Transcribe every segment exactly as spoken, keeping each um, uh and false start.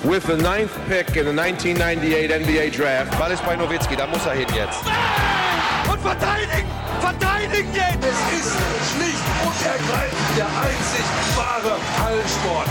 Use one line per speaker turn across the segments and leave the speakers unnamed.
with the ninth pick in the nineteen ninety-eight N B A Draft.
Ball ist bei Nowitzki, da muss er hin jetzt.
Und verteidigen! Verteidigen jetzt!
Es ist schlicht und ergreifend der einzig wahre Hallensport.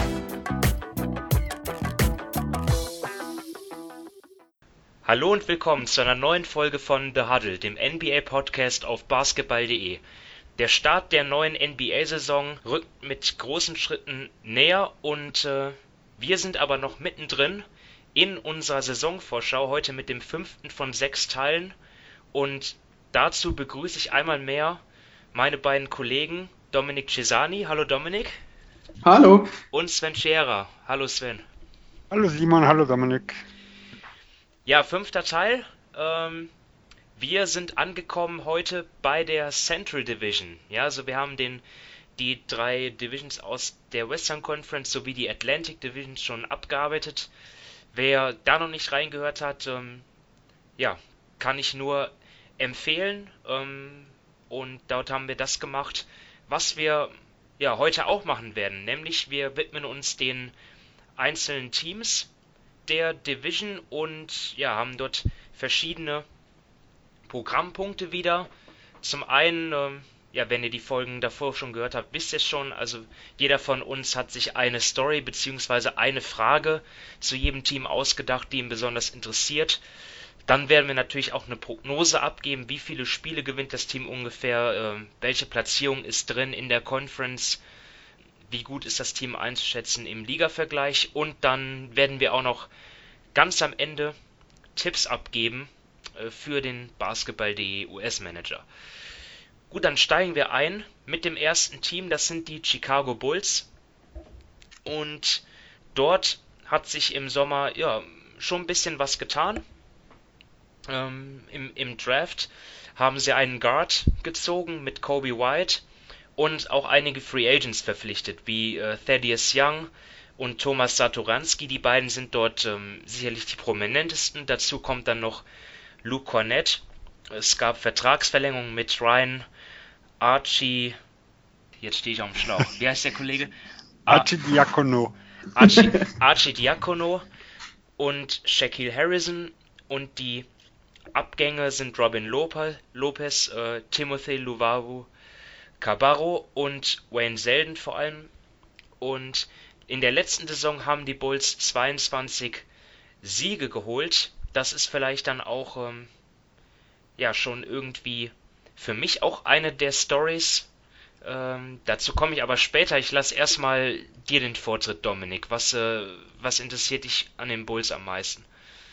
Hallo und willkommen zu einer neuen Folge von The Huddle, dem N B A-Podcast auf basketball punkt de. Der Start der neuen N B A-Saison rückt mit großen Schritten näher und äh, wir sind aber noch mittendrin in unserer Saisonvorschau, heute mit dem fünften von sechs Teilen. Und dazu begrüße ich einmal mehr meine beiden Kollegen Dominik Cesani. Hallo Dominik.
Hallo.
Und Sven Scherer. Hallo Sven.
Hallo Simon, hallo Dominik.
Ja, fünfter Teil. Ähm, wir sind angekommen heute bei der Central Division. Ja, also wir haben den, die drei Divisions aus der Western Conference sowie die Atlantic Division schon abgearbeitet. Wer da noch nicht reingehört hat, ähm, ja, kann ich nur empfehlen. Ähm, und dort haben wir das gemacht, was wir ja heute auch machen werden. Nämlich wir widmen uns den einzelnen Teams der Division und ja, haben dort verschiedene Programmpunkte wieder. Zum einen, ähm, ja, wenn ihr die Folgen davor schon gehört habt, wisst ihr es schon, also jeder von uns hat sich eine Story bzw. eine Frage zu jedem Team ausgedacht, die ihn besonders interessiert. Dann werden wir natürlich auch eine Prognose abgeben, wie viele Spiele gewinnt das Team ungefähr, äh, welche Platzierung ist drin in der Conference, wie gut ist das Team einzuschätzen im Liga-Vergleich, und dann werden wir auch noch ganz am Ende Tipps abgeben äh, für den basketball punkt de U S-Manager. Gut, dann steigen wir ein mit dem ersten Team, das sind die Chicago Bulls, und dort hat sich im Sommer ja schon ein bisschen was getan. Ähm, im, im Draft haben sie einen Guard gezogen mit Kobe White und auch einige Free Agents verpflichtet, wie äh, Thaddeus Young und Thomas Satoransky. Die beiden sind dort ähm, sicherlich die prominentesten. Dazu kommt dann noch Luke Kornet. Es gab Vertragsverlängerungen mit Ryan Archie, jetzt stehe ich auf dem Schlauch. Wie heißt der Kollege?
Arcidiacono.
Archie, Arcidiacono und Shaquille Harrison, und die Abgänge sind Robin Lopez, Lopez äh, Timothy Luwawu Cabarro und Wayne Selden vor allem. Und in der letzten Saison haben die Bulls zweiundzwanzig Siege geholt. Das ist vielleicht dann auch ähm, ja schon irgendwie für mich auch eine der Stories. Ähm, dazu komme ich aber später. Ich lasse erstmal dir den Vortritt, Dominik. Was, äh, was interessiert dich an den Bulls am meisten?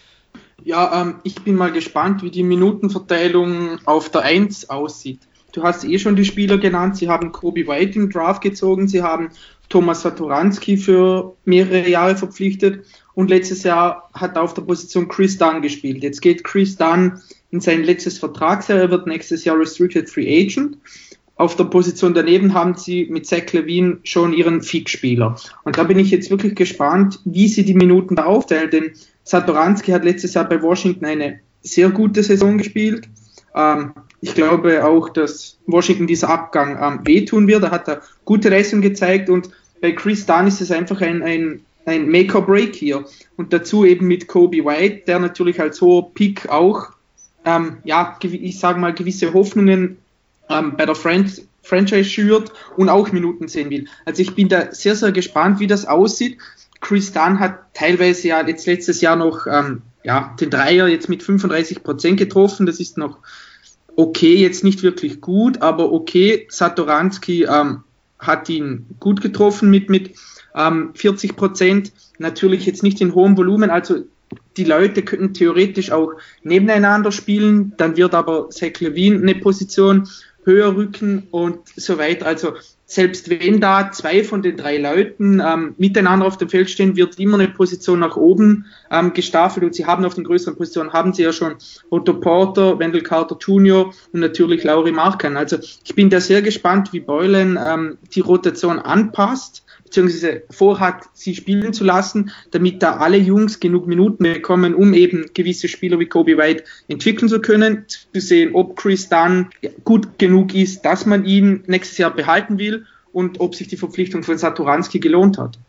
Ja, ähm, ich bin mal gespannt, wie die Minutenverteilung auf der eins aussieht. Du hast eh schon die Spieler genannt. Sie haben Kobe White im Draft gezogen. Sie haben Thomas Satoransky für mehrere Jahre verpflichtet. Und letztes Jahr hat auf der Position Chris Dunn gespielt. Jetzt geht Chris Dunn in sein letztes Vertragsjahr. Er wird nächstes Jahr Restricted Free Agent. Auf der Position daneben haben sie mit Zach LaVine schon ihren Fixspieler. Und da bin ich jetzt wirklich gespannt, wie sie die Minuten da aufteilen. Denn Satoransky hat letztes Jahr bei Washington eine sehr gute Saison gespielt. Ähm, ich glaube auch, dass Washington dieser Abgang ähm, wehtun wird. Da hat er gute Leistung gezeigt. Und bei Chris Dunn ist es einfach ein, ein, ein Make-or-Break hier. Und dazu eben mit Kobe White, der natürlich als hoher Pick auch Ähm, ja, ich sage mal, gewisse Hoffnungen ähm, bei der Fran- Franchise schürt und auch Minuten sehen will. Also ich bin da sehr, sehr gespannt, wie das aussieht. Chris Dunn hat teilweise ja jetzt letztes Jahr noch ähm, ja, den Dreier jetzt mit fünfunddreißig Prozent getroffen. Das ist noch okay, jetzt nicht wirklich gut, aber okay. Satoransky ähm, hat ihn gut getroffen mit, mit ähm, vierzig Prozent. Natürlich jetzt nicht in hohem Volumen, also die Leute könnten theoretisch auch nebeneinander spielen, dann wird aber Zach LaVine eine Position höher rücken und so weiter. Also selbst wenn da zwei von den drei Leuten ähm, miteinander auf dem Feld stehen, wird immer eine Position nach oben ähm, gestaffelt, und sie haben auf den größeren Positionen, haben sie ja schon Otto Porter, Wendell Carter Junior und natürlich Lauri Markkanen. Also ich bin da sehr gespannt, wie Boylen ähm, die Rotation anpasst, beziehungsweise vorhat, sie spielen zu lassen, damit da alle Jungs genug Minuten bekommen, um eben gewisse Spieler wie Kobe White entwickeln zu können, zu sehen, ob Chris Dunn gut genug ist, dass man ihn nächstes Jahr behalten will und ob sich die Verpflichtung von Satoransky gelohnt hat.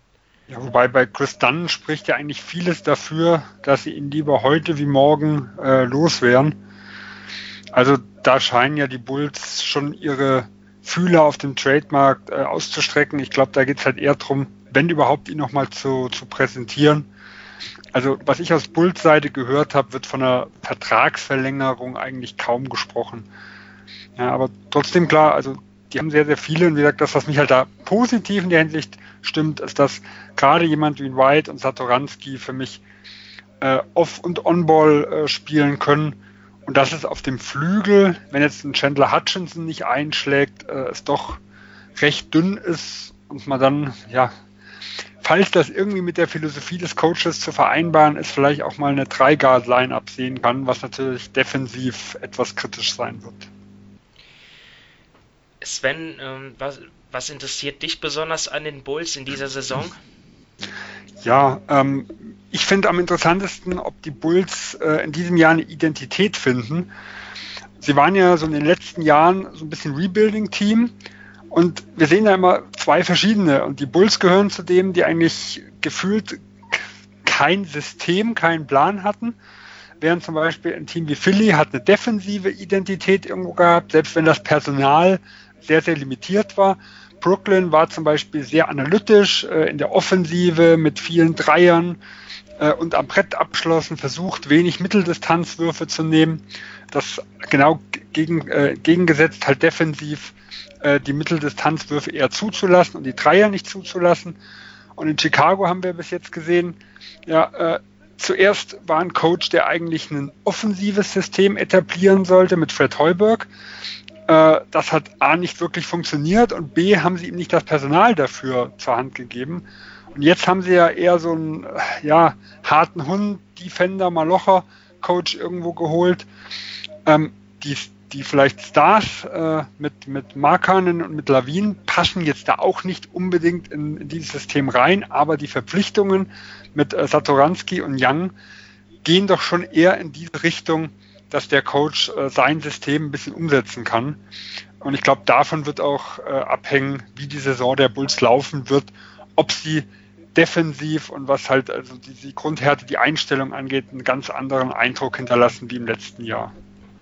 Ja, wobei bei Chris Dunn spricht ja eigentlich vieles dafür, dass sie ihn lieber heute wie morgen äh, loswerden. Also da scheinen ja die Bulls schon ihre Fühler auf dem Trademarkt äh, auszustrecken. Ich glaube, da geht es halt eher darum, wenn überhaupt, ihn nochmal zu, zu präsentieren. Also was ich aus Bulls Seite gehört habe, wird von einer Vertragsverlängerung eigentlich kaum gesprochen. Ja, aber trotzdem klar, also die haben sehr, sehr viele und wie gesagt, das, was mich halt da positiv in der Hinsicht stimmt, ist, dass gerade jemand wie White und Satoranski für mich äh, Off- und On-Ball äh, spielen können und dass es auf dem Flügel, wenn jetzt ein Chandler Hutchinson nicht einschlägt, äh, es doch recht dünn ist und man dann, ja, falls das irgendwie mit der Philosophie des Coaches zu vereinbaren ist, vielleicht auch mal eine drei-Guard-Line-Up sehen kann, was natürlich defensiv etwas kritisch sein wird.
Sven, ähm, was, was interessiert dich besonders an den Bulls in dieser Saison?
Ja, ähm, ich finde am interessantesten, ob die Bulls äh, in diesem Jahr eine Identität finden. Sie waren ja so in den letzten Jahren so ein bisschen Rebuilding-Team und wir sehen ja immer zwei verschiedene und die Bulls gehören zu denen, die eigentlich gefühlt kein System, keinen Plan hatten. Während zum Beispiel ein Team wie Philly hat eine defensive Identität irgendwo gehabt, selbst wenn das Personal sehr, sehr limitiert war. Brooklyn war zum Beispiel sehr analytisch äh, in der Offensive mit vielen Dreiern äh, und am Brett abschlossen, versucht wenig Mitteldistanzwürfe zu nehmen. Das genau gegen, äh, gegengesetzt halt defensiv äh, die Mitteldistanzwürfe eher zuzulassen und die Dreier nicht zuzulassen. Und in Chicago haben wir bis jetzt gesehen, ja, äh, zuerst war ein Coach, der eigentlich ein offensives System etablieren sollte mit Fred Hoiberg. Das hat A nicht wirklich funktioniert und B haben sie ihm nicht das Personal dafür zur Hand gegeben. Und jetzt haben sie ja eher so einen ja, harten Hund, Defender, Malocher, Coach irgendwo geholt, ähm, die, die vielleicht Stars äh, mit, mit Markkanen und mit Lavin passen jetzt da auch nicht unbedingt in, in dieses System rein, aber die Verpflichtungen mit äh, Satoranski und Young gehen doch schon eher in diese Richtung, dass der Coach äh, sein System ein bisschen umsetzen kann. Und ich glaube, davon wird auch äh, abhängen, wie die Saison der Bulls laufen wird, ob sie defensiv und was halt also die, die Grundhärte, die Einstellung angeht, einen ganz anderen Eindruck hinterlassen wie im letzten Jahr.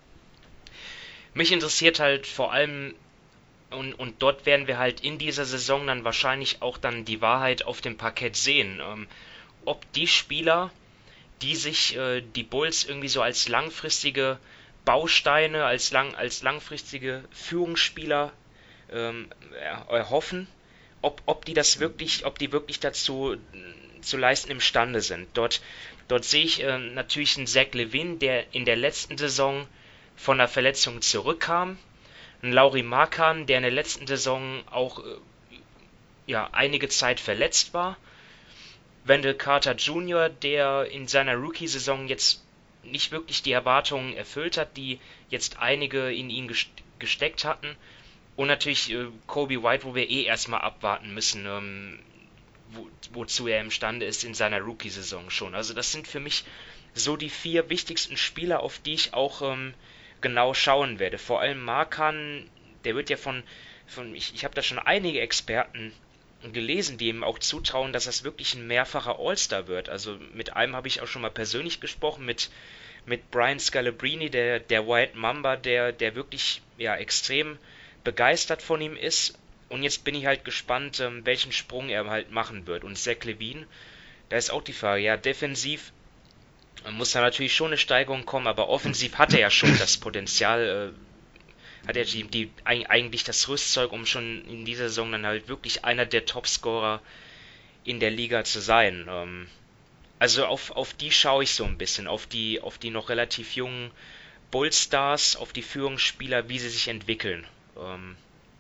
Mich interessiert halt vor allem, und, und dort werden wir halt in dieser Saison dann wahrscheinlich auch dann die Wahrheit auf dem Parkett sehen, ähm, ob die Spieler, die sich äh, die Bulls irgendwie so als langfristige Bausteine, als, lang, als langfristige Führungsspieler ähm, erhoffen, ob, ob die das wirklich, ob die wirklich dazu zu leisten imstande sind. Dort, dort sehe ich äh, natürlich einen Zach LaVine, der in der letzten Saison von einer Verletzung zurückkam, einen Lauri Markkanen, der in der letzten Saison auch äh, ja, einige Zeit verletzt war, Wendell Carter Junior, der in seiner Rookie-Saison jetzt nicht wirklich die Erwartungen erfüllt hat, die jetzt einige in ihn gesteckt hatten. Und natürlich äh, Coby White, wo wir eh erstmal abwarten müssen, ähm, wo, wozu er imstande ist in seiner Rookie-Saison schon. Also das sind für mich so die vier wichtigsten Spieler, auf die ich auch ähm, genau schauen werde. Vor allem Markkanen, der wird ja von, von ich, ich habe da schon einige Experten gelesen, die ihm auch zutrauen, dass das wirklich ein mehrfacher All-Star wird. Also mit einem habe ich auch schon mal persönlich gesprochen, mit, mit Brian Scalabrine, der, der White Mamba, der, der wirklich ja, extrem begeistert von ihm ist. Und jetzt bin ich halt gespannt, ähm, welchen Sprung er halt machen wird. Und Zach LaVine, da ist auch die Frage, ja, defensiv muss da natürlich schon eine Steigerung kommen, aber offensiv hat er ja schon das Potenzial, äh, hat er die, die, eigentlich das Rüstzeug, um schon in dieser Saison dann halt wirklich einer der Topscorer in der Liga zu sein. Ähm, also auf, auf die schaue ich so ein bisschen, auf die, auf die noch relativ jungen Bullstars, auf die Führungsspieler, wie sie sich entwickeln. Ähm,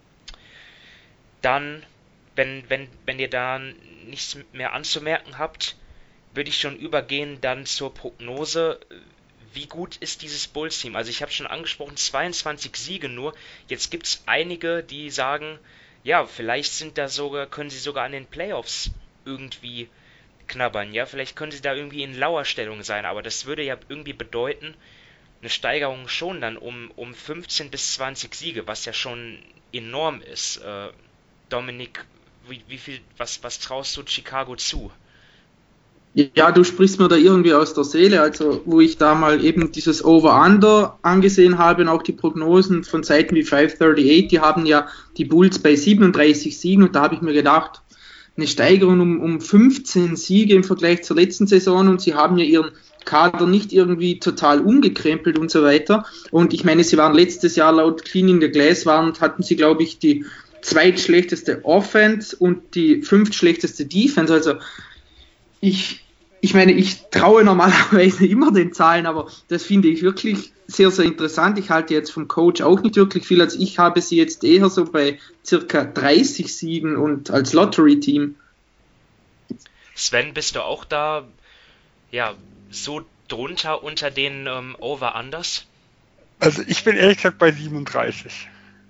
dann, wenn, wenn, wenn ihr da nichts mehr anzumerken habt, würde ich schon übergehen dann zur Prognose. Wie gut ist dieses Bulls-Team? Also ich habe schon angesprochen, zweiundzwanzig Siege nur. Jetzt gibt es einige, die sagen, ja, vielleicht sind da sogar, können sie sogar an den Playoffs irgendwie knabbern. Ja, vielleicht können sie da irgendwie in Lauerstellung sein, aber das würde ja irgendwie bedeuten, eine Steigerung schon dann um, um fünfzehn bis zwanzig Siege, was ja schon enorm ist. Äh, Dominik, wie, wie viel, was, was traust du Chicago zu?
Ja, du sprichst mir da irgendwie aus der Seele, also wo ich da mal eben dieses Over-Under angesehen habe und auch die Prognosen von Seiten wie fünf achtunddreißig, die haben ja die Bulls bei siebenunddreißig Siegen und da habe ich mir gedacht, eine Steigerung um, um fünfzehn Siege im Vergleich zur letzten Saison und sie haben ja ihren Kader nicht irgendwie total umgekrempelt und so weiter und ich meine, sie waren letztes Jahr laut Cleaning the Glass, waren, hatten sie glaube ich die zweitschlechteste Offense und die fünftschlechteste Defense, also Ich, ich meine, ich traue normalerweise immer den Zahlen, aber das finde ich wirklich sehr, sehr interessant. Ich halte jetzt vom Coach auch nicht wirklich viel, als ich habe sie jetzt eher so bei circa dreißig Siegen und als Lottery-Team.
Sven, bist du auch da ja so drunter unter den ähm, Over-Unders?
Also ich bin ehrlich gesagt bei siebenunddreißig.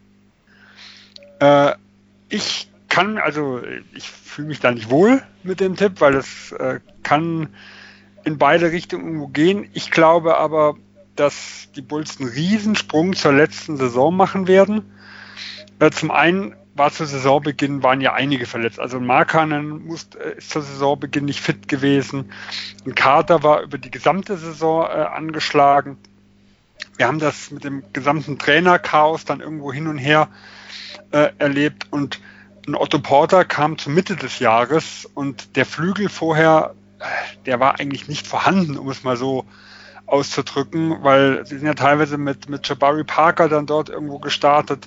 Äh, ich kann, also ich fühle mich da nicht wohl mit dem Tipp, weil es äh, kann in beide Richtungen irgendwo gehen. Ich glaube aber, dass die Bulls einen Riesensprung zur letzten Saison machen werden. Äh, zum einen war zu Saisonbeginn, waren ja einige verletzt. Also Markkanen muss, äh, ist zur Saisonbeginn nicht fit gewesen. Ein Carter war über die gesamte Saison äh, angeschlagen. Wir haben das mit dem gesamten Trainerchaos dann irgendwo hin und her äh, erlebt und ein Otto Porter kam zur Mitte des Jahres und der Flügel vorher, der war eigentlich nicht vorhanden, um es mal so auszudrücken, weil sie sind ja teilweise mit, mit Jabari Parker dann dort irgendwo gestartet.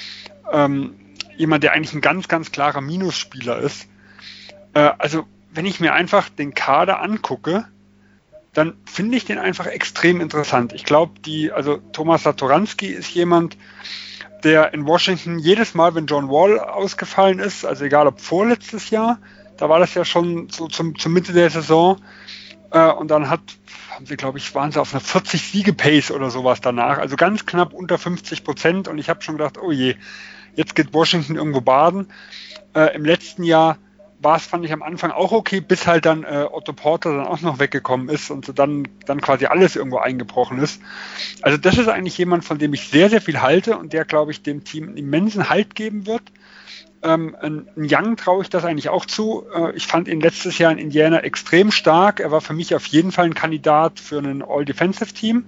Ähm, jemand, der eigentlich ein ganz, ganz klarer Minusspieler ist. Äh, also, wenn ich mir einfach den Kader angucke, dann finde ich den einfach extrem interessant. Ich glaube, die, also Thomas Satoranski ist jemand, der in Washington jedes Mal, wenn John Wall ausgefallen ist, also egal ob vorletztes Jahr, da war das ja schon so zum, zur Mitte der Saison, äh, und dann hat, haben sie, glaube ich, waren sie auf einer vierzig-Siege-Pace oder sowas danach, also ganz knapp unter fünfzig Prozent und ich habe schon gedacht, oh je, jetzt geht Washington irgendwo baden. Äh, im letzten Jahr war es, fand ich am Anfang auch okay, bis halt dann äh, Otto Porter dann auch noch weggekommen ist und so dann, dann quasi alles irgendwo eingebrochen ist. Also das ist eigentlich jemand, von dem ich sehr, sehr viel halte und der, glaube ich, dem Team einen immensen Halt geben wird. Ähm, ein Young traue ich das eigentlich auch zu. Äh, ich fand ihn letztes Jahr in Indiana extrem stark. Er war für mich auf jeden Fall ein Kandidat für ein All-Defensive-Team.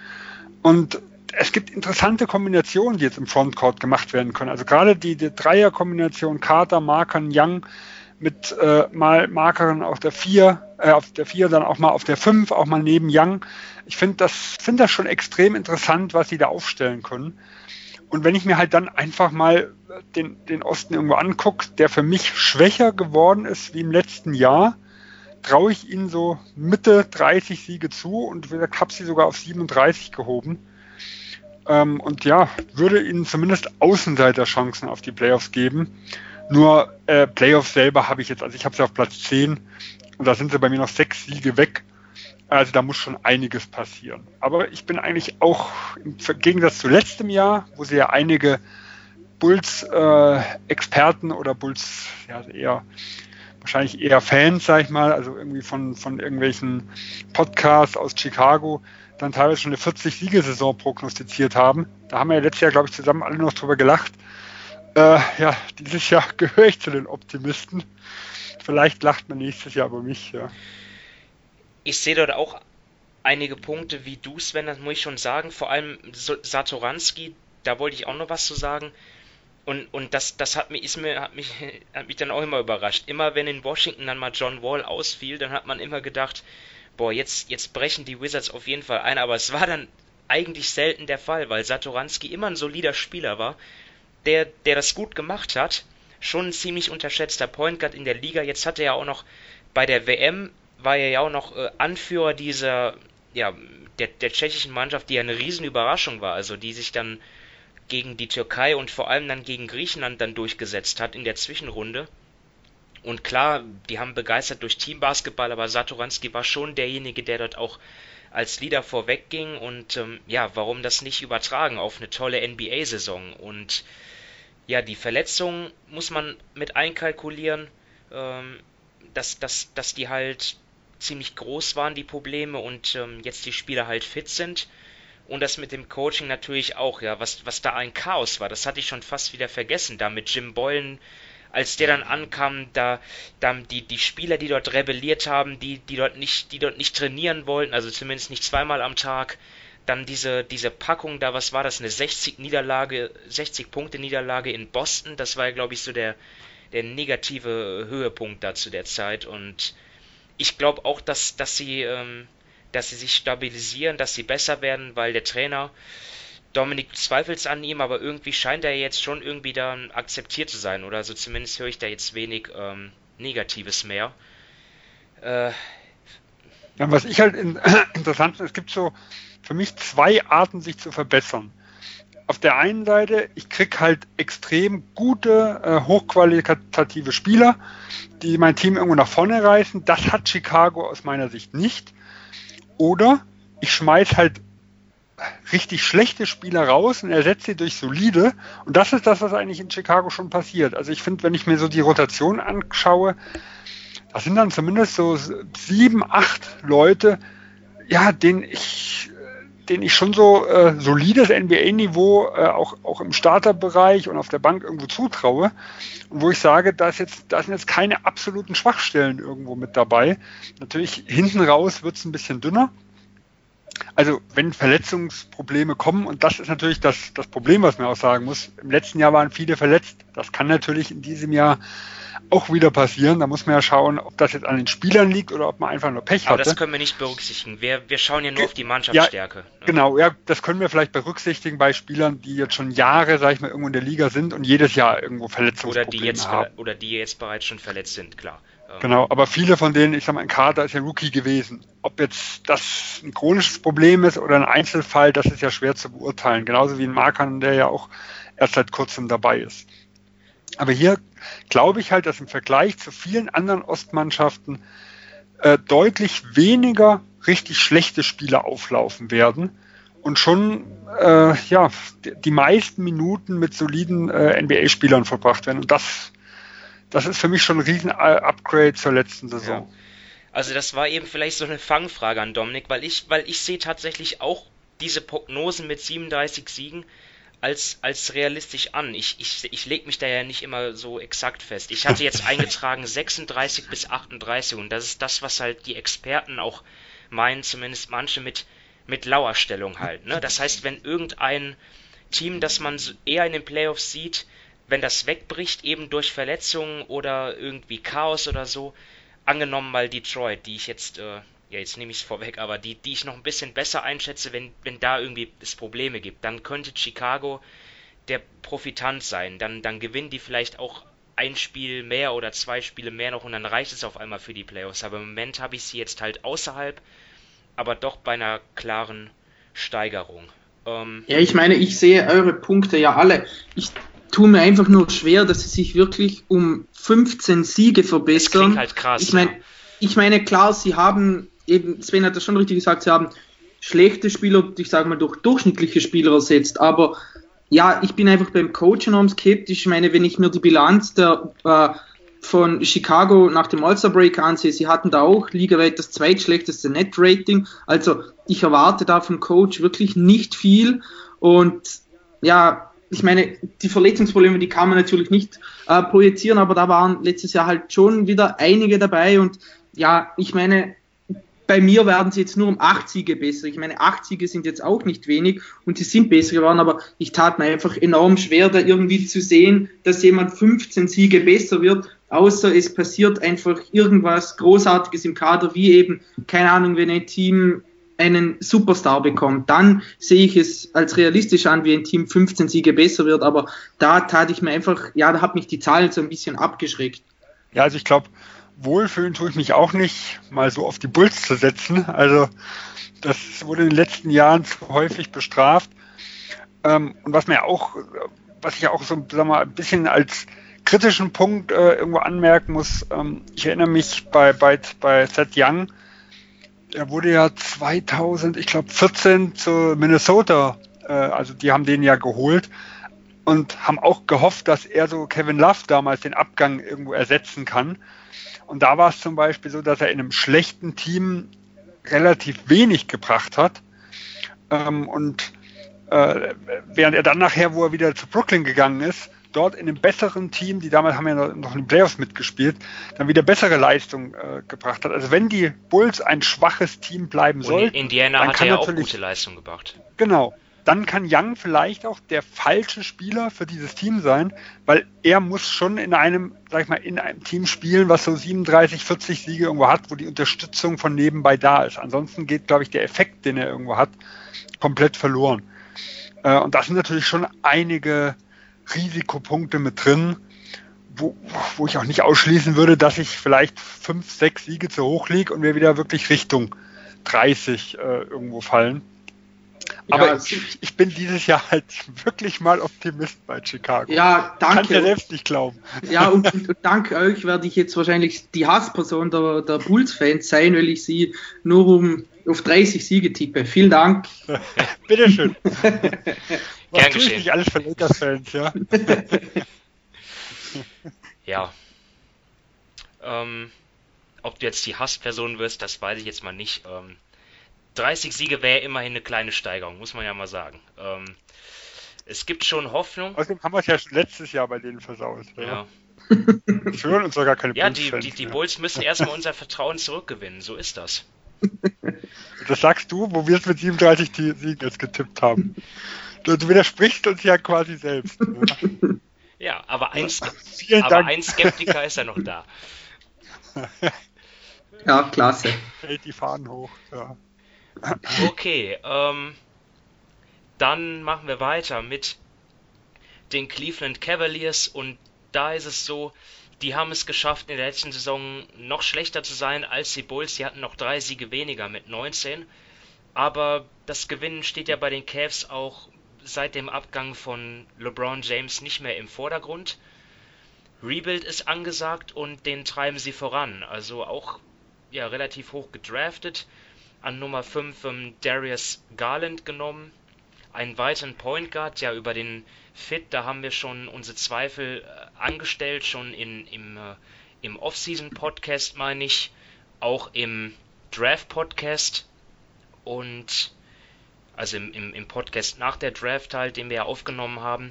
Und es gibt interessante Kombinationen, die jetzt im Frontcourt gemacht werden können. Also gerade die, die Dreier-Kombination Carter, Markkanen, Young, mit äh, mal Markeren auf der vier, äh, auf der vier, dann auch mal auf der fünf, auch mal neben Young. Ich finde das, find das schon extrem interessant, was sie da aufstellen können. Und wenn ich mir halt dann einfach mal den, den Osten irgendwo angucke, der für mich schwächer geworden ist wie im letzten Jahr, traue ich ihnen so Mitte dreißig Siege zu und wie gesagt, habe sie sogar auf siebenunddreißig gehoben. Ähm, und ja, würde ihnen zumindest Außenseiterchancen auf die Playoffs geben. Nur äh, Playoffs selber habe ich jetzt, also ich habe sie auf Platz zehn und da sind sie bei mir noch sechs Siege weg. Also da muss schon einiges passieren. Aber ich bin eigentlich auch im Gegensatz zu letztem Jahr, wo sie ja einige Bulls-Experten äh, oder Bulls, ja eher wahrscheinlich eher Fans, sag ich mal, also irgendwie von, von irgendwelchen Podcasts aus Chicago, dann teilweise schon eine vierzig-Siege-Saison prognostiziert haben. Da haben wir ja letztes Jahr, glaube ich, zusammen alle noch drüber gelacht. Äh, ja, dieses Jahr gehöre ich zu den Optimisten. Vielleicht lacht man nächstes Jahr über mich, ja.
Ich sehe dort auch einige Punkte wie du, Sven, das muss ich schon sagen. Vor allem Satoranski, da wollte ich auch noch was zu sagen. Und, und das, das hat mich, ist mir, hat mich, hat mich dann auch immer überrascht. Immer wenn in Washington dann mal John Wall ausfiel, dann hat man immer gedacht, boah, jetzt, jetzt brechen die Wizards auf jeden Fall ein. Aber es war dann eigentlich selten der Fall, weil Satoranski immer ein solider Spieler war, der, der das gut gemacht hat. Schon ein ziemlich unterschätzter Point Guard in der Liga. Jetzt hat er ja auch noch bei der W M, war er ja auch noch äh, Anführer dieser, ja, der, der tschechischen Mannschaft, die ja eine riesen Überraschung war, also die sich dann gegen die Türkei und vor allem dann gegen Griechenland dann durchgesetzt hat in der Zwischenrunde. Und klar, die haben begeistert durch Teambasketball, aber Satoranski war schon derjenige, der dort auch als Leader vorwegging und ähm, ja, warum das nicht übertragen auf eine tolle N B A-Saison? Und ja, die Verletzungen muss man mit einkalkulieren, ähm, dass, dass, dass die halt ziemlich groß waren, die Probleme, und ähm, jetzt die Spieler halt fit sind. Und das mit dem Coaching natürlich auch, ja, was, was da ein Chaos war, das hatte ich schon fast wieder vergessen, da mit Jim Boylan als der dann ankam, da, da die, die Spieler, die dort rebelliert haben, die, die dort nicht, die dort nicht trainieren wollten, also zumindest nicht zweimal am Tag, dann diese, diese Packung da, was war das, eine sechzig Niederlage, sechzig Punkte Niederlage in Boston, das war ja, glaube ich, so der, der negative Höhepunkt da zu der Zeit, und ich glaube auch, dass, dass sie, ähm, dass sie sich stabilisieren, dass sie besser werden, weil der Trainer, Dominik, zweifelt an ihm, aber irgendwie scheint er jetzt schon irgendwie dann akzeptiert zu sein, oder so zumindest höre ich da jetzt wenig ähm, Negatives mehr. Äh,
ja, was ich halt in, interessant finde, es gibt so für mich zwei Arten, sich zu verbessern. Auf der einen Seite, ich kriege halt extrem gute, äh, hochqualitative Spieler, die mein Team irgendwo nach vorne reißen. Das hat Chicago aus meiner Sicht nicht. Oder ich schmeiß halt richtig schlechte Spieler raus und ersetze sie durch solide. Und das ist das, was eigentlich in Chicago schon passiert. Also ich finde, wenn ich mir so die Rotation anschaue, das sind dann zumindest so sieben, acht Leute, ja, denen ich, denen ich schon so äh, solides N B A-Niveau äh, auch, auch im Starterbereich und auf der Bank irgendwo zutraue. Und wo ich sage, da ist jetzt, da sind jetzt keine absoluten Schwachstellen irgendwo mit dabei. Natürlich hinten raus wird es ein bisschen dünner. Also wenn Verletzungsprobleme kommen, und das ist natürlich das, das Problem, was man auch sagen muss, im letzten Jahr waren viele verletzt. Das kann natürlich in diesem Jahr auch wieder passieren. Da muss man ja schauen, ob das jetzt an den Spielern liegt oder ob man einfach nur Pech
aber
hatte.
Das können wir nicht berücksichtigen. Wir, wir schauen ja nur auf die Mannschaftsstärke.
Ja, ne? Genau, ja, das können wir vielleicht berücksichtigen bei Spielern, die jetzt schon Jahre, sag ich mal, irgendwo in der Liga sind und jedes Jahr irgendwo Verletzungsprobleme
oder die jetzt,
haben.
Oder die jetzt bereits schon verletzt sind, klar.
Genau, aber viele von denen, ich sag mal, ein Carter ist ja Rookie gewesen. Ob jetzt das ein chronisches Problem ist oder ein Einzelfall, das ist ja schwer zu beurteilen. Genauso wie ein Markan, der ja auch erst seit kurzem dabei ist. Aber hier glaube ich halt, dass im Vergleich zu vielen anderen Ostmannschaften äh, deutlich weniger richtig schlechte Spieler auflaufen werden und schon äh, ja, die meisten Minuten mit soliden äh, N B A-Spielern verbracht werden. Und das Das ist für mich schon ein riesen Upgrade zur letzten Saison.
Ja. Also das war eben vielleicht so eine Fangfrage an Dominik, weil ich, weil ich sehe tatsächlich auch diese Prognosen mit siebenunddreißig Siegen als, als realistisch an. Ich, ich, ich lege mich da ja nicht immer so exakt fest. Ich hatte jetzt eingetragen sechsunddreißig bis achtunddreißig, und das ist das, was halt die Experten auch meinen, zumindest manche mit, mit Lauerstellung halt. Ne? Das heißt, wenn irgendein Team, das man eher in den Playoffs sieht, wenn das wegbricht, eben durch Verletzungen oder irgendwie Chaos oder so, angenommen mal Detroit, die ich jetzt, äh, ja jetzt nehme ich es vorweg, aber die, die ich noch ein bisschen besser einschätze, wenn, wenn da irgendwie es Probleme gibt, dann könnte Chicago der Profitant sein, dann, dann gewinnen die vielleicht auch ein Spiel mehr oder zwei Spiele mehr noch und dann reicht es auf einmal für die Playoffs, aber im Moment habe ich sie jetzt halt außerhalb, aber doch bei einer klaren Steigerung. Ähm,
ja, ich meine, ich sehe eure Punkte ja alle. Ich tue mir einfach nur schwer, dass sie sich wirklich um fünfzehn Siege verbessern. Das
klingt halt krass.
Ich meine, ja. ich meine, klar, sie haben, eben, Sven hat das schon richtig gesagt, sie haben schlechte Spieler, ich sage mal, durch durchschnittliche Spieler ersetzt, aber ja, ich bin einfach beim Coach enorm skeptisch. Ich meine, wenn ich mir die Bilanz der, äh, von Chicago nach dem All-Star-Break ansehe, sie hatten da auch ligaweit das zweitschlechteste Net-Rating, also ich erwarte da vom Coach wirklich nicht viel und ja, ich meine, die Verletzungsprobleme, die kann man natürlich nicht äh, projizieren, aber da waren letztes Jahr halt schon wieder einige dabei und ja, ich meine, bei mir werden sie jetzt nur um acht Siege besser. Ich meine, acht Siege sind jetzt auch nicht wenig und sie sind besser geworden, aber ich tat mir einfach enorm schwer, da irgendwie zu sehen, dass jemand fünfzehn Siege besser wird, außer es passiert einfach irgendwas Großartiges im Kader, wie eben, keine Ahnung, wenn ein Team einen Superstar bekommt, dann sehe ich es als realistisch an, wie ein Team fünfzehn Siege besser wird, aber da tat ich mir einfach, ja, da hat mich die Zahlen so ein bisschen abgeschreckt.
Ja, also ich glaube, wohlfühlen tue ich mich auch nicht, mal so auf die Bulls zu setzen, also das wurde in den letzten Jahren zu häufig bestraft ähm, und was mir auch, was ich auch so, sagen wir mal, ein bisschen als kritischen Punkt äh, irgendwo anmerken muss, ähm, ich erinnere mich bei, bei, bei Thad Young. Er wurde ja zweitausend, ich glaube vierzehn zu Minnesota, äh, also die haben den ja geholt und haben auch gehofft, dass er so Kevin Love damals den Abgang irgendwo ersetzen kann. Und da war es zum Beispiel so, dass er in einem schlechten Team relativ wenig gebracht hat. Ähm, und äh, während er dann nachher, wo er wieder zu Brooklyn gegangen ist, dort in einem besseren Team, die damals haben ja noch in den Playoffs mitgespielt, dann wieder bessere Leistung äh, gebracht hat. Also wenn die Bulls ein schwaches Team bleiben sollten,
Indiana
dann
hat
kann
ja auch
natürlich,
gute Leistung gebracht.
Genau. Dann kann Young vielleicht auch der falsche Spieler für dieses Team sein, weil er muss schon in einem, sag ich mal, in einem Team spielen, was so siebenunddreißig, vierzig Siege irgendwo hat, wo die Unterstützung von nebenbei da ist. Ansonsten geht, glaube ich, der Effekt, den er irgendwo hat, komplett verloren. Äh, und da sind natürlich schon einige Risikopunkte mit drin, wo, wo ich auch nicht ausschließen würde, dass ich vielleicht fünf, sechs Siege zu hoch liege und wir wieder wirklich Richtung dreißig äh, irgendwo fallen. Aber ja, ich, ich bin dieses Jahr halt wirklich mal Optimist bei Chicago.
Ja, danke.
Kann ich ja selbst nicht glauben.
Ja, und, und, und dank euch werde ich jetzt wahrscheinlich die Hassperson der, der Bulls-Fans sein, weil ich sie nur um auf dreißig Siege tippe. Vielen Dank.
Bitteschön.
Gern geschehen.
Nicht alles für Lakers-Fans, ja.
Ja. Ähm, ob du jetzt die Hassperson wirst, das weiß ich jetzt mal nicht. Ähm, dreißig Siege wäre immerhin eine kleine Steigerung, muss man ja mal sagen. Ähm, es gibt schon Hoffnung.
Außerdem haben wir es ja schon letztes Jahr bei denen versaut. Ja.
Ja.
Wir hören uns sogar keine
Ja,
Bulls
die, die, die Bulls müssen erstmal unser Vertrauen zurückgewinnen, so ist das.
Das sagst du, wo wir es mit siebenunddreißig Siegen jetzt getippt haben. Du, du widersprichst uns ja quasi selbst. Ne?
Ja, aber ein,
ja,
aber ein Skeptiker ist ja noch da.
Ja, klasse.
Hält die Fahnen hoch, ja.
Okay, ähm, dann machen wir weiter mit den Cleveland Cavaliers und da ist es so, die haben es geschafft, in der letzten Saison noch schlechter zu sein als die Bulls. Die hatten noch drei Siege weniger mit neunzehn, aber das Gewinnen steht ja bei den Cavs auch seit dem Abgang von LeBron James nicht mehr im Vordergrund. Rebuild ist angesagt und den treiben sie voran, also auch ja relativ hoch gedraftet. An Nummer fünf ähm, Darius Garland genommen, einen weiteren Point Guard, ja über den Fit, da haben wir schon unsere Zweifel äh, angestellt, schon in, im, äh, im Off-Season-Podcast meine ich, auch im Draft-Podcast und also im, im, im Podcast nach der Draft halt, den wir ja aufgenommen haben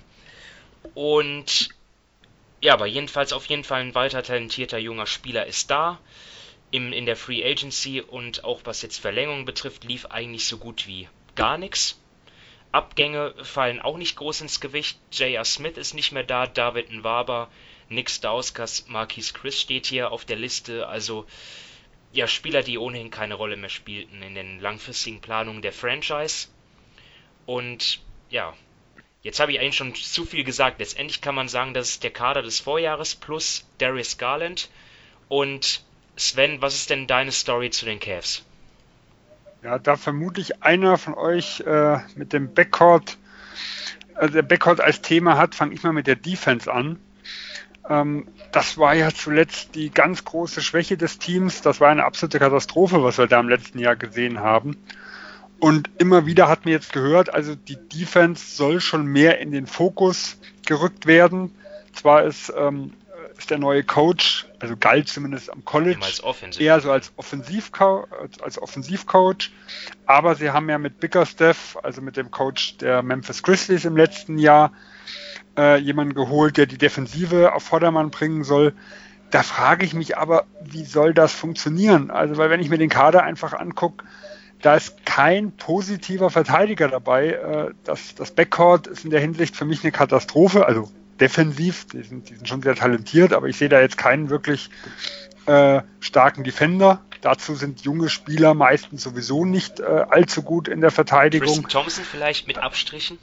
und ja, aber jedenfalls auf jeden Fall ein weiter talentierter junger Spieler ist da. In, in der Free Agency und auch was jetzt Verlängerung betrifft, lief eigentlich so gut wie gar nichts. Abgänge fallen auch nicht groß ins Gewicht. J R. Smith ist nicht mehr da, David Nwaba, Nick Stauskas, Marquise Chris steht hier auf der Liste. Also ja, Spieler, die ohnehin keine Rolle mehr spielten in den langfristigen Planungen der Franchise. Und ja, jetzt habe ich eigentlich schon zu viel gesagt. Letztendlich kann man sagen, das ist der Kader des Vorjahres plus Darius Garland. Und Sven, was ist denn deine Story zu den Cavs?
Ja, da vermutlich einer von euch äh, mit dem Backcourt, äh, der Backcourt als Thema hat, fange ich mal mit der Defense an. Ähm, das war ja zuletzt die ganz große Schwäche des Teams. Das war eine absolute Katastrophe, was wir da im letzten Jahr gesehen haben. Und immer wieder hat man jetzt gehört, also die Defense soll schon mehr in den Fokus gerückt werden. Zwar ist ähm, ist der neue Coach, also galt zumindest am College, eher so als Offensivcoach, als Offensivcoach, aber sie haben ja mit Bickerstaff, also mit dem Coach der Memphis Grizzlies im letzten Jahr, äh, jemanden geholt, der die Defensive auf Vordermann bringen soll. Da frage ich mich aber, wie soll das funktionieren? Also, weil wenn ich mir den Kader einfach angucke, da ist kein positiver Verteidiger dabei. Äh, das, das Backcourt ist in der Hinsicht für mich eine Katastrophe, also defensiv, die sind, die sind schon sehr talentiert, aber ich sehe da jetzt keinen wirklich äh, starken Defender. Dazu sind junge Spieler meistens sowieso nicht äh, allzu gut in der Verteidigung.
Tristan Thompson vielleicht mit Abstrichen?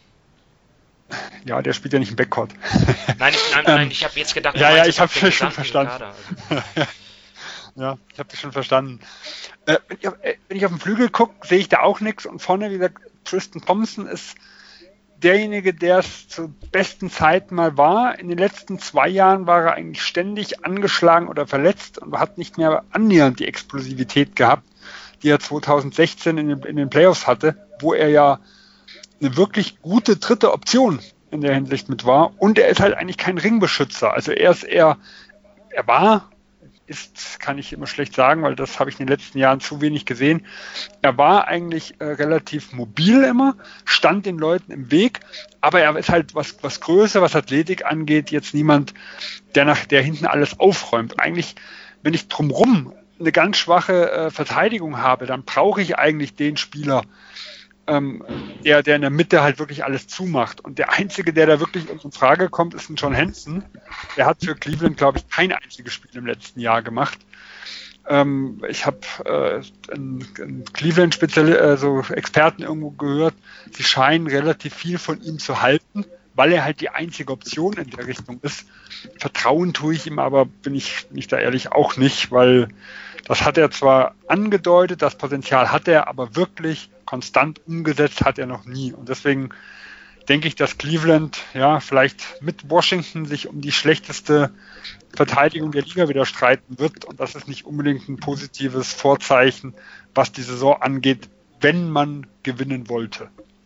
Ja, der spielt ja nicht im Backcourt.
Nein, ich, nein, nein, ich habe jetzt gedacht,
ja, ja, ich habe das schon verstanden.
Kader, also.
Ja, ich habe das schon verstanden. Äh, wenn, ich auf, äh, wenn ich auf den Flügel gucke, sehe ich da auch nichts und vorne, wie gesagt, Tristan Thompson ist derjenige, der es zur besten Zeit mal war. In den letzten zwei Jahren war er eigentlich ständig angeschlagen oder verletzt und hat nicht mehr annähernd die Explosivität gehabt, die er zwanzig sechzehn in den, in den Playoffs hatte, wo er ja eine wirklich gute dritte Option in der Hinsicht mit war. Und er ist halt eigentlich kein Ringbeschützer. Also er ist eher, er war, ist, kann ich immer schlecht sagen, weil das habe ich in den letzten Jahren zu wenig gesehen. Er war eigentlich äh, relativ mobil immer, stand den Leuten im Weg, aber er ist halt was, was größer, was Athletik angeht, jetzt niemand, der nach der hinten alles aufräumt. Eigentlich, wenn ich drumrum eine ganz schwache äh, Verteidigung habe, dann brauche ich eigentlich den Spieler, ähm, der, der in der Mitte halt wirklich alles zumacht. Und der Einzige, der da wirklich in Frage kommt, ist ein John Henson. Der hat für Cleveland, glaube ich, kein einziges Spiel im letzten Jahr gemacht. Ähm, ich habe äh, einen, einen Cleveland-Spezial, also Experten irgendwo gehört, sie scheinen relativ viel von ihm zu halten, weil er halt die einzige Option in der Richtung ist. Vertrauen tue ich ihm aber, bin ich, bin ich da ehrlich, auch nicht, weil das hat er zwar angedeutet, das Potenzial hat er, aber wirklich konstant umgesetzt hat er noch nie. Und deswegen denke ich, dass Cleveland ja vielleicht mit Washington sich um die schlechteste Verteidigung der Liga wieder streiten wird. Und das ist nicht unbedingt ein positives Vorzeichen, was die Saison angeht, wenn man gewinnen wollte.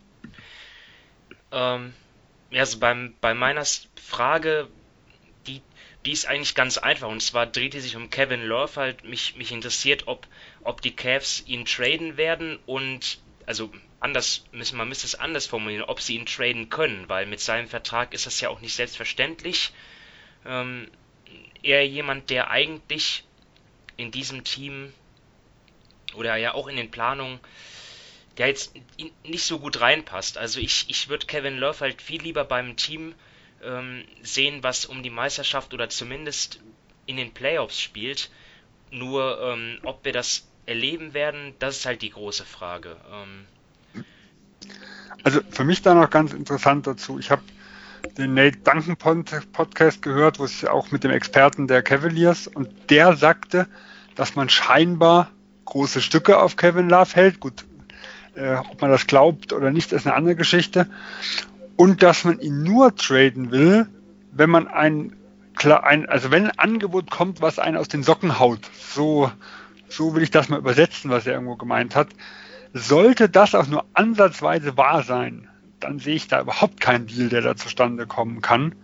Ähm, also beim, bei meiner Frage, die, die ist eigentlich ganz einfach. Und zwar dreht die sich um Kevin Love. Halt mich, mich interessiert, ob, ob die Cavs ihn traden werden und also anders, man müsste es anders formulieren, ob sie ihn traden können, weil mit seinem Vertrag ist das ja auch nicht selbstverständlich. Ähm, er jemand, der eigentlich in diesem Team oder ja auch in den Planungen, der jetzt nicht so gut reinpasst. Also ich, ich würde Kevin Love halt viel lieber beim Team ähm, sehen, was um die Meisterschaft oder zumindest in den Playoffs spielt. Nur ähm, ob wir das erleben werden, das ist halt die große Frage. Ähm
also für mich da noch ganz interessant dazu, ich habe den Nate Duncan Podcast gehört, wo es auch mit dem Experten der Cavaliers, und der sagte, dass man scheinbar große Stücke auf Kevin Love hält. Gut, äh, ob man das glaubt oder nicht, ist eine andere Geschichte. Und dass man ihn nur traden will, wenn man ein, ein also wenn ein Angebot kommt, was einen aus den Socken haut. So So will ich das mal übersetzen, was er irgendwo gemeint hat. Sollte das auch nur ansatzweise wahr sein, dann sehe ich da überhaupt keinen Deal, der da zustande kommen kann.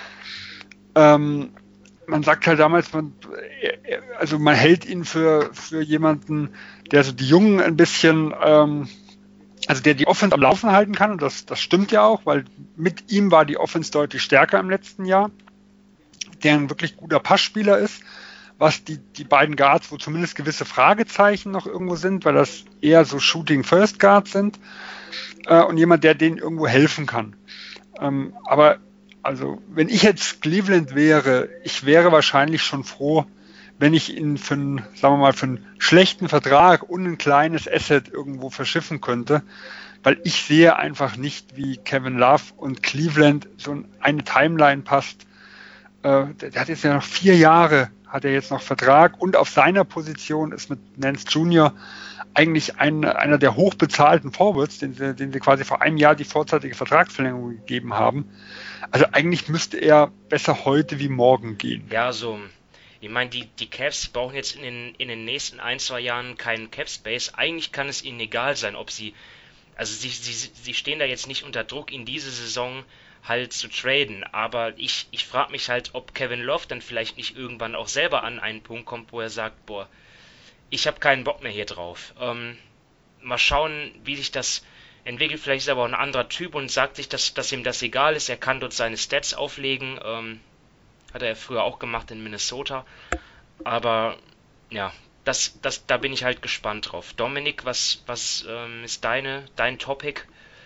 Ähm, man sagt halt damals, man, also man hält ihn für, für jemanden, der so die Jungen ein bisschen, ähm, also der die Offense am Laufen halten kann, und das, das stimmt ja auch, weil mit ihm war die Offense deutlich stärker im letzten Jahr, der ein wirklich guter Passspieler ist, was die, die beiden Guards, wo zumindest gewisse Fragezeichen noch irgendwo sind, weil das eher so Shooting-First-Guards sind, äh, und jemand, der denen irgendwo helfen kann. Ähm, aber also, wenn ich jetzt Cleveland wäre, ich wäre wahrscheinlich schon froh, wenn ich ihn für einen, sagen wir mal, für einen schlechten Vertrag und ein kleines Asset irgendwo verschiffen könnte, weil ich sehe einfach nicht, wie Kevin Love und Cleveland so eine Timeline passt. Äh, der hat jetzt ja noch vier Jahre hat er jetzt noch Vertrag, und auf seiner Position ist mit Nance Junior eigentlich ein, einer der hochbezahlten Forwards, den sie, den sie quasi vor einem Jahr die vorzeitige Vertragsverlängerung gegeben haben. Also eigentlich müsste er besser heute wie morgen gehen.
Ja, so, ich meine, die, die Cavs brauchen jetzt in den, in den nächsten ein, zwei Jahren keinen Cap-Space. Eigentlich kann es ihnen egal sein, ob sie, also sie, sie, sie stehen da jetzt nicht unter Druck, in diese Saison halt zu traden, aber ich, ich frage mich halt, ob Kevin Love dann vielleicht nicht irgendwann auch selber an einen Punkt kommt, wo er sagt, boah, ich habe keinen Bock mehr hier drauf. Ähm, mal schauen, wie sich das entwickelt. Vielleicht ist er aber auch ein anderer Typ und sagt sich, dass, dass ihm das egal ist. Er kann dort seine Stats auflegen. Ähm, hat er ja früher auch gemacht in Minnesota. Aber ja, das, das, da bin ich halt gespannt drauf. Dominik, was, was ähm, ist deine, dein Topic?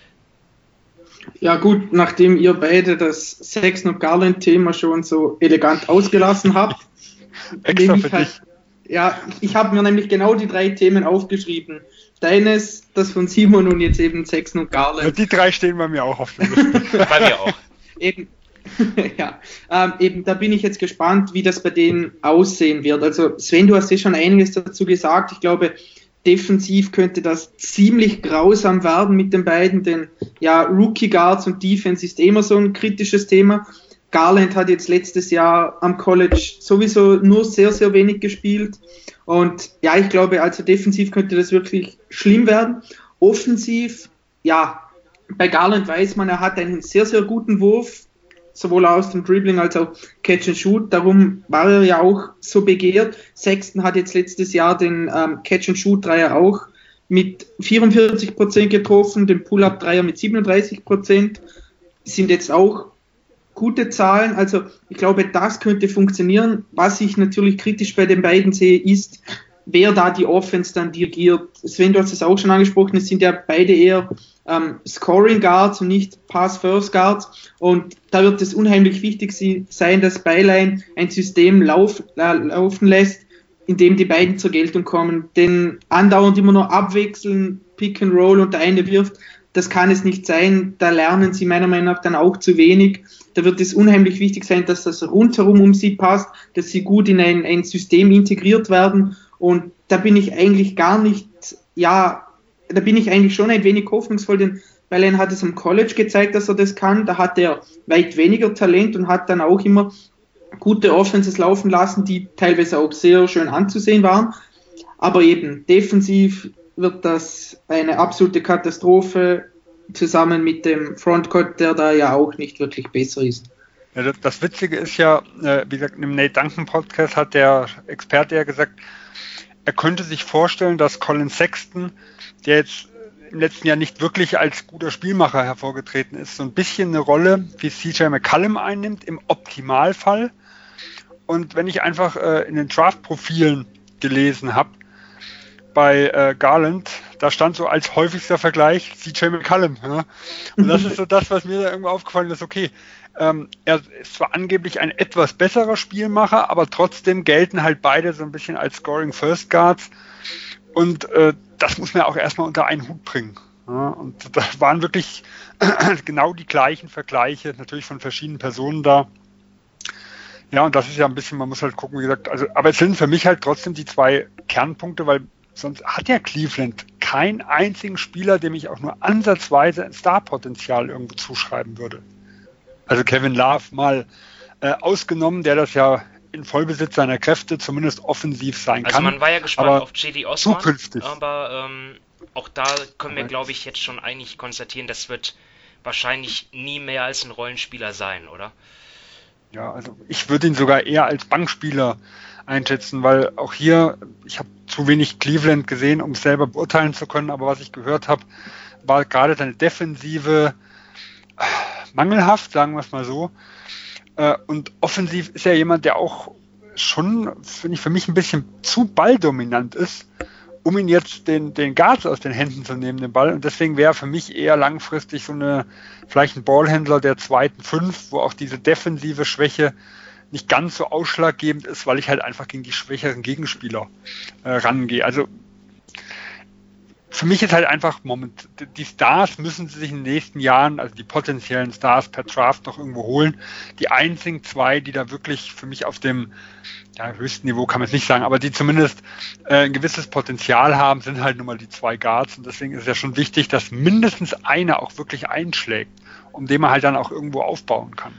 Ja gut, nachdem ihr beide das Sexton und Garland-Thema schon so elegant ausgelassen habt,
Extra für
halt, dich. Ja, ich habe mir nämlich genau die drei Themen aufgeschrieben. Deines, das von Simon und jetzt eben Sexton und Garland.
Ja, die drei stehen bei mir auch auf der Liste.
Bei mir auch.
Eben, ja, ähm, eben, da bin ich jetzt gespannt, wie das bei denen aussehen wird. Also Sven, du hast ja schon einiges dazu gesagt. Ich glaube, defensiv könnte das ziemlich grausam werden mit den beiden, denn ja, Rookie Guards und Defense ist immer so ein kritisches Thema. Garland hat jetzt letztes Jahr am College sowieso nur sehr, sehr wenig gespielt, und ja, ich glaube, also defensiv könnte das wirklich schlimm werden. Offensiv, ja, bei Garland weiß man, er hat einen sehr, sehr guten Wurf, sowohl aus dem Dribbling als auch Catch and Shoot. Darum war er ja auch so begehrt. Sexton hat jetzt letztes Jahr den ähm, Catch and Shoot Dreier auch mit vierundvierzig Prozent getroffen, den Pull-Up Dreier mit siebenunddreißig Prozent. Sind jetzt auch gute Zahlen. Also ich glaube, das könnte funktionieren. Was ich natürlich kritisch bei den beiden sehe, ist, wer da die Offense dann dirigiert. Sven, du hast es auch schon angesprochen, es sind ja beide eher ähm, Scoring Guards und nicht Pass-First Guards, und da wird es unheimlich wichtig sein, dass Beilein ein System lauf, äh, laufen lässt, in dem die beiden zur Geltung kommen. Denn andauernd immer nur abwechseln, Pick and Roll und der eine wirft, das kann es nicht sein. Da lernen sie meiner Meinung nach dann auch zu wenig. Da wird es unheimlich wichtig sein, dass das rundherum um sie passt, dass sie gut in ein, ein System integriert werden. Und da bin ich eigentlich gar nicht, ja, da bin ich eigentlich schon ein wenig hoffnungsvoll, denn Beilein hat es am College gezeigt, dass er das kann. Da hat er weit weniger Talent und hat dann auch immer gute Offenses laufen lassen, die teilweise auch sehr schön anzusehen waren. Aber eben defensiv wird das eine absolute Katastrophe, zusammen mit dem Frontcourt, der da ja auch nicht wirklich besser ist.
Ja, das, das Witzige ist ja, äh, wie gesagt, im Nate Duncan Podcast hat der Experte ja gesagt, er könnte sich vorstellen, dass Colin Sexton, der jetzt im letzten Jahr nicht wirklich als guter Spielmacher hervorgetreten ist, so ein bisschen eine Rolle wie C J McCollum einnimmt, im Optimalfall. Und wenn ich einfach äh, in den Draft-Profilen gelesen habe, bei äh, Garland, da stand so als häufigster Vergleich C J McCollum. Ja? Und das ist so das, was mir da irgendwo aufgefallen ist. Okay, ähm, er ist zwar angeblich ein etwas besserer Spielmacher, aber trotzdem gelten halt beide so ein bisschen als Scoring First Guards. Und äh, das muss man auch erstmal unter einen Hut bringen. Ja? Und da waren wirklich genau die gleichen Vergleiche, natürlich von verschiedenen Personen da. Ja, und das ist ja ein bisschen, man muss halt gucken, wie gesagt, also, aber es sind für mich halt trotzdem die zwei Kernpunkte, weil sonst hat ja Cleveland keinen einzigen Spieler, dem ich auch nur ansatzweise ein Starpotenzial irgendwo zuschreiben würde. Also Kevin Love mal äh, ausgenommen, der das ja in Vollbesitz seiner Kräfte zumindest offensiv sein
also
kann.
Also man war ja gespannt auf J D Osman,
zukünftig.
aber ähm, auch da können wir, glaube ich, jetzt schon eigentlich konstatieren, das wird wahrscheinlich nie mehr als ein Rollenspieler sein, oder?
Ja, also ich würde ihn sogar eher als Bankspieler einschätzen, weil auch hier, ich habe zu wenig Cleveland gesehen, um es selber beurteilen zu können, aber was ich gehört habe, war gerade seine Defensive mangelhaft, sagen wir es mal so. Und offensiv ist er jemand, der auch schon, finde ich, für mich ein bisschen zu balldominant ist, um ihn jetzt den, den Guards aus den Händen zu nehmen, den Ball. Und deswegen wäre für mich eher langfristig so eine, vielleicht ein Ballhändler der zweiten Fünf, wo auch diese defensive Schwäche nicht ganz so ausschlaggebend ist, weil ich halt einfach gegen die schwächeren Gegenspieler äh, rangehe. Also für mich ist halt einfach, Moment, die Stars müssen sie sich in den nächsten Jahren, also die potenziellen Stars per Draft noch irgendwo holen. Die einzigen zwei, die da wirklich für mich auf dem ja, höchsten Niveau kann man es nicht sagen, aber die zumindest äh, ein gewisses Potenzial haben, sind halt nun mal die zwei Guards. Und deswegen ist es ja schon wichtig, dass mindestens einer auch wirklich einschlägt, um den man halt dann auch irgendwo aufbauen kann.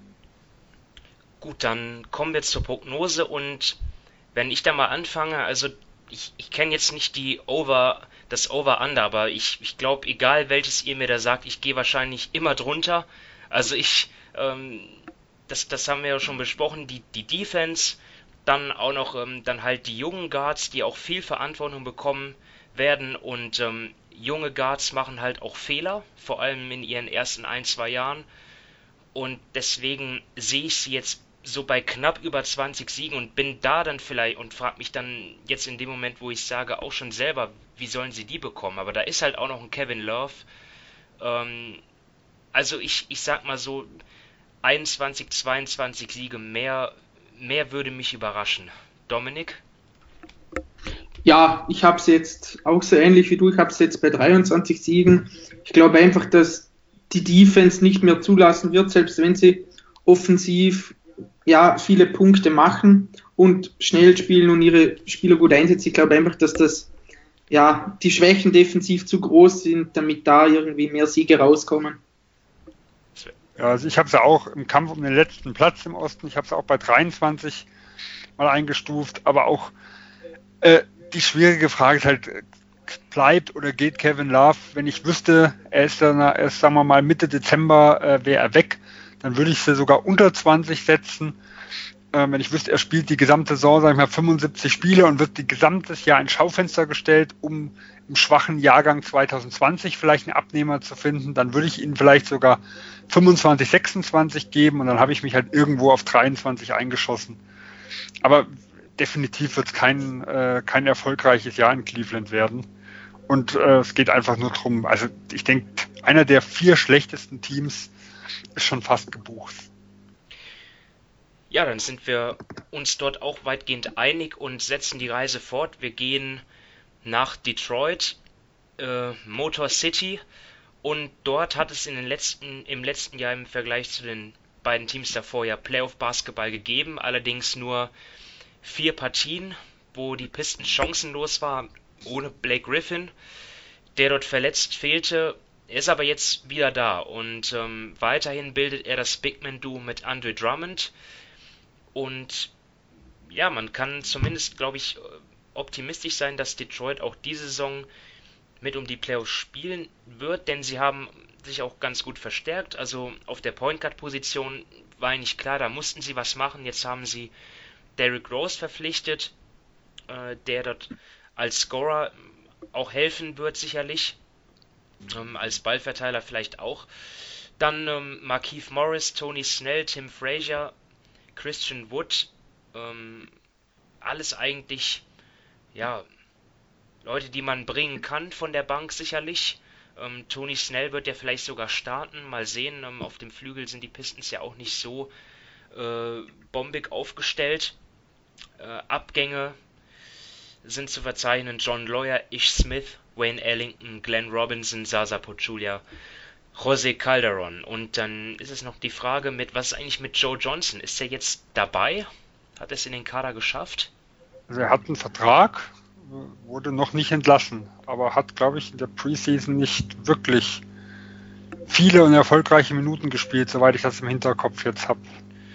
Gut, dann kommen wir zur Prognose, und wenn ich da mal anfange, also ich, ich kenne jetzt nicht die Over, das Over-Under, aber ich, ich glaube, egal welches ihr mir da sagt, ich gehe wahrscheinlich immer drunter. Also ich, ähm, das, das haben wir ja schon besprochen, die, die Defense, dann auch noch ähm, dann halt die jungen Guards, die auch viel Verantwortung bekommen werden, und ähm, junge Guards machen halt auch Fehler, vor allem in ihren ersten ein, zwei Jahren, und deswegen sehe ich sie jetzt so bei knapp über zwanzig Siegen und bin da dann vielleicht und frage mich dann jetzt in dem Moment, wo ich sage, auch schon selber, wie sollen sie die bekommen? Aber da ist halt auch noch ein Kevin Love. Ähm, also ich, ich sag mal so, einundzwanzig, zweiundzwanzig Siege mehr, mehr würde mich überraschen. Dominik?
Ja, ich habe es jetzt auch so ähnlich wie du, ich habe es jetzt bei dreiundzwanzig Siegen. Ich glaube einfach, dass die Defense nicht mehr zulassen wird, selbst wenn sie offensiv ja viele Punkte machen und schnell spielen und ihre Spieler gut einsetzen. Ich glaube einfach, dass das ja die Schwächen defensiv zu groß sind, damit da irgendwie mehr Siege rauskommen.
Ja, also ich habe es ja auch im Kampf um den letzten Platz im Osten, ich habe es auch bei dreiundzwanzig mal eingestuft, aber auch äh, die schwierige Frage ist halt, bleibt oder geht Kevin Love? Wenn ich wüsste, er ist dann erst, sagen wir mal, Mitte Dezember äh, wäre er weg, dann würde ich sie sogar unter zwanzig setzen. Ähm, wenn ich wüsste, er spielt die gesamte Saison, sag ich mal, fünfundsiebzig Spiele und wird die gesamtes Jahr ins Schaufenster gestellt, um im schwachen Jahrgang zwanzig zwanzig vielleicht einen Abnehmer zu finden, dann würde ich ihn vielleicht sogar fünfundzwanzig, sechsundzwanzig geben und dann habe ich mich halt irgendwo auf dreiundzwanzig eingeschossen. Aber definitiv wird es kein, äh, kein erfolgreiches Jahr in Cleveland werden. Und äh, es geht einfach nur darum, also ich denke, einer der vier schlechtesten Teams ist schon fast gebucht.
Ja, dann sind wir uns dort auch weitgehend einig und setzen die Reise fort. Wir gehen nach Detroit, äh, Motor City, und dort hat es in den letzten, im letzten Jahr im Vergleich zu den beiden Teams davor ja Playoff-Basketball gegeben, allerdings nur vier Partien, wo die Pistons chancenlos war, ohne Blake Griffin, der dort verletzt fehlte. Er ist aber jetzt wieder da und ähm, weiterhin bildet er das Bigman-Duo mit Andre Drummond. Und ja, man kann zumindest, glaube ich, optimistisch sein, dass Detroit auch diese Saison mit um die Playoffs spielen wird, denn sie haben sich auch ganz gut verstärkt. Also auf der Point Guard Position war eigentlich klar, da mussten sie was machen. Jetzt haben sie Derrick Rose verpflichtet, äh, der dort als Scorer auch helfen wird sicherlich, ähm, als Ballverteiler vielleicht auch. Dann ähm, Markieff Morris, Tony Snell, Tim Frazier, Christian Wood, ähm, alles eigentlich, ja, Leute, die man bringen kann von der Bank sicherlich. Ähm, Tony Snell wird ja vielleicht sogar starten, mal sehen. Ähm, auf dem Flügel sind die Pistons ja auch nicht so äh, bombig aufgestellt. Äh, Abgänge sind zu verzeichnen: John Lawyer, Ish Smith, Wayne Ellington, Glenn Robinson, Zaza Pachulia, José Calderon. Und dann ist es noch die Frage, mit was ist eigentlich mit Joe Johnson? Ist er jetzt dabei? Hat er es in den Kader geschafft?
Also er hat einen Vertrag, wurde noch nicht entlassen, aber hat, glaube ich, in der Preseason nicht wirklich viele und erfolgreiche Minuten gespielt, soweit ich das im Hinterkopf jetzt habe.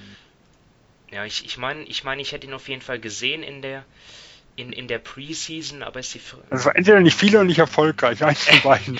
Ja, ich, ich meine, ich, mein, ich hätte ihn auf jeden Fall gesehen in der in, in der Preseason, aber ist die Frage.
Also entweder nicht viele und nicht erfolgreich, eins von beiden.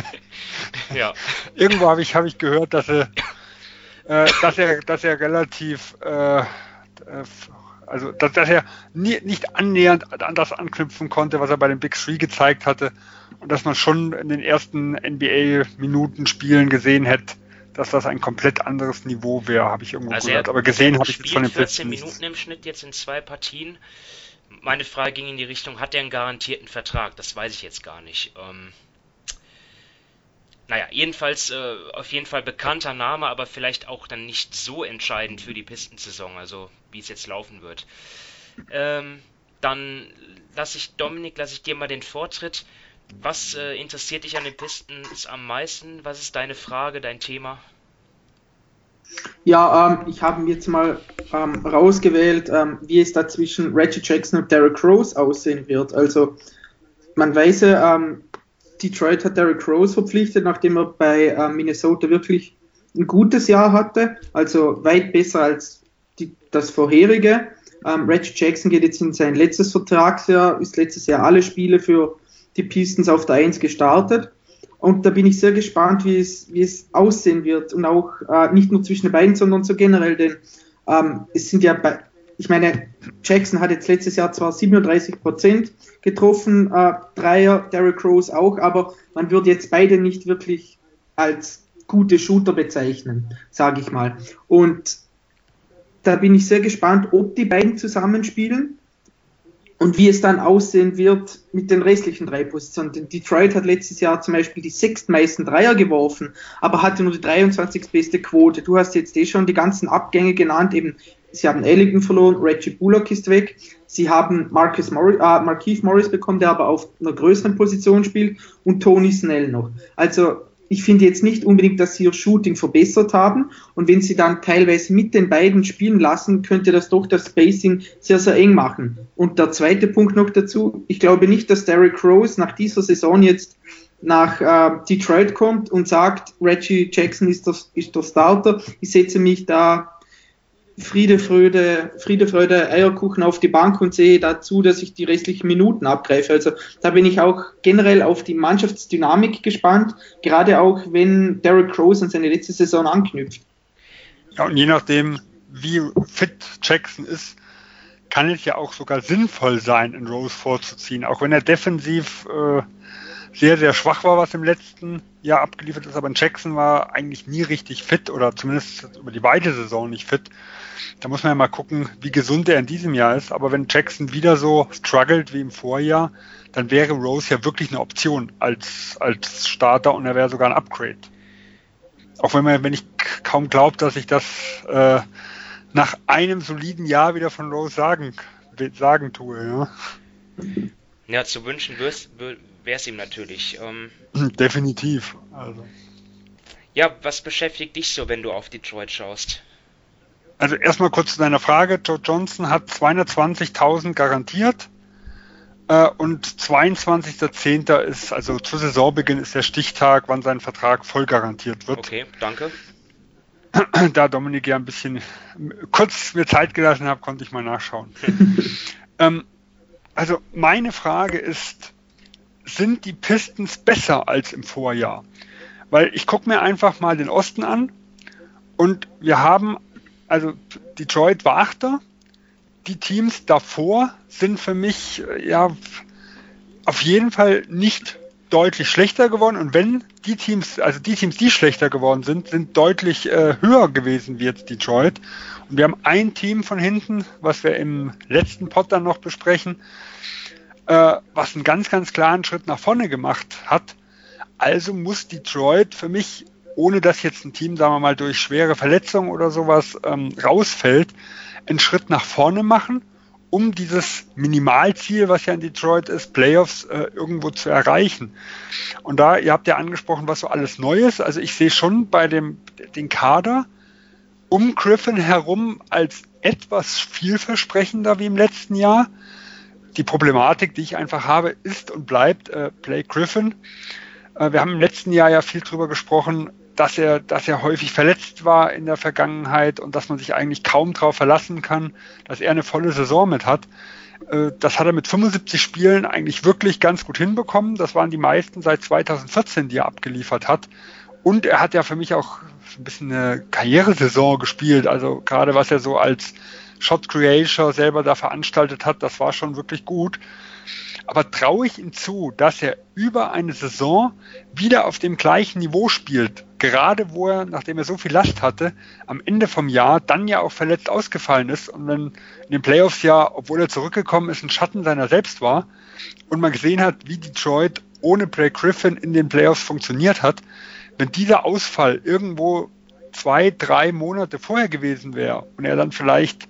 Ja.
Irgendwo habe ich, hab ich gehört, dass er, äh, dass er, dass er relativ äh, äh, Also, dass, dass er nie, nicht annähernd an das anknüpfen konnte, was er bei den Big Three gezeigt hatte. Und dass man schon in den ersten N B A-Minuten Spielen gesehen hätte, dass das ein komplett anderes Niveau wäre, habe ich irgendwo
also
gehört. Aber gesehen habe ich jetzt von den
vierzehn Minuten im Schnitt jetzt in zwei Partien. Meine Frage ging in die Richtung, hat er einen garantierten Vertrag? Das weiß ich jetzt gar nicht. Ähm, naja, jedenfalls äh, auf jeden Fall bekannter Name, aber vielleicht auch dann nicht so entscheidend für die Pistensaison, also wie es jetzt laufen wird. Ähm, dann lasse ich, Dominik, lasse ich dir mal den Vortritt. Was äh, interessiert dich an den Pistons am meisten? Was ist deine Frage, dein Thema?
Ja, ähm, ich habe mir jetzt mal ähm, rausgewählt, ähm, wie es da zwischen Reggie Jackson und Derrick Rose aussehen wird. Also man weiß ja, ähm, Detroit hat Derrick Rose verpflichtet, nachdem er bei äh, Minnesota wirklich ein gutes Jahr hatte, also weit besser als die, das vorherige. Ähm, Reggie Jackson geht jetzt in sein letztes Vertragsjahr, ist letztes Jahr alle Spiele für die Pistons auf der eins gestartet. Und da bin ich sehr gespannt, wie es, wie es aussehen wird. Und auch äh, nicht nur zwischen den beiden, sondern so generell, denn ähm, es sind ja bei, ich meine, Jackson hat jetzt letztes Jahr zwar siebenunddreißig Prozent getroffen, äh, Dreier, Derrick Rose auch, aber man würde jetzt beide nicht wirklich als gute Shooter bezeichnen, sage ich mal. Und da bin ich sehr gespannt, ob die beiden zusammenspielen und wie es dann aussehen wird mit den restlichen drei Positionen. Denn Detroit hat letztes Jahr zum Beispiel die sechstmeisten Dreier geworfen, aber hatte nur die dreiundzwanzigste beste Quote. Du hast jetzt eh schon die ganzen Abgänge genannt, eben sie haben Ellington verloren, Reggie Bullock ist weg, sie haben Marcus Morris, äh, Markieff Morris bekommen, der aber auf einer größeren Position spielt, und Tony Snell noch. Also ich finde jetzt nicht unbedingt, dass sie ihr Shooting verbessert haben, und wenn sie dann teilweise mit den beiden spielen lassen, könnte das doch das Spacing sehr, sehr eng machen. Und der zweite Punkt noch dazu, ich glaube nicht, dass Derrick Rose nach dieser Saison jetzt nach äh, Detroit kommt und sagt, Reggie Jackson ist der, ist der Starter, ich setze mich da Friede, Freude, Friede, Freude, Eierkuchen auf die Bank und sehe dazu, dass ich die restlichen Minuten abgreife. Also da bin ich auch generell auf die Mannschaftsdynamik gespannt, gerade auch wenn Derrick Rose an seine letzte Saison anknüpft.
Ja, und je nachdem, wie fit Jackson ist, kann es ja auch sogar sinnvoll sein, in Rose vorzuziehen. Auch wenn er defensiv äh, sehr, sehr schwach war, was im letzten Jahr abgeliefert ist. Aber Jackson war eigentlich nie richtig fit oder zumindest über die weite Saison nicht fit. Da muss man ja mal gucken, wie gesund er in diesem Jahr ist. Aber wenn Jackson wieder so struggelt wie im Vorjahr, dann wäre Rose ja wirklich eine Option als, als Starter und er wäre sogar ein Upgrade. Auch wenn, man, wenn ich kaum glaube, dass ich das äh, nach einem soliden Jahr wieder von Rose sagen, sagen tue. Ja,
ja zu wünschen wäre es ihm natürlich. Ähm,
Definitiv. Also.
Ja, was beschäftigt dich so, wenn du auf Detroit schaust?
Also erstmal kurz zu deiner Frage. Joe Johnson hat zweihundertzwanzigtausend garantiert äh, und zweiundzwanzigster zehnter ist, also zu Saisonbeginn ist der Stichtag, wann sein Vertrag voll garantiert wird.
Okay, danke.
Da Dominik ja ein bisschen kurz mir Zeit gelassen hat, konnte ich mal nachschauen. ähm, also meine Frage ist, sind die Pistons besser als im Vorjahr? Weil ich gucke mir einfach mal den Osten an und wir haben, also Detroit war Achter, die Teams davor sind für mich ja auf jeden Fall nicht deutlich schlechter geworden und wenn die Teams, also die Teams, die schlechter geworden sind, sind deutlich äh, höher gewesen wie jetzt Detroit. Und wir haben ein Team von hinten, was wir im letzten Pod dann noch besprechen, äh, was einen ganz, ganz klaren Schritt nach vorne gemacht hat. Also muss Detroit für mich, ohne dass jetzt ein Team, sagen wir mal, durch schwere Verletzungen oder sowas ähm, rausfällt, einen Schritt nach vorne machen, um dieses Minimalziel, was ja in Detroit ist, Playoffs äh, irgendwo zu erreichen. Und da, ihr habt ja angesprochen, was so alles neu ist. Also ich sehe schon bei dem den Kader um Griffin herum als etwas vielversprechender wie im letzten Jahr. Die Problematik, die ich einfach habe, ist und bleibt äh, Blake Griffin. Äh, wir haben im letzten Jahr ja viel drüber gesprochen, dass er, dass er häufig verletzt war in der Vergangenheit und dass man sich eigentlich kaum darauf verlassen kann, dass er eine volle Saison mit hat. Das hat er mit fünfundsiebzig Spielen eigentlich wirklich ganz gut hinbekommen. Das waren die meisten seit zweitausendvierzehn, die er abgeliefert hat. Und er hat ja für mich auch ein bisschen eine Karrieresaison gespielt. Also gerade was er so als Shot Creator selber da veranstaltet hat, das war schon wirklich gut. Aber traue ich ihm zu, dass er über eine Saison wieder auf dem gleichen Niveau spielt, gerade wo er, nachdem er so viel Last hatte, am Ende vom Jahr dann ja auch verletzt ausgefallen ist und dann in den Playoffs ja, obwohl er zurückgekommen ist, ein Schatten seiner selbst war und man gesehen hat, wie Detroit ohne Blake Griffin in den Playoffs funktioniert hat, wenn dieser Ausfall irgendwo zwei, drei Monate vorher gewesen wäre und er dann vielleicht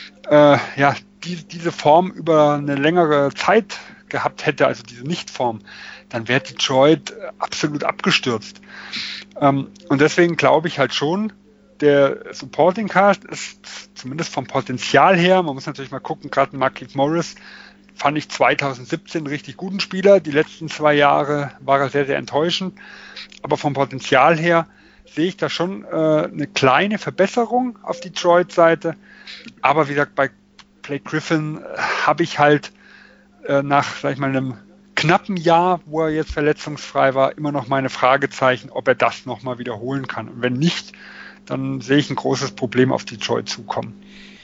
äh, ja die, diese Form über eine längere Zeit gehabt hätte, also diese Nichtform, dann wäre Detroit absolut abgestürzt. Ähm, und deswegen glaube ich halt schon, der Supporting Cast ist zumindest vom Potenzial her, man muss natürlich mal gucken, gerade Markieff Morris fand ich zweitausendsiebzehn einen richtig guten Spieler, die letzten zwei Jahre war er sehr, sehr enttäuschend, aber vom Potenzial her sehe ich da schon äh, eine kleine Verbesserung auf Detroit-Seite, aber wie gesagt, bei Blake Griffin habe ich halt nach, sag ich mal, einem knappen Jahr, wo er jetzt verletzungsfrei war, immer noch meine Fragezeichen, ob er das nochmal wiederholen kann. Und wenn nicht, dann sehe ich ein großes Problem auf Detroit zukommen.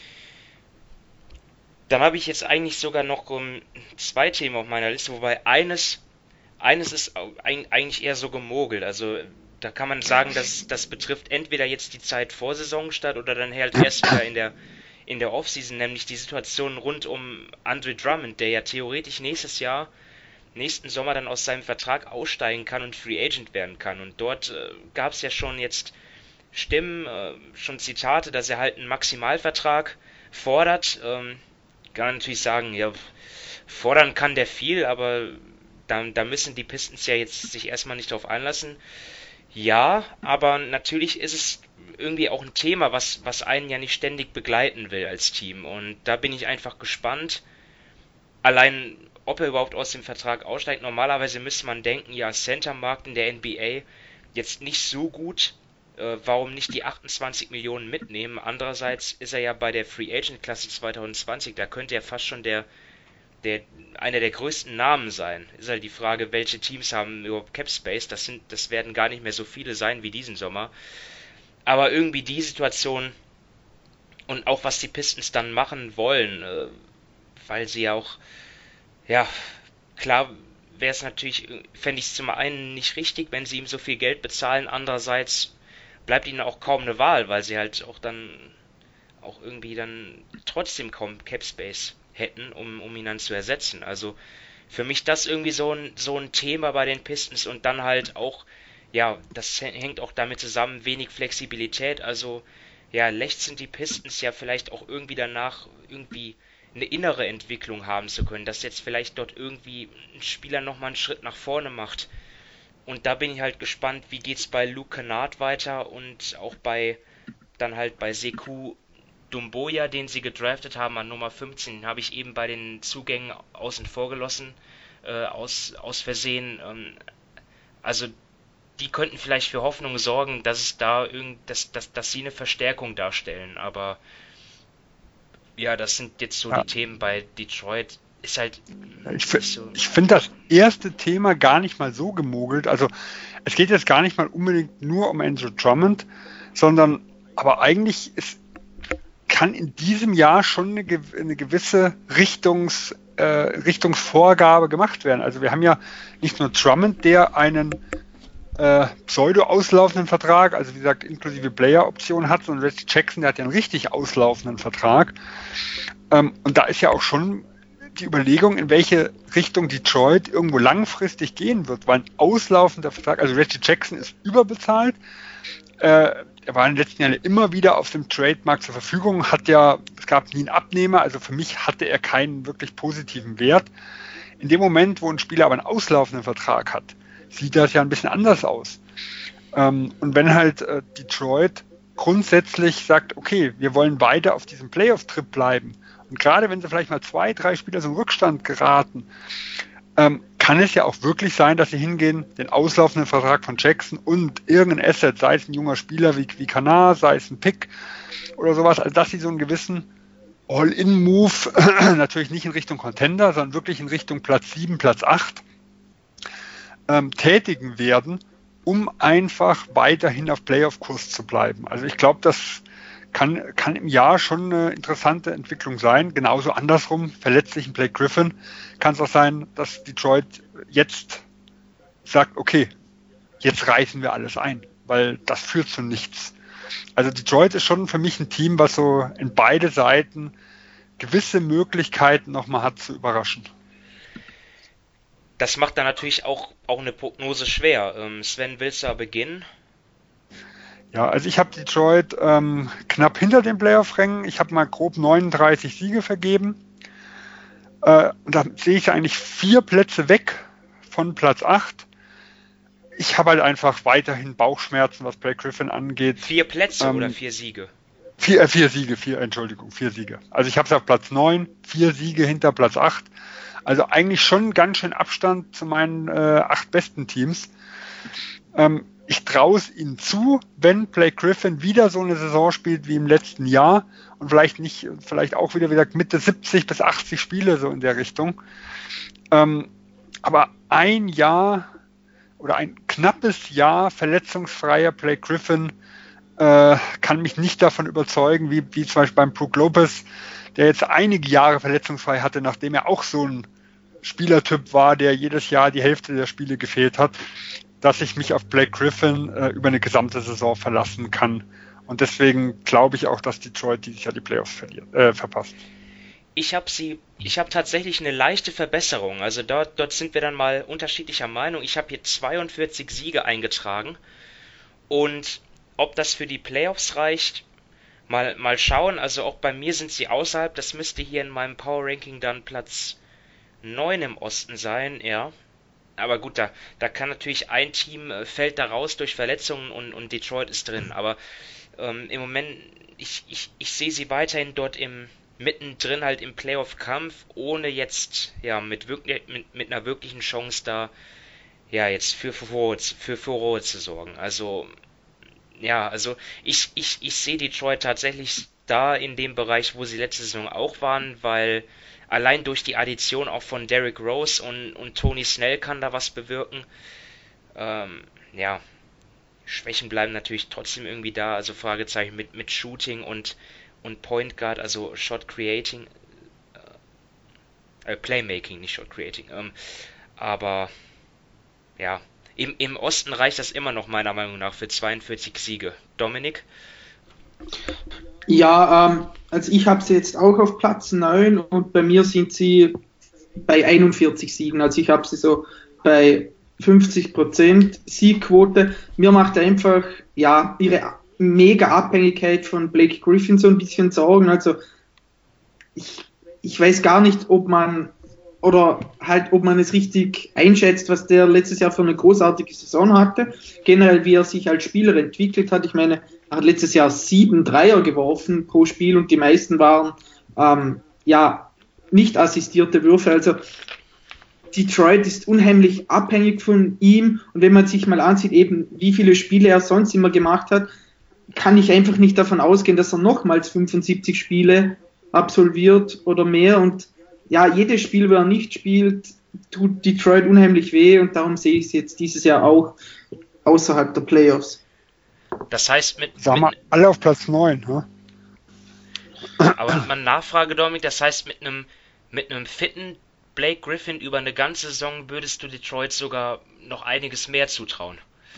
Dann habe ich jetzt eigentlich sogar noch um, zwei Themen auf meiner Liste, wobei eines, eines ist eigentlich eher so gemogelt. Also da kann man sagen, dass das betrifft entweder jetzt die Zeit vor Saisonstart oder dann halt erst wieder in der in der Offseason, nämlich die Situation rund um Andre Drummond, der ja theoretisch nächstes Jahr, nächsten Sommer dann aus seinem Vertrag aussteigen kann und Free Agent werden kann. Und dort äh, gab es ja schon jetzt Stimmen, äh, schon Zitate, dass er halt einen Maximalvertrag fordert. Ähm, kann man natürlich sagen, ja, fordern kann der viel, aber da, da müssen die Pistons ja jetzt sich erstmal nicht drauf einlassen. Ja, aber natürlich ist es irgendwie auch ein Thema, was, was einen ja nicht ständig begleiten will als Team. Und da bin ich einfach gespannt, allein ob er überhaupt aus dem Vertrag aussteigt. Normalerweise müsste man denken, ja, Centermarkt in der N B A jetzt nicht so gut, äh, warum nicht die achtundzwanzig Millionen mitnehmen? Andererseits ist er ja bei der Free Agent Klasse zwanzig zwanzig, da könnte er fast schon der, der einer der größten Namen sein. Ist halt die Frage, welche Teams haben überhaupt Cap Space? Das sind, das werden gar nicht mehr so viele sein wie diesen Sommer. aber irgendwie die Situation und auch was die Pistons dann machen wollen, äh, weil sie ja auch, ja, klar wäre es natürlich, fände ich es zum einen nicht richtig, wenn sie ihm so viel Geld bezahlen, andererseits bleibt ihnen auch kaum eine Wahl, weil sie halt auch dann auch irgendwie dann trotzdem kaum Cap Space hätten, um, um ihn dann zu ersetzen. Also für mich das irgendwie so ein, so ein Thema bei den Pistons und dann halt auch, ja, das hängt auch damit zusammen, wenig Flexibilität, also ja, lechzen die Pistons ja vielleicht auch irgendwie danach irgendwie eine innere Entwicklung haben zu können, dass jetzt vielleicht dort irgendwie ein Spieler nochmal einen Schritt nach vorne macht. Und da bin ich halt gespannt, wie geht's bei Luke Kennard weiter und auch bei, dann halt bei Sekou Doumbouya, den sie gedraftet haben an Nummer fünfzehn, habe ich eben bei den Zugängen außen vor gelassen, äh, aus, aus Versehen. Ähm, also die könnten vielleicht für Hoffnung sorgen, dass es da irgend, dass, dass, dass sie eine Verstärkung darstellen, aber ja, das sind jetzt so
Ja.
die Themen bei Detroit. Ist halt
Ich,
nicht so.
ich finde das erste Thema gar nicht mal so gemogelt. Also es geht jetzt gar nicht mal unbedingt nur um Andrew Drummond, sondern aber eigentlich ist, kann in diesem Jahr schon eine, gew- eine gewisse Richtungs, äh, Richtungsvorgabe gemacht werden. Also wir haben ja nicht nur Drummond, der einen äh, pseudo auslaufenden Vertrag, also wie gesagt inklusive Player-Option hat, sondern Reggie Jackson, der hat ja einen richtig auslaufenden Vertrag. Ähm, und da ist ja auch schon die Überlegung, in welche Richtung Detroit irgendwo langfristig gehen wird, weil ein auslaufender Vertrag, also Reggie Jackson ist überbezahlt, äh, er war in den letzten Jahren immer wieder auf dem Trademarkt zur Verfügung, hat ja, es gab nie einen Abnehmer, also für mich hatte er keinen wirklich positiven Wert. In dem Moment, wo ein Spieler aber einen auslaufenden Vertrag hat, sieht das ja ein bisschen anders aus. Ähm, und wenn halt äh, Detroit grundsätzlich sagt, okay, wir wollen weiter auf diesem Playoff-Trip bleiben, und gerade wenn sie vielleicht mal zwei, drei Spieler so in Rückstand geraten, ähm, kann es ja auch wirklich sein, dass sie hingehen, den auslaufenden Vertrag von Jackson und irgendein Asset, sei es ein junger Spieler wie, wie Kennard, sei es ein Pick oder sowas, also dass sie so einen gewissen All-In-Move, natürlich nicht in Richtung Contender, sondern wirklich in Richtung Platz sieben, Platz acht ähm, tätigen werden, um einfach weiterhin auf Playoff-Kurs zu bleiben. Also ich glaube, das Kann, kann im Jahr schon eine interessante Entwicklung sein. Genauso andersrum, verletzlichen Blake Griffin, kann es auch sein, dass Detroit jetzt sagt, okay, jetzt reißen wir alles ein, weil das führt zu nichts. Also Detroit ist schon für mich ein Team, was so in beide Seiten gewisse Möglichkeiten nochmal hat zu überraschen.
Das macht dann natürlich auch, auch eine Prognose schwer. Ähm, Sven, willst du beginnen?
Ja, also ich habe Detroit ähm, knapp hinter den Playoff-Rängen. Ich habe mal grob neununddreißig Siege vergeben. Äh, und da sehe ich eigentlich vier Plätze weg von Platz acht. Ich habe halt einfach weiterhin Bauchschmerzen, was Blake Griffin angeht.
Vier Plätze
Ähm,
oder vier Siege?
Vier, äh, vier Siege, vier, Entschuldigung, vier Siege. Also ich habe es auf Platz neun, vier Siege hinter Platz acht. Also eigentlich schon ganz schön Abstand zu meinen äh, acht besten Teams. Ähm, Ich traue es ihnen zu, wenn Blake Griffin wieder so eine Saison spielt wie im letzten Jahr und vielleicht nicht, vielleicht auch wieder wieder Mitte siebzig bis achtzig Spiele so in der Richtung. Ähm, aber ein Jahr oder ein knappes Jahr verletzungsfreier Blake Griffin äh, kann mich nicht davon überzeugen, wie, wie zum Beispiel beim Brook Lopez, der jetzt einige Jahre verletzungsfrei hatte, nachdem er auch so ein Spielertyp war, der jedes Jahr die Hälfte der Spiele gefehlt hat, dass ich mich auf Blake Griffin äh, über eine gesamte Saison verlassen kann. Und deswegen glaube ich auch, dass Detroit dieses Jahr die Playoffs verliert, äh, verpasst.
Ich habe sie, ich habe tatsächlich eine leichte Verbesserung. Also dort, dort sind wir dann mal unterschiedlicher Meinung. Ich habe hier zweiundvierzig Siege eingetragen. Und ob das für die Playoffs reicht, mal, mal schauen. Also auch bei mir sind sie außerhalb. Das müsste hier in meinem Power Ranking dann Platz neun im Osten sein, ja. Aber gut, da, da kann natürlich ein Team äh, fällt da raus durch Verletzungen und, und Detroit ist drin. Aber ähm, im Moment, ich, ich, ich sehe sie weiterhin dort im mittendrin halt im Playoff-Kampf, ohne jetzt ja mit, wirklich, mit, mit einer wirklichen Chance da ja jetzt für Furore, für Furore zu sorgen. Also ja, also ich, ich, ich sehe Detroit tatsächlich da in dem Bereich, wo sie letzte Saison auch waren, weil allein durch die Addition auch von Derrick Rose und, und Tony Snell kann da was bewirken. Ähm, ja, Schwächen bleiben natürlich trotzdem irgendwie da, also Fragezeichen mit, mit Shooting und, und Point Guard, also Shot Creating, äh, Playmaking, nicht Shot Creating, ähm, aber ja, im, im Osten reicht das immer noch meiner Meinung nach für zweiundvierzig Siege. Dominik?
Ja, ähm, also ich habe sie jetzt auch auf Platz neun und bei mir sind sie bei einundvierzig Siegen, also ich habe sie so bei fünfzig Prozent Siegquote. Mir macht einfach, ja, ihre mega Abhängigkeit von Blake Griffin so ein bisschen Sorgen. Also ich, ich weiß gar nicht, ob man oder halt, ob man es richtig einschätzt, was der letztes Jahr für eine großartige Saison hatte. Generell, wie er sich als Spieler entwickelt hat. Ich meine, er hat letztes Jahr sieben Dreier geworfen pro Spiel und die meisten waren ähm, ja nicht assistierte Würfe. Also Detroit ist unheimlich abhängig von ihm und wenn man sich mal ansieht, eben wie viele Spiele er sonst immer gemacht hat, kann ich einfach nicht davon ausgehen, dass er nochmals fünfundsiebzig Spiele absolviert oder mehr und ja, jedes Spiel, wo er nicht spielt, tut Detroit unheimlich weh und darum sehe ich es jetzt dieses Jahr auch außerhalb der Playoffs.
Das heißt mit...
Sag mal,
mit,
alle auf Platz neun, ne?
Aber meine Nachfrage, Dominik, das heißt mit einem mit einem fitten Blake Griffin über eine ganze Saison würdest du Detroit sogar noch einiges mehr zutrauen?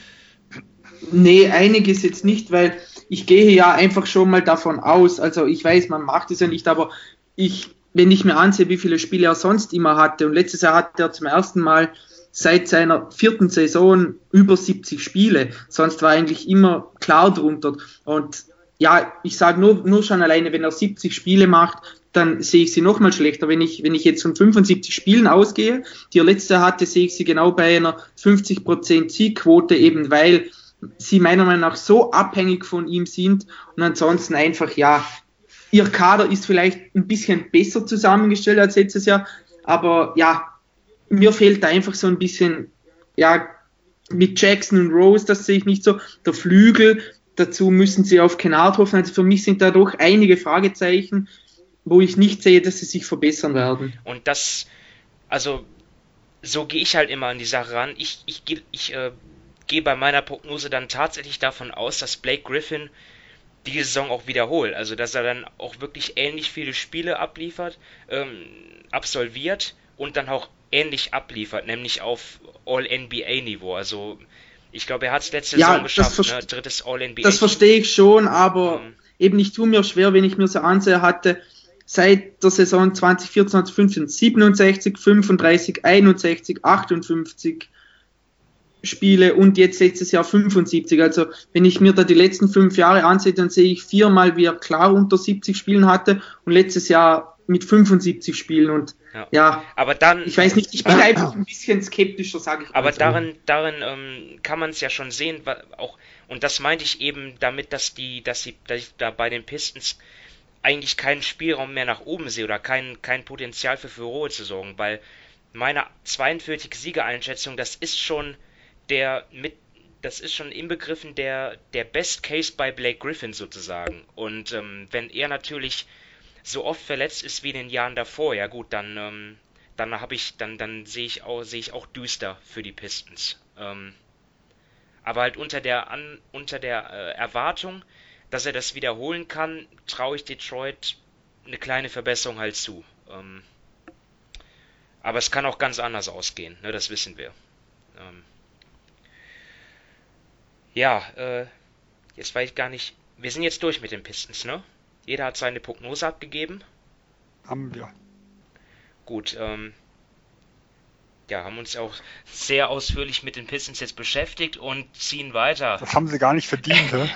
Nee, einiges jetzt nicht, weil ich gehe ja einfach schon mal davon aus, also ich weiß, man macht es ja nicht, aber ich, wenn ich mir ansehe, wie viele Spiele er sonst immer hatte und letztes Jahr hatte er zum ersten Mal seit seiner vierten Saison über siebzig Spiele, sonst war eigentlich immer klar drunter und ja, ich sage nur, nur schon alleine, wenn er siebzig Spiele macht, dann sehe ich sie nochmal schlechter. Wenn ich, wenn ich jetzt von fünfundsiebzig Spielen ausgehe, die er letztes Jahr hatte, sehe ich sie genau bei einer fünfzig Prozent Siegquote, eben weil sie meiner Meinung nach so abhängig von ihm sind und ansonsten einfach, ja, ihr Kader ist vielleicht ein bisschen besser zusammengestellt als letztes Jahr, aber ja, mir fehlt da einfach so ein bisschen, ja, mit Jackson und Rose, das sehe ich nicht so, der Flügel, dazu müssen sie auf Kennard hoffen, also für mich sind da doch einige Fragezeichen, wo ich nicht sehe, dass sie sich verbessern werden.
Und das, also, so gehe ich halt immer an die Sache ran. Ich, ich, ich äh, gehe bei meiner Prognose dann tatsächlich davon aus, dass Blake Griffin die Saison auch wiederholt. Also, dass er dann auch wirklich ähnlich viele Spiele abliefert, ähm, absolviert und dann auch ähnlich abliefert, nämlich auf All-N B A-Niveau. Also, ich glaube, er hat es letzte
ja,
Saison geschafft,
ver-
ne? Drittes All-N B A.
Das verstehe ich schon, aber
ähm,
eben ich tue mir schwer, wenn ich mir so ansehe, hatte seit der Saison zwanzig vierzehn, zwanzig fünfzehn siebenundsechzig, fünfunddreißig, einundsechzig, achtundfünfzig Spiele und jetzt letztes Jahr fünfundsiebzig. Also wenn ich mir da die letzten fünf Jahre ansehe, dann sehe ich viermal, wie er klar unter siebzig Spielen hatte und letztes Jahr mit fünfundsiebzig Spielen und ja, ja
aber dann,
ich weiß nicht, ich bin einfach ein bisschen skeptischer, sage ich mal.
Aber
so.
darin, darin ähm, kann man es ja schon sehen, auch, und das meinte ich eben damit, dass die, dass sie, dass ich da bei den Pistons eigentlich keinen Spielraum mehr nach oben sehe oder kein, kein Potenzial für Furore zu sorgen, weil meine zweiundvierzig Siegereinschätzung, das ist schon der mit, das ist schon inbegriffen der, der Best Case bei Blake Griffin sozusagen. Und ähm, wenn er natürlich so oft verletzt ist wie in den Jahren davor, ja gut, dann, ähm, dann habe ich, dann, dann sehe ich auch, sehe ich auch düster für die Pistons. Ähm, aber halt unter der An, unter der äh, Erwartung, dass er das wiederholen kann, traue ich Detroit eine kleine Verbesserung halt zu. Ähm, aber es kann auch ganz anders ausgehen, ne, das wissen wir. Ähm, ja, äh, jetzt weiß ich gar nicht, wir sind jetzt durch mit den Pistons, ne? Jeder hat seine Prognose abgegeben.
Haben wir.
Gut, ähm, ja, haben uns auch sehr ausführlich mit den Pistons jetzt beschäftigt und ziehen weiter.
Das haben sie gar nicht verdient, ne?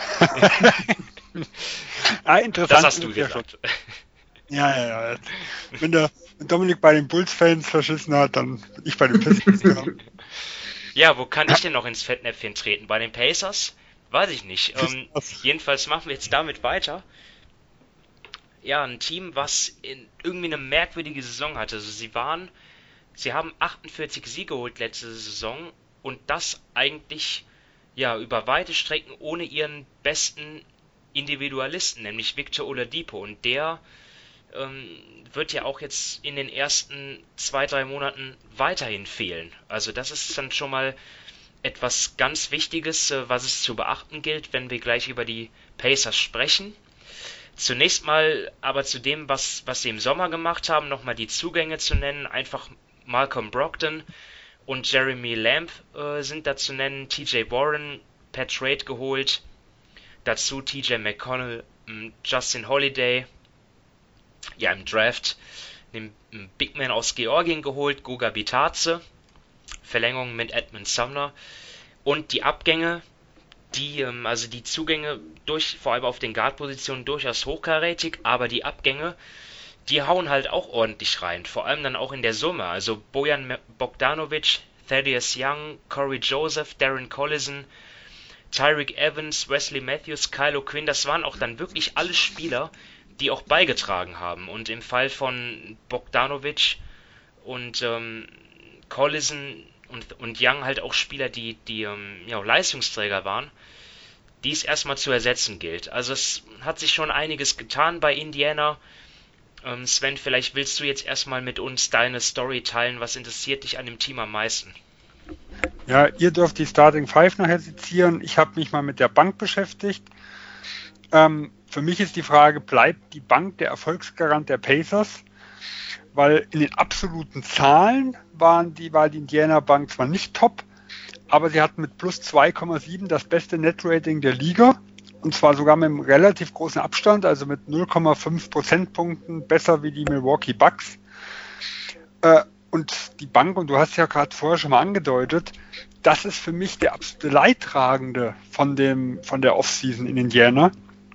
ah, interessant.
Das hast du gesagt.
Ja, ja, ja. Wenn der wenn Dominik bei den Bulls-Fans verschissen hat, dann bin ich bei den Pistons. Ja.
Ja, wo kann ich denn noch ins Fettnäpfchen treten? Bei den Pacers? Weiß ich nicht. Ähm, jedenfalls machen wir jetzt damit weiter. Ja, ein Team, was in irgendwie eine merkwürdige Saison hatte. Also sie waren, sie haben achtundvierzig Siege geholt letzte Saison und das eigentlich ja über weite Strecken ohne ihren besten Individualisten, nämlich Victor Oladipo. Und der ähm, wird ja auch jetzt in den ersten zwei, drei Monaten weiterhin fehlen. Also das ist dann schon mal etwas ganz Wichtiges, äh, was es zu beachten gilt, wenn wir gleich über die Pacers sprechen. Zunächst mal aber zu dem, was, was sie im Sommer gemacht haben, nochmal die Zugänge zu nennen. Einfach Malcolm Brogdon und Jeremy Lamb äh, sind da zu nennen. T J Warren per Trade geholt. Dazu T J McConnell, Justin Holiday, ja im Draft den Big Man aus Georgien geholt, Goga Bitadze, Verlängerung mit Edmund Sumner und die Abgänge, die, also die Zugänge durch, vor allem auf den Guard-Positionen durchaus hochkarätig, aber die Abgänge, die hauen halt auch ordentlich rein, vor allem dann auch in der Summe, also Bojan Bogdanovic, Thaddeus Young, Corey Joseph, Darren Collison, Tyreke Evans, Wesley Matthews, Kylo Quinn, das waren auch dann wirklich alle Spieler, die auch beigetragen haben. Und im Fall von Bogdanovic und ähm, Collison und, und Young halt auch Spieler, die, die ähm, ja, auch Leistungsträger waren, die es erstmal zu ersetzen gilt. Also es hat sich schon einiges getan bei Indiana. Ähm, Sven, vielleicht willst du jetzt erstmal mit uns deine Story teilen. Was interessiert dich an dem Team am meisten?
Ja, ihr dürft die Starting Five nachher sezieren. Ich habe mich mal mit der Bank beschäftigt. Ähm, für mich ist die Frage, bleibt die Bank der Erfolgsgarant der Pacers? Weil in den absoluten Zahlen waren die, war die Indiana Bank zwar nicht top, aber sie hat mit plus zwei Komma sieben das beste Netrating der Liga. Und zwar sogar mit einem relativ großen Abstand, also mit null Komma fünf Prozentpunkten besser wie die Milwaukee Bucks. Äh, und die Bank, und du hast ja gerade vorher schon mal angedeutet, das ist für mich der absolute Leidtragende von, dem, von der Offseason in Indiana.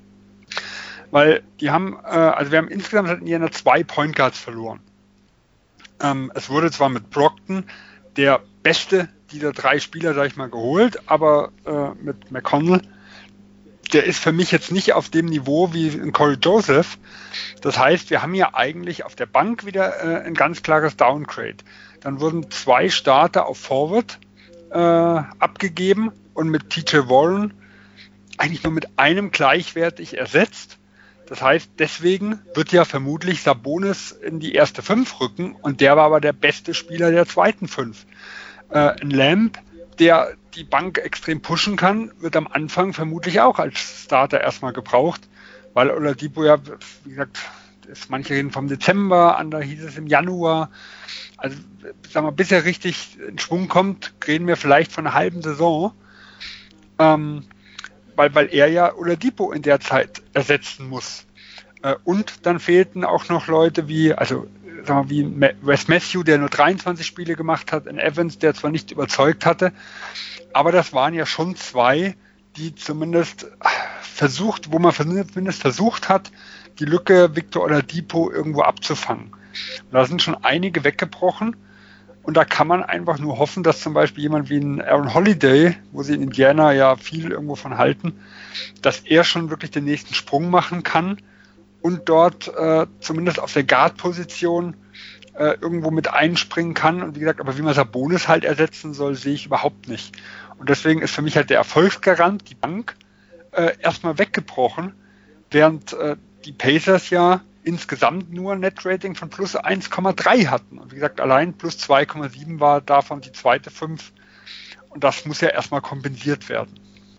Weil die haben, äh, also wir haben insgesamt in Indiana zwei Point Guards verloren. Ähm, es wurde zwar mit Brogdon der beste dieser drei Spieler, sag ich mal, geholt, aber äh, mit McConnell, der ist für mich jetzt nicht auf dem Niveau wie ein Corey Joseph. Das heißt, wir haben ja eigentlich auf der Bank wieder äh, ein ganz klares Downgrade. Dann wurden zwei Starter auf Forward äh, abgegeben und mit T J Warren eigentlich nur mit einem gleichwertig ersetzt. Das heißt, deswegen wird ja vermutlich Sabonis in die erste Fünf rücken und der war aber der beste Spieler der zweiten Fünf. Äh, ein Lamb, der die Bank extrem pushen kann, wird am Anfang vermutlich auch als Starter erstmal gebraucht, weil Oladipo ja, wie gesagt, ist manche reden vom Dezember, andere hieß es im Januar. Also, sagen wir, bis er richtig in Schwung kommt, reden wir vielleicht von einer halben Saison. Ähm, Weil, weil er ja Oladipo in der Zeit ersetzen muss. Äh, und dann fehlten auch noch Leute wie, also sagen wir, wie Wes Matthew, der nur dreiundzwanzig Spiele gemacht hat, und Evans, der zwar nicht überzeugt hatte, aber das waren ja schon zwei, die zumindest versucht, wo man zumindest versucht hat, die Lücke Victor Oladipo irgendwo abzufangen. Und da sind schon einige weggebrochen. Und da kann man einfach nur hoffen, dass zum Beispiel jemand wie ein Aaron Holiday, wo sie in Indiana ja viel irgendwo von halten, dass er schon wirklich den nächsten Sprung machen kann und dort äh, zumindest auf der Guard-Position äh, irgendwo mit einspringen kann. Und wie gesagt, aber wie man Sabonis halt ersetzen soll, sehe ich überhaupt nicht. Und deswegen ist für mich halt der Erfolgsgarant, die Bank, äh, erstmal weggebrochen, während äh, die Pacers ja insgesamt nur ein Net-Rating von plus eins Komma drei hatten. Und wie gesagt, allein plus zwei Komma sieben war davon die zweite fünf. Und das muss ja erstmal kompensiert werden.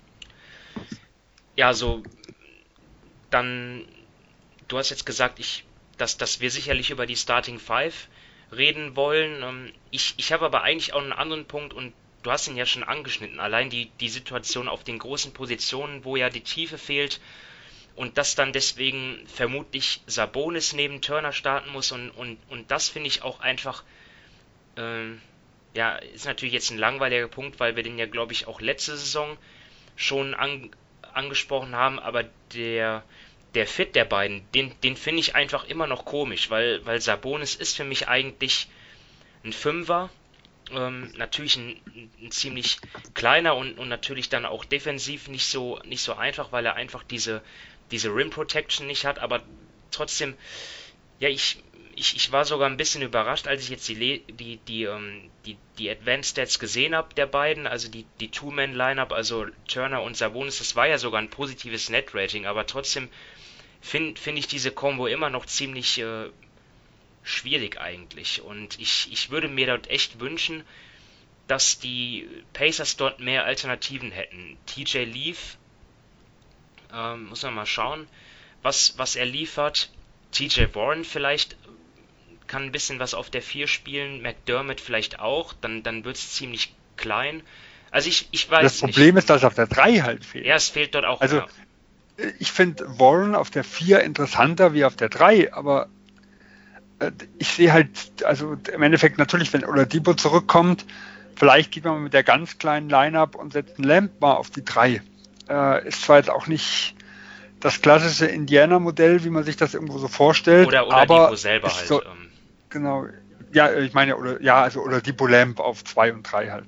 Ja, also dann, du hast jetzt gesagt, ich, dass, dass wir sicherlich über die Starting Five reden wollen. Ich, ich habe aber eigentlich auch einen anderen Punkt und du hast ihn ja schon angeschnitten. Allein die, die Situation auf den großen Positionen, wo ja die Tiefe fehlt, und dass dann deswegen vermutlich Sabonis neben Turner starten muss und, und, und das finde ich auch einfach, ähm, ja, ist natürlich jetzt ein langweiliger Punkt, weil wir den ja, glaube ich, auch letzte Saison schon an, angesprochen haben, aber der, der Fit der beiden, den, den finde ich einfach immer noch komisch, weil, weil Sabonis ist für mich eigentlich ein Fünfer, ähm, natürlich ein, ein ziemlich kleiner und, und natürlich dann auch defensiv nicht so, nicht so einfach, weil er einfach diese diese Rim Protection nicht hat, aber trotzdem, ja, ich, ich, ich war sogar ein bisschen überrascht, als ich jetzt die, die, die, ähm, die, die Advanced Stats gesehen habe der beiden, also die, die Two-Man-Lineup, also Turner und Sabonis, das war ja sogar ein positives Net-Rating, aber trotzdem finde find ich diese Combo immer noch ziemlich äh, schwierig eigentlich und ich, ich würde mir dort echt wünschen, dass die Pacers dort mehr Alternativen hätten. T J Leaf, ähm, muss man mal schauen, was, was er liefert. T J Warren vielleicht kann ein bisschen was auf der vier spielen, McDermott vielleicht auch, dann, dann wird es ziemlich klein. Also ich, ich weiß
Das Problem
nicht.
ist, dass auf der drei halt fehlt.
Ja, es fehlt dort auch.
Also
ja.
ich finde Warren auf der vier interessanter wie auf der drei, aber äh, ich sehe halt, also im Endeffekt natürlich, wenn Oladipo zurückkommt, vielleicht geht man mal mit der ganz kleinen Line-Up und setzt einen Lamb mal auf die drei. Äh, ist zwar jetzt auch nicht das klassische Indiana-Modell, wie man sich das irgendwo so vorstellt,
Oder
aber
Oladipo selber halt.
so,
ähm.
genau, ja, ich meine, oder, ja, also Oladipo Lamb auf zwei und drei halt.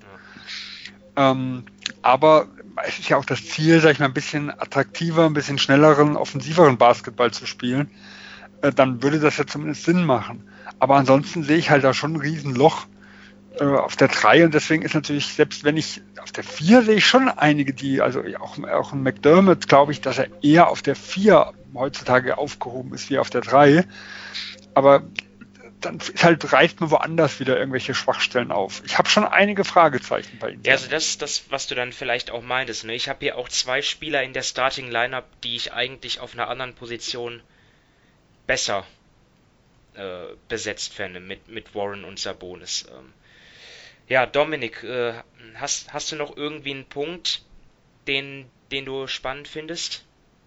Ja. Ähm, aber es ist ja auch das Ziel, sag ich mal, ein bisschen attraktiver, ein bisschen schnelleren, offensiveren Basketball zu spielen. Äh, dann würde das ja zumindest Sinn machen. Aber ansonsten sehe ich halt da schon ein Riesenloch äh, auf der drei und deswegen ist natürlich, selbst wenn ich auf der vier sehe ich schon einige, die, also auch, auch ein McDermott, glaube ich, dass er eher auf der vier heutzutage aufgehoben ist wie auf der drei. Aber dann ist halt, reißt man woanders wieder irgendwelche Schwachstellen auf. Ich habe schon einige Fragezeichen bei ihm.
Ja, also das ist das, was du dann vielleicht auch meintest. Ne? Ich habe hier auch zwei Spieler in der Starting Lineup, die ich eigentlich auf einer anderen Position besser äh, besetzt fände, mit, mit Warren und Sabonis. Ähm, ja, Dominik, äh, hast, hast du noch irgendwie einen Punkt, den, den du spannend findest?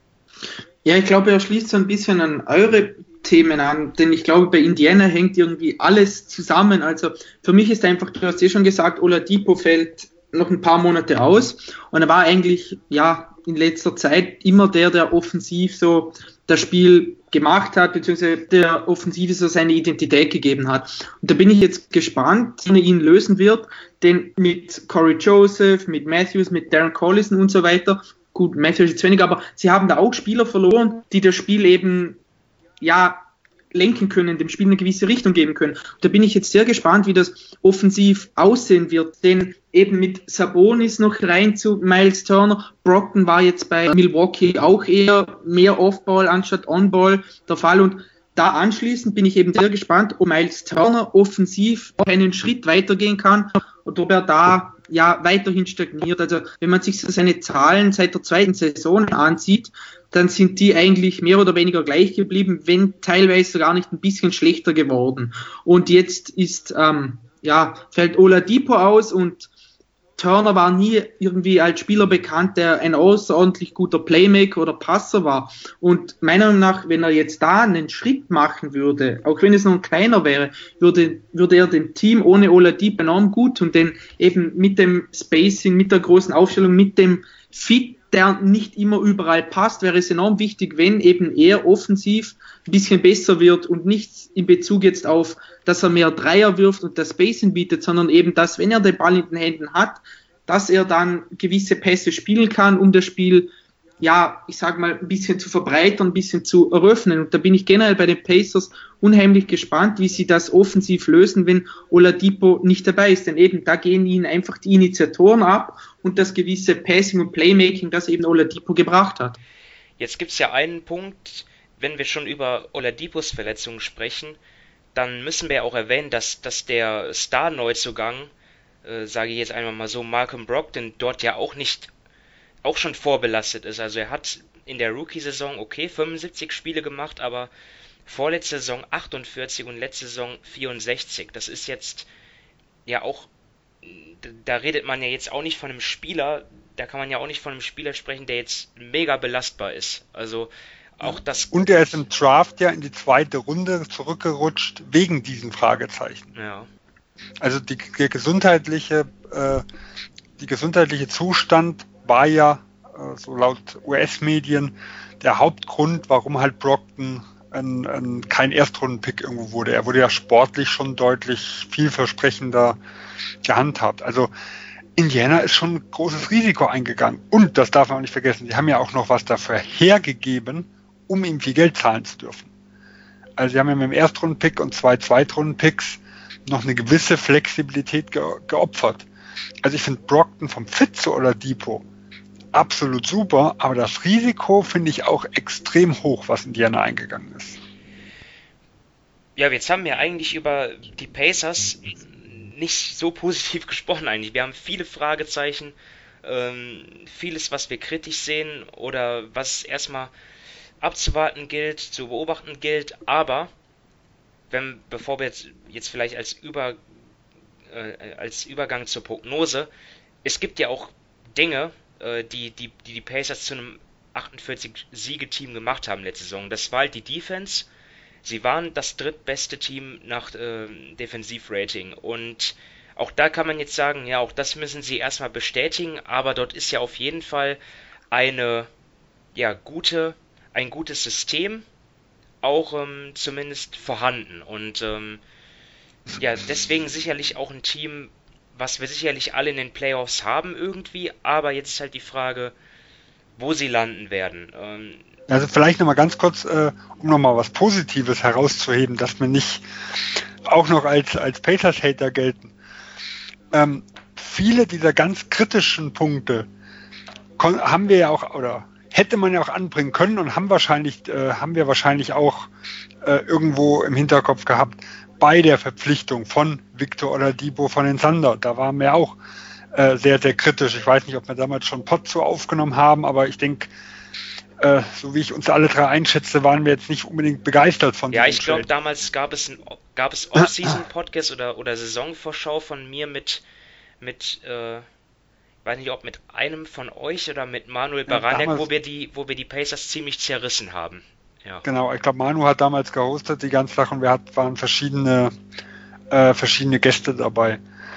Ja, ich glaube, er schließt so ein bisschen an eure Themen an, denn ich glaube, bei Indiana hängt irgendwie alles zusammen. Also für mich ist einfach, du hast eh schon gesagt, Oladipo fällt noch ein paar Monate aus und er war eigentlich, ja, in letzter Zeit immer der, der offensiv so das Spiel gemacht hat, beziehungsweise der Offensive so seine Identität gegeben hat. Und da bin ich jetzt gespannt, wie er ihn lösen wird, denn mit Corey Joseph, mit Matthews, mit Darren Collison und so weiter, gut, Matthews ist jetzt weniger, aber sie haben da auch Spieler verloren, die das Spiel eben, ja, lenken können, dem Spiel eine gewisse Richtung geben können. Und da bin ich jetzt sehr gespannt, wie das offensiv aussehen wird, denn eben mit Sabonis noch rein zu Miles Turner, Brockton war jetzt bei Milwaukee auch eher mehr Off-Ball anstatt On-Ball der Fall und da anschließend bin ich eben sehr gespannt, ob Miles Turner offensiv einen Schritt weitergehen kann und ob er da ja weiterhin stagniert. Also wenn man sich so seine Zahlen seit der zweiten Saison ansieht, dann sind die eigentlich mehr oder weniger gleich geblieben, wenn teilweise gar nicht ein bisschen schlechter geworden. Und jetzt ist, ähm, ja, fällt Oladipo aus und Turner war nie irgendwie als Spieler bekannt, der ein außerordentlich guter Playmaker oder Passer war. Und meiner Meinung nach, wenn er jetzt da einen Schritt machen würde, auch wenn es noch ein kleiner wäre, würde, würde er dem Team ohne Oladipo enorm gut tun, denn eben mit dem Spacing, mit der großen Aufstellung, mit dem Fit, der nicht immer überall passt, wäre es enorm wichtig, wenn eben er offensiv ein bisschen besser wird und nichts in Bezug jetzt auf, dass er mehr Dreier wirft und das Spacing bietet, sondern eben, dass, wenn er den Ball in den Händen hat, dass er dann gewisse Pässe spielen kann, um das Spiel, ja, ich sag mal, ein bisschen zu verbreitern, ein bisschen zu eröffnen. Und da bin ich generell bei den Pacers unheimlich gespannt, wie sie das offensiv lösen, wenn Oladipo nicht dabei ist. Denn eben, da gehen ihnen einfach die Initiatoren ab und das gewisse Passing und Playmaking, das eben Oladipo gebracht hat.
Jetzt gibt es ja einen Punkt, wenn wir schon über Oladipos Verletzungen sprechen, dann müssen wir ja auch erwähnen, dass, dass der Star-Neuzugang, äh, sage ich jetzt einmal mal so, Malcolm Brogdon, dort ja auch nicht, auch schon vorbelastet ist. Also er hat in der Rookie-Saison, okay, fünfundsiebzig Spiele gemacht, aber vorletzte Saison achtundvierzig und letzte Saison vierundsechzig. Das ist jetzt ja auch, da redet man ja jetzt auch nicht von einem Spieler, da kann man ja auch nicht von einem Spieler sprechen, der jetzt mega belastbar ist. Also auch das.
Und er ist im Draft ja in die zweite Runde zurückgerutscht wegen diesen Fragezeichen.
Ja.
Also die, der gesundheitliche, äh, die gesundheitliche Zustand war ja, äh, so laut U S-Medien, der Hauptgrund, warum halt Brogdon ein, ein, kein Erstrunden-Pick irgendwo wurde. Er wurde ja sportlich schon deutlich vielversprechender gehandhabt. Also Indiana ist schon ein großes Risiko eingegangen. Und, das darf man auch nicht vergessen, sie haben ja auch noch was dafür hergegeben, um ihm viel Geld zahlen zu dürfen. Also sie haben ja mit dem Erstrunden-Pick und zwei Zweitrunden-Picks noch eine gewisse Flexibilität ge- geopfert. Also ich finde Brogdon vom Fit zu Oladipo absolut super, aber das Risiko finde ich auch extrem hoch, was Indiana eingegangen ist.
Ja, jetzt haben wir eigentlich über die Pacers nicht so positiv gesprochen eigentlich. Wir haben viele Fragezeichen, ähm, vieles, was wir kritisch sehen oder was erstmal abzuwarten gilt, zu beobachten gilt, aber wenn, bevor wir jetzt, jetzt vielleicht als, Über, äh, als Übergang zur Prognose, es gibt ja auch Dinge, äh, die, die, die die Pacers zu einem achtundvierzig-Siege-Team gemacht haben letzte Saison. Das war halt die Defense. Sie waren das drittbeste Team nach äh, Defensivrating und auch da kann man jetzt sagen, ja, auch das müssen sie erstmal bestätigen, aber dort ist ja auf jeden Fall eine, ja, gute ein gutes System auch ähm, zumindest vorhanden und ähm, ja, deswegen sicherlich auch ein Team, was wir sicherlich alle in den Playoffs haben irgendwie, aber jetzt ist halt die Frage, wo sie landen werden. Ähm,
also vielleicht nochmal ganz kurz, äh, um nochmal was Positives herauszuheben, dass wir nicht auch noch als, als Pacers-Hater gelten. Ähm, viele dieser ganz kritischen Punkte kon- haben wir ja auch, oder hätte man ja auch anbringen können und haben wahrscheinlich, äh, haben wir wahrscheinlich auch äh, irgendwo im Hinterkopf gehabt bei der Verpflichtung von Victor Oladipo von den Thunder. Da waren wir auch äh, sehr, sehr kritisch. Ich weiß nicht, ob wir damals schon Pod zu aufgenommen haben, aber ich denke, äh, so wie ich uns alle drei einschätze, waren wir jetzt nicht unbedingt begeistert von
ja, ich glaube, damals gab es ein gab es Off-Season-Podcast oder, oder Saisonvorschau von mir mit mit äh ich weiß nicht, ob mit einem von euch oder mit Manuel Baranek, ja, wo wir die, wo wir die Pacers ziemlich zerrissen haben. Ja.
Genau, ich glaube, Manu hat damals gehostet die ganze Sache und wir hatten, waren verschiedene, äh, verschiedene Gäste dabei.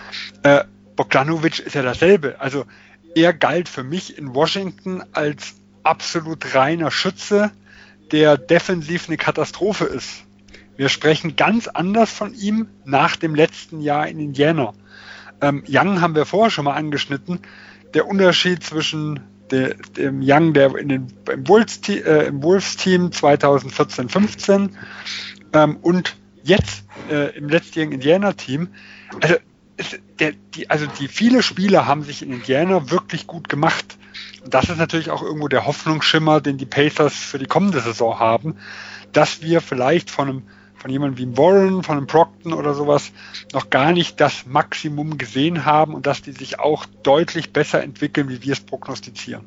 Äh, Bogdanovic ist ja dasselbe. Also er galt für mich in Washington als absolut reiner Schütze, der defensiv eine Katastrophe ist. Wir sprechen ganz anders von ihm nach dem letzten Jahr in Indiana. Ähm, Young haben wir vorher schon mal angeschnitten. Der Unterschied zwischen de, dem Young, der in den, im, Wolves, äh, im Wolves-Team zweitausendvierzehn fünfzehn ähm, und jetzt äh, im letztjährigen Indiana-Team. Also, es, der, die, also die viele Spieler haben sich in Indiana wirklich gut gemacht. Und das ist natürlich auch irgendwo der Hoffnungsschimmer, den die Pacers für die kommende Saison haben, dass wir vielleicht von einem von jemandem wie einem Warren, von einem Brockton oder sowas noch gar nicht das Maximum gesehen haben und dass die sich auch deutlich besser entwickeln, wie wir es prognostizieren.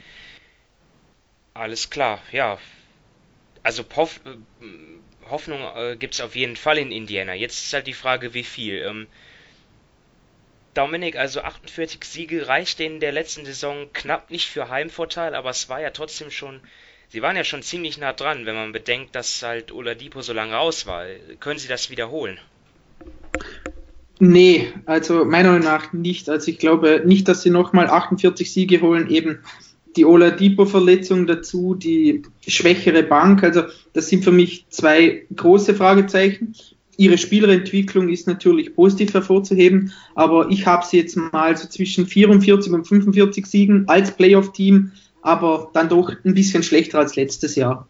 Alles klar, ja. Also Hoff, Hoffnung äh, gibt es auf jeden Fall in Indiana. Jetzt ist halt die Frage, wie viel. Ähm, Dominik, also achtundvierzig Siege reicht in der letzten Saison knapp nicht für Heimvorteil, aber es war ja trotzdem schon... Sie waren ja schon ziemlich nah dran, wenn man bedenkt, dass halt Oladipo so lange raus war. Können Sie das wiederholen?
Nee, also meiner Meinung nach nicht. Also ich glaube nicht, dass sie nochmal achtundvierzig Siege holen. Eben die Oladipo-Verletzung dazu, die schwächere Bank. Also das sind für mich zwei große Fragezeichen. Ihre Spielerentwicklung ist natürlich positiv hervorzuheben, aber ich habe sie jetzt mal so zwischen vierundvierzig und fünfundvierzig Siegen als Playoff-Team, aber dann doch ein bisschen schlechter als letztes Jahr.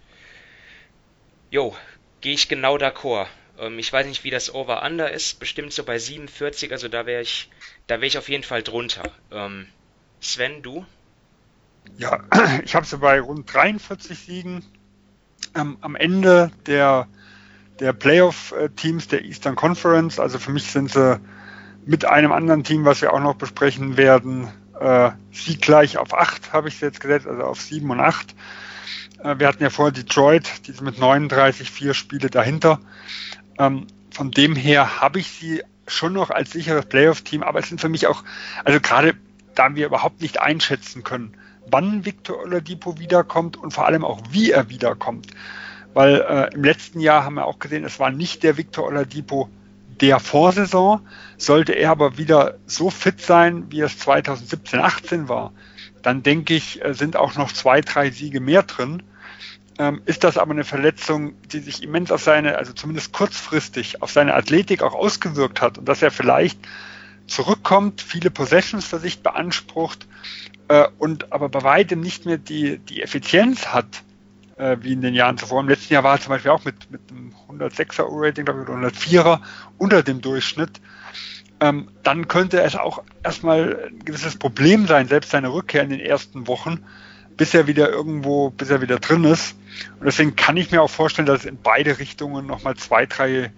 Jo, gehe ich genau d'accord. Ähm, ich weiß nicht, wie das Over-Under ist, bestimmt so bei siebenundvierzig, also da wäre ich, da wäre ich auf jeden Fall drunter. Ähm, Sven, du?
Ja, ich habe sie bei rund dreiundvierzig Siegen. Ähm, am Ende der, der Playoff-Teams der Eastern Conference, also für mich sind sie mit einem anderen Team, was wir auch noch besprechen werden, Äh, sieggleich auf acht habe ich sie jetzt gesetzt, also auf sieben und acht. Äh, wir hatten ja vorher Detroit, die sind mit neununddreißig, vier Spiele dahinter. Ähm, von dem her habe ich sie schon noch als sicheres Playoff-Team, aber es sind für mich auch, also gerade da wir überhaupt nicht einschätzen können, wann Victor Oladipo wiederkommt und vor allem auch wie er wiederkommt. Weil äh, im letzten Jahr haben wir auch gesehen, es war nicht der Victor Oladipo der Vorsaison. Sollte er aber wieder so fit sein, wie es zweitausendsiebzehn achtzehn war, dann denke ich, sind auch noch zwei, drei Siege mehr drin. Ähm, ist das aber eine Verletzung, die sich immens auf seine, also zumindest kurzfristig, auf seine Athletik auch ausgewirkt hat und dass er vielleicht zurückkommt, viele Possessions für sich beansprucht äh, und aber bei weitem nicht mehr die, die Effizienz hat, äh, wie in den Jahren zuvor. Im letzten Jahr war er zum Beispiel auch mit, mit einem hundertsechser O-Rating, glaube ich, oder hundertvierer unter dem Durchschnitt. Ähm, dann könnte es auch erstmal ein gewisses Problem sein, selbst seine Rückkehr in den ersten Wochen, bis er wieder irgendwo, bis er wieder drin ist. Und deswegen kann ich mir auch vorstellen, dass es in beide Richtungen nochmal zwei, drei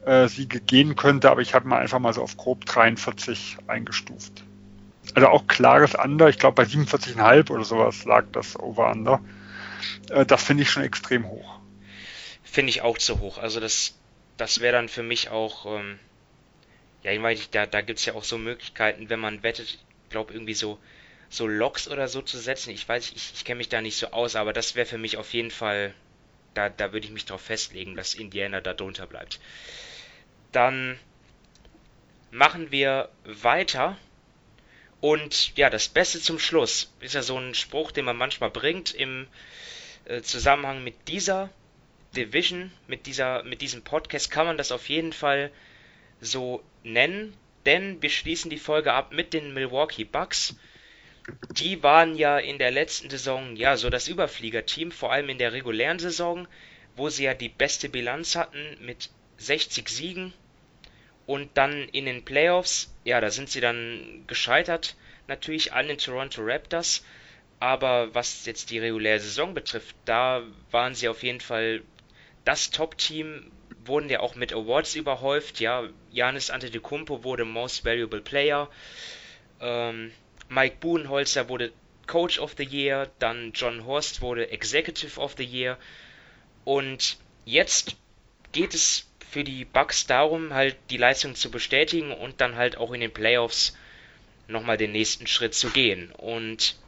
äh, Siege gehen könnte, aber ich habe mal einfach mal so auf grob dreiundvierzig eingestuft. Also auch klares Under, ich glaube bei siebenundvierzig Komma fünf oder sowas lag das Over-Under. Äh, das finde ich schon extrem hoch.
Finde ich auch zu hoch. Also das, das wäre dann für mich auch, ähm, ja, ich meine, da, da gibt es ja auch so Möglichkeiten, wenn man wettet, ich glaube irgendwie so, so Locks oder so zu setzen. Ich weiß, ich, ich kenne mich da nicht so aus, aber das wäre für mich auf jeden Fall, da, da würde ich mich drauf festlegen, dass Indiana da drunter bleibt. Dann machen wir weiter. Und ja, das Beste zum Schluss ist ja so ein Spruch, den man manchmal bringt im äh, Zusammenhang mit dieser Division, mit dieser, mit diesem Podcast kann man das auf jeden Fall so nennen, denn wir schließen die Folge ab mit den Milwaukee Bucks. Die waren ja in der letzten Saison ja so das Überfliegerteam, vor allem in der regulären Saison, wo sie ja die beste Bilanz hatten mit sechzig Siegen. Und dann in den Playoffs, ja, da sind sie dann gescheitert, natürlich an den Toronto Raptors. Aber was jetzt die reguläre Saison betrifft, da waren sie auf jeden Fall das Top-Team, wurden ja auch mit Awards überhäuft. Ja, Giannis Antetokounmpo wurde Most Valuable Player. Ähm, Mike Budenholzer wurde Coach of the Year. Dann John Horst wurde Executive of the Year. Und jetzt geht es für die Bucks darum, halt die Leistung zu bestätigen und dann halt auch in den Playoffs nochmal den nächsten Schritt zu gehen. Und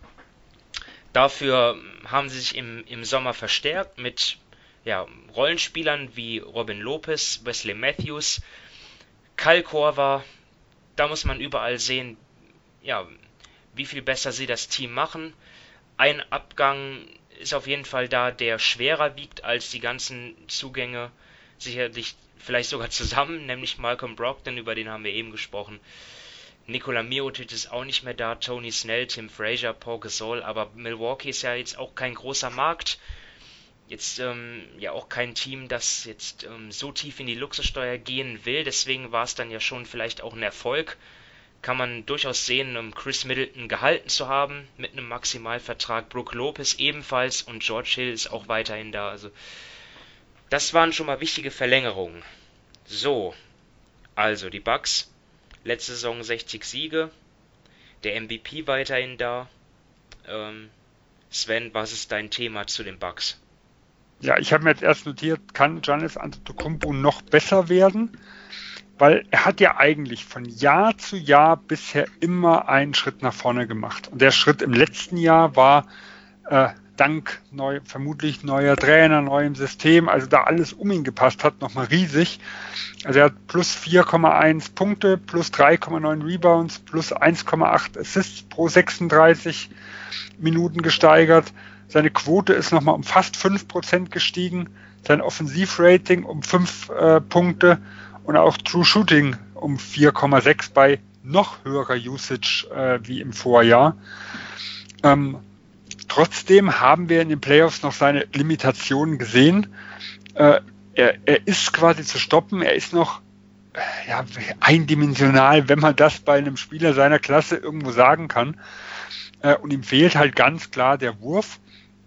dafür haben sie sich im, im Sommer verstärkt mit ja, Rollenspielern wie Robin Lopez, Wesley Matthews, Kyle Korver. Da muss man überall sehen, ja, wie viel besser sie das Team machen. Ein Abgang ist auf jeden Fall da, der schwerer wiegt als die ganzen Zugänge, sicherlich vielleicht sogar zusammen, nämlich Malcolm Brogdon, über den haben wir eben gesprochen. Nikola Mirotic ist auch nicht mehr da, Tony Snell, Tim Frazier, Paul Gasol, aber Milwaukee ist ja jetzt auch kein großer Markt. Jetzt ähm, ja auch kein Team, das jetzt ähm, so tief in die Luxussteuer gehen will, deswegen war es dann ja schon vielleicht auch ein Erfolg. Kann man durchaus sehen, um Chris Middleton gehalten zu haben mit einem Maximalvertrag, Brook Lopez ebenfalls und George Hill ist auch weiterhin da, also das waren schon mal wichtige Verlängerungen. So, also die Bucks, letzte Saison sechzig Siege, der M V P weiterhin da. Ähm, Sven, was ist dein Thema zu den Bucks?
Ja, ich habe mir jetzt erst notiert, kann Giannis Antetokounmpo noch besser werden? Weil er hat ja eigentlich von Jahr zu Jahr bisher immer einen Schritt nach vorne gemacht. Und der Schritt im letzten Jahr war äh, dank neu, vermutlich neuer Trainer, neuem System, also da alles um ihn gepasst hat, nochmal riesig. Also er hat plus vier Komma eins Punkte, plus drei Komma neun Rebounds, plus eins Komma acht Assists pro sechsunddreißig Minuten gesteigert. Seine Quote ist nochmal um fast fünf Prozent gestiegen, sein Offensivrating um fünf äh, Punkte und auch True Shooting um vier Komma sechs bei noch höherer Usage äh, wie im Vorjahr. Ähm, Trotzdem haben wir in den Playoffs noch seine Limitationen gesehen. Äh, er, er ist quasi zu stoppen, er ist noch äh, ja, eindimensional, wenn man das bei einem Spieler seiner Klasse irgendwo sagen kann. Äh, und ihm fehlt halt ganz klar der Wurf.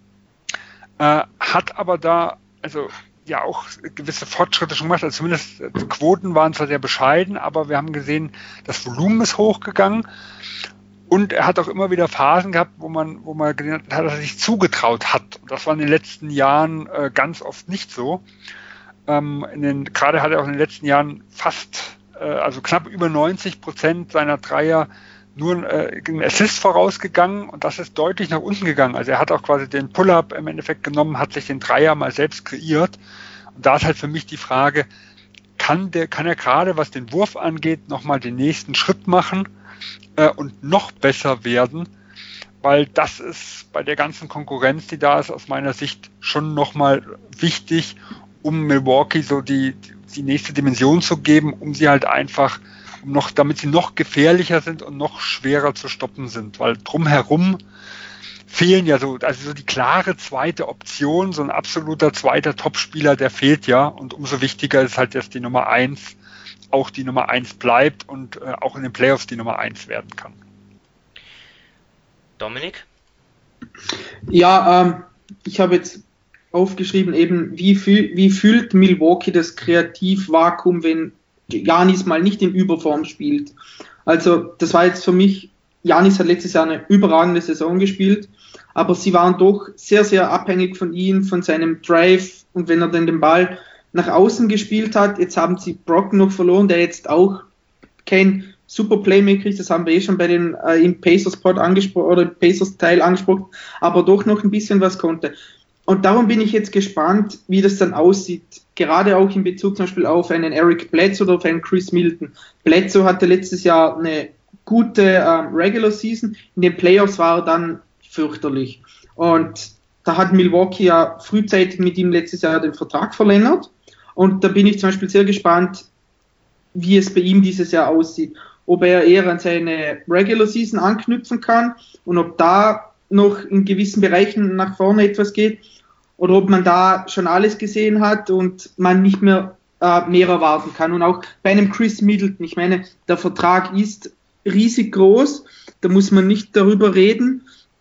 Äh, hat aber da also ja auch gewisse Fortschritte schon gemacht. Also zumindest äh, die Quoten waren zwar sehr bescheiden, aber wir haben gesehen, das Volumen ist hochgegangen. Und er hat auch immer wieder Phasen gehabt, wo man, wo man gesehen hat, dass er sich zugetraut hat. Und das war in den letzten Jahren äh, ganz oft nicht so. Ähm, in den, gerade hat er auch in den letzten Jahren fast, äh, also knapp über neunzig Prozent seiner Dreier nur äh, einen Assist vorausgegangen. Und das ist deutlich nach unten gegangen. Also er hat auch quasi den Pull-Up im Endeffekt genommen, hat sich den Dreier mal selbst kreiert. Und da ist halt für mich die Frage, kann, der, kann er gerade, was den Wurf angeht, nochmal den nächsten Schritt machen und noch besser werden, weil das ist bei der ganzen Konkurrenz, die da ist, aus meiner Sicht schon nochmal wichtig, um Milwaukee so die, die nächste Dimension zu geben, um sie halt einfach, um noch, damit sie noch gefährlicher sind und noch schwerer zu stoppen sind, weil drumherum fehlen ja so, also so die klare zweite Option, so ein absoluter zweiter Topspieler, der fehlt ja und umso wichtiger ist halt jetzt die Nummer eins, auch die Nummer eins bleibt und äh, auch in den Playoffs die Nummer eins werden kann.
Dominik?
Ja, ähm, ich habe jetzt aufgeschrieben, eben wie, fühl, wie füllt Milwaukee das Kreativvakuum, wenn Giannis mal nicht in Überform spielt. Also das war jetzt für mich, Giannis hat letztes Jahr eine überragende Saison gespielt, aber sie waren doch sehr, sehr abhängig von ihm, von seinem Drive, und wenn er dann den Ball nach außen gespielt hat, jetzt haben sie Brockton noch verloren, der jetzt auch kein super Playmaker ist, das haben wir eh schon bei den äh, im Pacers-Pod angesprochen, oder im Pacers-Teil angesprochen, aber doch noch ein bisschen was konnte. Und darum bin ich jetzt gespannt, wie das dann aussieht, gerade auch in Bezug zum Beispiel auf einen Eric Bledsoe oder auf einen Chris Middleton. Bledsoe hatte letztes Jahr eine gute ähm, Regular Season, in den Playoffs war er dann fürchterlich. Und da hat Milwaukee ja frühzeitig mit ihm letztes Jahr den Vertrag verlängert, und da bin ich zum Beispiel sehr gespannt, wie es bei ihm dieses Jahr aussieht. Ob er eher an seine Regular Season anknüpfen kann und ob da noch in gewissen Bereichen nach vorne etwas geht, oder ob man da schon alles gesehen hat und man nicht mehr äh, mehr erwarten kann. Und auch bei einem Chris Middleton, ich meine, der Vertrag ist riesig groß, da muss man nicht darüber reden,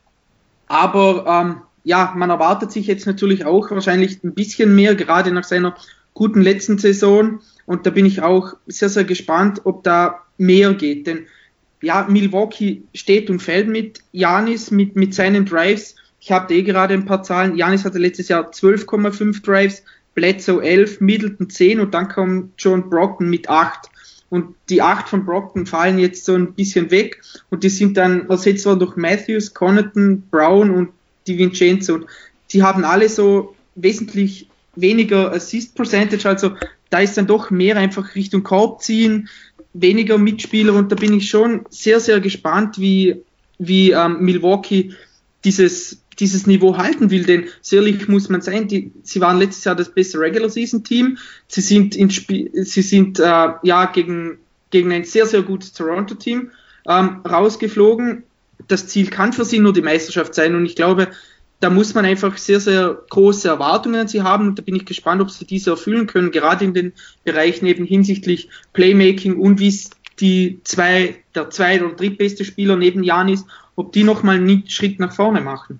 aber ähm, ja, man erwartet sich jetzt natürlich auch wahrscheinlich ein bisschen mehr, gerade nach seiner guten letzten Saison, und da bin ich auch sehr, sehr gespannt, ob da mehr geht, denn ja, Milwaukee steht und fällt mit Giannis, mit, mit seinen Drives. Ich habe eh gerade ein paar Zahlen. Giannis hatte letztes Jahr zwölf Komma fünf Drives, Bledsoe elf, Middleton zehn, und dann kommt John Brockton mit acht. Und die acht von Brockton fallen jetzt so ein bisschen weg, und die sind dann ersetzt worden durch Matthews, Connaughton, Brown und DiVincenzo. Und die haben alle so wesentlich weniger Assist Percentage, also da ist dann doch mehr einfach Richtung Korb ziehen, weniger Mitspieler, und da bin ich schon sehr, sehr gespannt, wie, wie ähm, Milwaukee dieses, dieses Niveau halten will, denn sicherlich muss man sein, die, sie waren letztes Jahr das beste Regular Season Team, sie sind, in Sp- sie sind äh, ja gegen, gegen ein sehr, sehr gutes Toronto Team ähm, rausgeflogen. Das Ziel kann für sie nur die Meisterschaft sein, und ich glaube, da muss man einfach sehr, sehr große Erwartungen an sie haben, und da bin ich gespannt, ob sie diese erfüllen können, gerade in den Bereichen eben hinsichtlich Playmaking und wie es die zwei, der zweit- oder drittbeste Spieler neben Giannis, ob die nochmal einen Schritt nach vorne machen.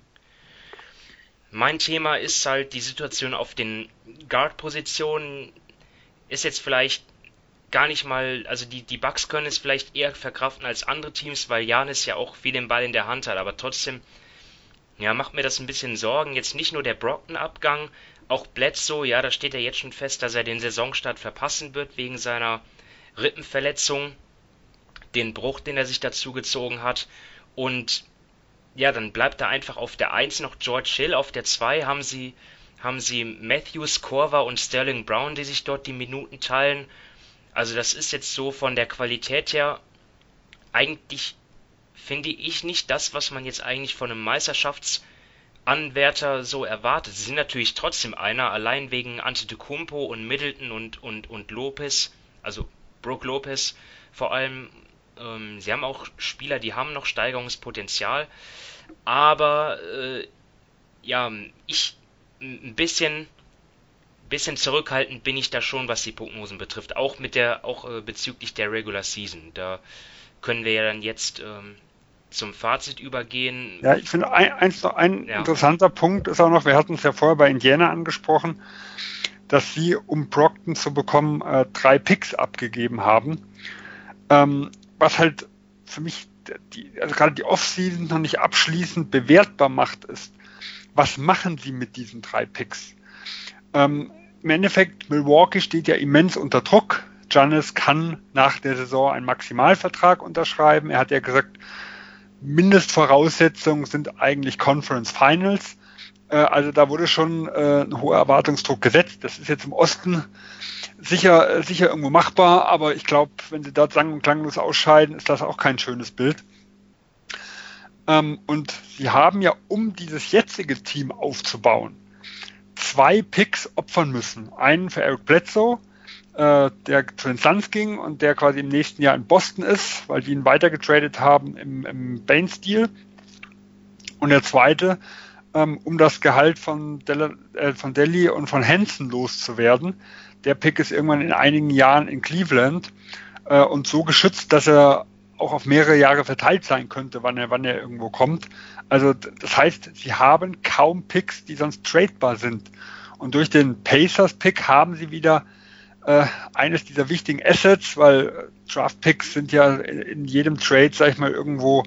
Mein Thema ist halt die Situation auf den Guard-Positionen, ist jetzt vielleicht gar nicht mal, also die, die Bucks können es vielleicht eher verkraften als andere Teams, weil Giannis ja auch viel den Ball in der Hand hat, aber trotzdem, ja, macht mir das ein bisschen Sorgen. Jetzt nicht nur der Brockton-Abgang, auch Bledsoe, ja, da steht ja jetzt schon fest, dass er den Saisonstart verpassen wird wegen seiner Rippenverletzung, den Bruch, den er sich dazu gezogen hat. Und ja, dann bleibt da einfach auf der eins noch George Hill, auf der zwei haben sie, haben sie Matthews, Korver und Sterling Brown, die sich dort die Minuten teilen. Also das ist jetzt so von der Qualität her eigentlich, finde ich, nicht das, was man jetzt eigentlich von einem Meisterschaftsanwärter so erwartet. Sie sind natürlich trotzdem einer, allein wegen Antetokounmpo und Middleton und, und, und Lopez, also Brook Lopez vor allem. Ähm, sie haben auch Spieler, die haben noch Steigerungspotenzial, aber äh, ja, ich ein bisschen, bisschen zurückhaltend bin ich da schon, was die Prognosen betrifft, auch mit der, auch äh, bezüglich der Regular Season. Da können wir ja dann jetzt ähm, zum Fazit übergehen.
Ja, ich finde, ein, eins, ein ja. interessanter Punkt ist auch noch, wir hatten es ja vorher bei Indiana angesprochen, dass sie, um Brockton zu bekommen, äh, drei Picks abgegeben haben. Ähm, was halt für mich, die, also gerade die Offseason noch nicht abschließend bewertbar macht, ist, was machen sie mit diesen drei Picks? Ähm, im Endeffekt, Milwaukee steht ja immens unter Druck. Giannis kann nach der Saison einen Maximalvertrag unterschreiben. Er hat ja gesagt, Mindestvoraussetzungen sind eigentlich Conference Finals. Äh, also da wurde schon äh, ein hoher Erwartungsdruck gesetzt. Das ist jetzt im Osten sicher, äh, sicher irgendwo machbar, aber ich glaube, wenn sie dort sang- und klanglos ausscheiden, ist das auch kein schönes Bild. Ähm, und sie haben ja, um dieses jetzige Team aufzubauen, zwei Picks opfern müssen. Einen für Eric Bledsoe, äh, der zu den Suns ging und der quasi im nächsten Jahr in Boston ist, weil die ihn weitergetradet haben im, im Baines-Deal. Und der zweite, ähm, um das Gehalt von, Del- äh, von Delhi und von Hansen loszuwerden. Der Pick ist irgendwann in einigen Jahren in Cleveland äh, und so geschützt, dass er auch auf mehrere Jahre verteilt sein könnte, wann er, wann er irgendwo kommt. Also das heißt, sie haben kaum Picks, die sonst tradebar sind. Und durch den Pacers-Pick haben sie wieder äh, eines dieser wichtigen Assets, weil Draft-Picks sind ja in, in jedem Trade, sag ich mal, irgendwo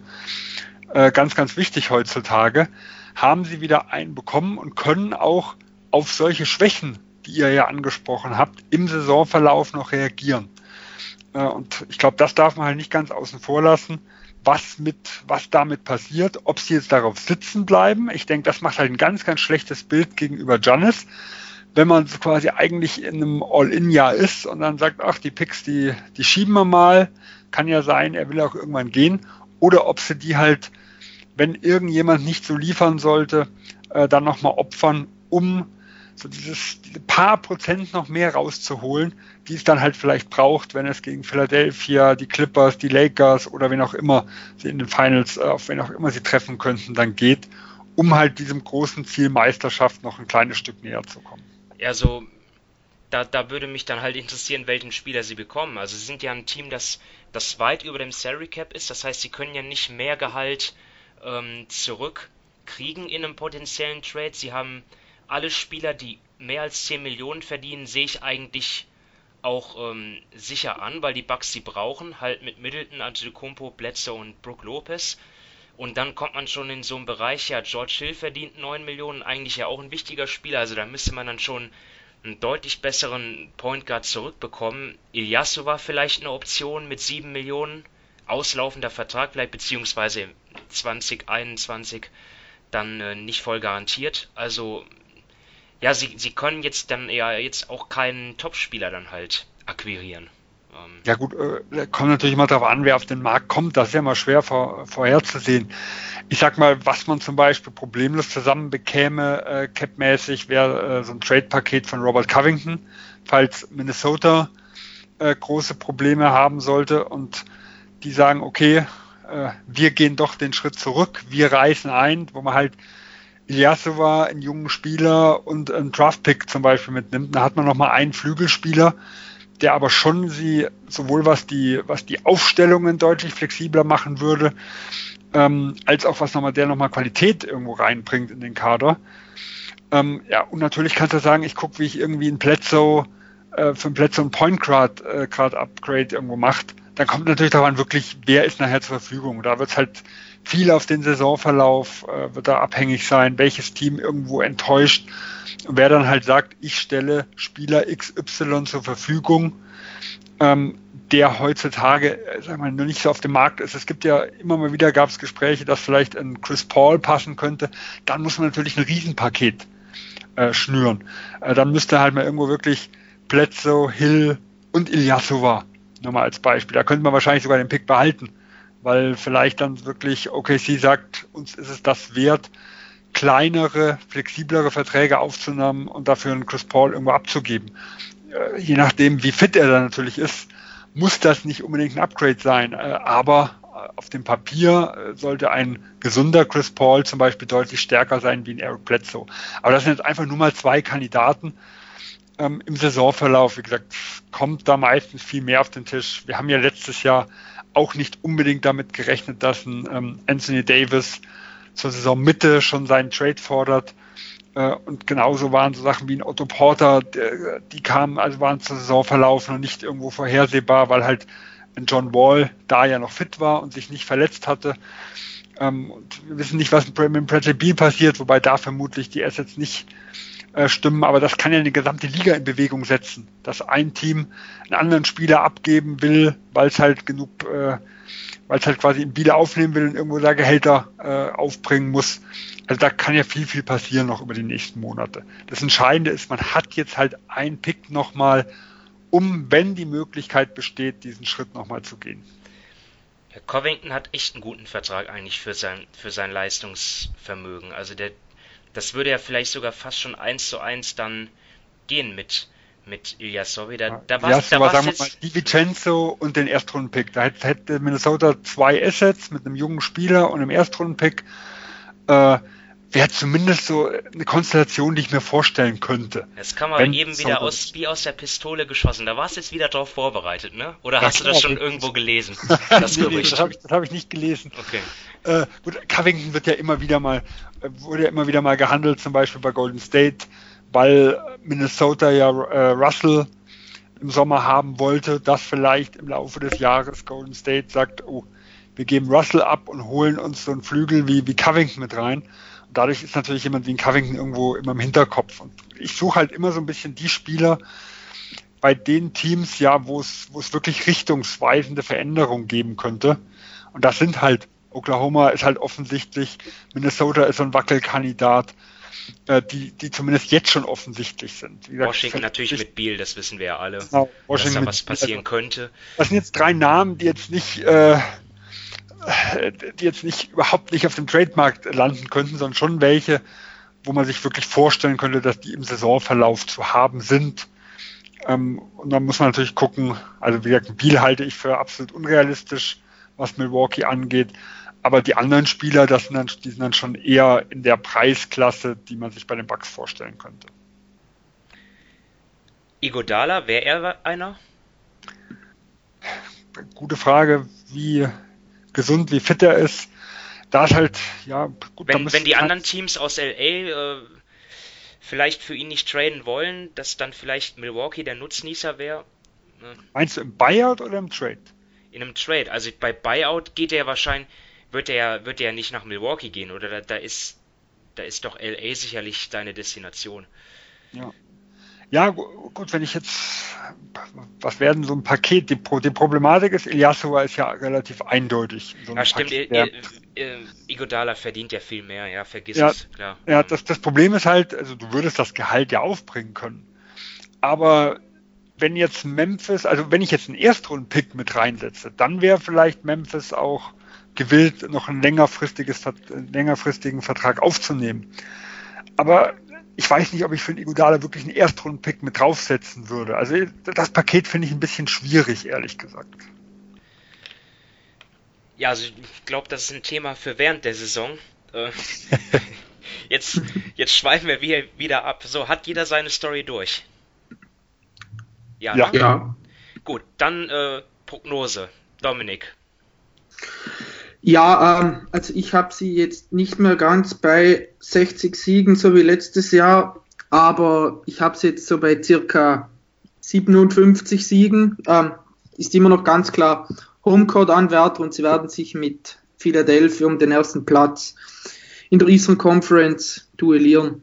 äh, ganz, ganz wichtig heutzutage, haben sie wieder einen bekommen und können auch auf solche Schwächen, die ihr ja angesprochen habt, im Saisonverlauf noch reagieren. Äh, und ich glaube, das darf man halt nicht ganz außen vor lassen, was mit, was damit passiert, ob sie jetzt darauf sitzen bleiben. Ich denke, das macht halt ein ganz, ganz schlechtes Bild gegenüber Giannis, wenn man so quasi eigentlich in einem All-In-Jahr ist und dann sagt, ach, die Picks, die, die schieben wir mal, kann ja sein, er will auch irgendwann gehen, oder ob sie die halt, wenn irgendjemand nicht so liefern sollte, äh, dann nochmal opfern, um so dieses, diese paar Prozent noch mehr rauszuholen, die es dann halt vielleicht braucht, wenn es gegen Philadelphia, die Clippers, die Lakers oder wen auch immer sie in den Finals, auf wen auch immer sie treffen könnten, dann geht, um halt diesem großen Ziel Meisterschaft noch ein kleines Stück näher zu kommen.
Ja, so, da, da würde mich dann halt interessieren, welchen Spieler sie bekommen. Also sie sind ja ein Team, das, das weit über dem Salary Cap ist, das heißt, sie können ja nicht mehr Gehalt ähm, zurückkriegen in einem potenziellen Trade. Sie haben alle Spieler, die mehr als zehn Millionen verdienen, sehe ich eigentlich auch ähm, sicher an, weil die Bucks sie brauchen, halt mit Middleton, Antetokounmpo, Bledsoe und Brook Lopez. Und dann kommt man schon in so einen Bereich, ja, George Hill verdient neun Millionen, eigentlich ja auch ein wichtiger Spieler, also da müsste man dann schon einen deutlich besseren Point Guard zurückbekommen. Ilyasova vielleicht eine Option mit sieben Millionen, auslaufender Vertrag bleibt, beziehungsweise zwanzig einundzwanzig dann äh, nicht voll garantiert, also ja, sie, sie können jetzt dann ja jetzt auch keinen Topspieler dann halt akquirieren. Ähm
ja gut, äh, kommt natürlich immer darauf an, wer auf den Markt kommt, das ist ja immer schwer vor, vorherzusehen. Ich sag mal, was man zum Beispiel problemlos zusammen bekäme, äh, capmäßig, wäre äh, so ein Trade-Paket von Robert Covington, falls Minnesota äh, große Probleme haben sollte und die sagen, okay, äh, wir gehen doch den Schritt zurück, wir reißen ein, wo man halt Ilyasova, einen jungen Spieler und einen Draft-Pick zum Beispiel mitnimmt. Da hat man nochmal einen Flügelspieler, der aber schon sie, sowohl was die, was die Aufstellungen deutlich flexibler machen würde, ähm, als auch was nochmal, der nochmal Qualität irgendwo reinbringt in den Kader. Ähm, ja, und natürlich kannst du sagen, ich gucke, wie ich irgendwie einen Bledsoe, äh, für einen Bledsoe einen Point Guard, äh, Guard Upgrade irgendwo macht. Dann kommt natürlich daran wirklich, wer ist nachher zur Verfügung. Da wird es halt viel auf den Saisonverlauf, äh, wird da abhängig sein, welches Team irgendwo enttäuscht. Und wer dann halt sagt, ich stelle Spieler X Y zur Verfügung, ähm, der heutzutage, äh, sagen wir mal, nur nicht so auf dem Markt ist. Es gibt ja immer mal wieder, gab es Gespräche, dass vielleicht ein Chris Paul passen könnte. Dann muss man natürlich ein Riesenpaket äh, schnüren. Äh, dann müsste halt mal irgendwo wirklich Bledsoe, Hill und Ilyasova, nochmal als Beispiel. Da könnte man wahrscheinlich sogar den Pick behalten, weil vielleicht dann wirklich O K C sagt, uns ist es das wert, kleinere, flexiblere Verträge aufzunehmen und dafür einen Chris Paul irgendwo abzugeben. Äh, je nachdem, wie fit er dann natürlich ist, muss das nicht unbedingt ein Upgrade sein, äh, aber auf dem Papier äh, sollte ein gesunder Chris Paul zum Beispiel deutlich stärker sein wie ein Eric Bledsoe. Aber das sind jetzt einfach nur mal zwei Kandidaten. Ähm, im Saisonverlauf, wie gesagt, kommt da meistens viel mehr auf den Tisch. Wir haben ja letztes Jahr auch nicht unbedingt damit gerechnet, dass ein ähm, Anthony Davis zur Saisonmitte schon seinen Trade fordert. Äh, und genauso waren so Sachen wie ein Otto Porter, der, die kamen, also waren zur Saisonverlauf noch nicht irgendwo vorhersehbar, weil halt ein John Wall da ja noch fit war und sich nicht verletzt hatte. Ähm, und wir wissen nicht, was mit Bradley Beal passiert, wobei da vermutlich die Assets nicht äh, stimmen, aber das kann ja eine gesamte Liga in Bewegung setzen, dass ein Team einen anderen Spieler abgeben will, weil es halt genug, äh, weil es halt quasi einen Spieler aufnehmen will und irgendwo da Gehälter äh, aufbringen muss. Also da kann ja viel, viel passieren noch über die nächsten Monate. Das Entscheidende ist, man hat jetzt halt einen Pick nochmal, um, wenn die Möglichkeit besteht, diesen Schritt nochmal zu gehen.
Herr Covington hat echt einen guten Vertrag eigentlich für sein, für sein Leistungsvermögen. Also der, das würde ja vielleicht sogar fast schon eins zu eins dann gehen mit, mit Ilyasova. Da, da war es
jetzt mal Di Vincenzo und den Erstrundenpick. Da hätte, hätte Minnesota zwei Assets mit einem jungen Spieler und einem Erstrundenpick. Äh, wäre zumindest so eine Konstellation, die ich mir vorstellen könnte.
Das kann man eben wieder aus, wie aus der Pistole geschossen. Da warst du jetzt wieder drauf vorbereitet, ne? Oder hast ja, du das schon irgendwo gelesen? Das
nee, nee, das habe ich, hab ich nicht gelesen.
Okay.
Äh, gut, Covington wird ja immer wieder mal, wurde ja immer wieder mal gehandelt, zum Beispiel bei Golden State, weil Minnesota ja äh, Russell im Sommer haben wollte, dass vielleicht im Laufe des Jahres Golden State sagt, oh, wir geben Russell ab und holen uns so einen Flügel wie, wie Covington mit rein. Und dadurch ist natürlich jemand wie ein Covington irgendwo immer im Hinterkopf. Und ich suche halt immer so ein bisschen die Spieler bei den Teams, ja, wo es, wo es wirklich richtungsweisende Veränderungen geben könnte. Und das sind halt, Oklahoma ist halt offensichtlich, Minnesota ist so ein Wackelkandidat, äh, die, die zumindest jetzt schon offensichtlich sind. Wie gesagt,
Washington natürlich mit Beal, das wissen wir ja alle,
genau,
dass da was passieren also, könnte.
Das sind jetzt drei Namen, die jetzt nicht, äh, die jetzt nicht überhaupt nicht auf dem Trademarkt landen könnten, sondern schon welche, wo man sich wirklich vorstellen könnte, dass die im Saisonverlauf zu haben sind. Ähm, und dann muss man natürlich gucken, also wie gesagt, Beal halte ich für absolut unrealistisch, was Milwaukee angeht. Aber die anderen Spieler, das sind dann, die sind dann schon eher in der Preisklasse, die man sich bei den Bucks vorstellen könnte.
Iguodala, wäre er einer?
Gute Frage, wie gesund, wie fit er ist. Da ist halt, ja, gut.
Wenn, wenn die anderen Teams aus L A äh, vielleicht für ihn nicht traden wollen, dass dann vielleicht Milwaukee der Nutznießer wäre. Ne?
Meinst du im Buyout oder im Trade?
In einem Trade. Also bei Buyout geht er wahrscheinlich, wird er wird er nicht nach Milwaukee gehen, oder da, da ist da ist doch L A sicherlich seine Destination.
Ja. Ja, gut, wenn ich jetzt, was werden so ein Paket, die, die Problematik ist, Ilyasova ist ja relativ eindeutig. So
ja, stimmt, I, I, I, Iguodala verdient ja viel mehr, ja, vergiss
ja,
es, klar.
Ja, das, das Problem ist halt, also du würdest das Gehalt ja aufbringen können, aber wenn jetzt Memphis, also wenn ich jetzt einen Erstrunden-Pick mit reinsetze, dann wäre vielleicht Memphis auch gewillt, noch einen längerfristiges, längerfristigen Vertrag aufzunehmen. Aber ich weiß nicht, ob ich für den Iguodala wirklich einen Erstrunden-Pick mit draufsetzen würde. Also das Paket finde ich ein bisschen schwierig, ehrlich gesagt.
Ja, also ich glaube, das ist ein Thema für während der Saison. jetzt, jetzt schweifen wir wieder ab. So, hat jeder seine Story durch? Ja.
Ja. Ne? ja.
Gut, dann äh, Prognose. Dominik.
Ja, ähm, also ich habe sie jetzt nicht mehr ganz bei sechzig Siegen, so wie letztes Jahr, aber ich habe sie jetzt so bei circa siebenundfünfzig Siegen. Ähm, ist immer noch ganz klar Homecourt-Anwärter und sie werden sich mit Philadelphia um den ersten Platz in der Eastern Conference duellieren.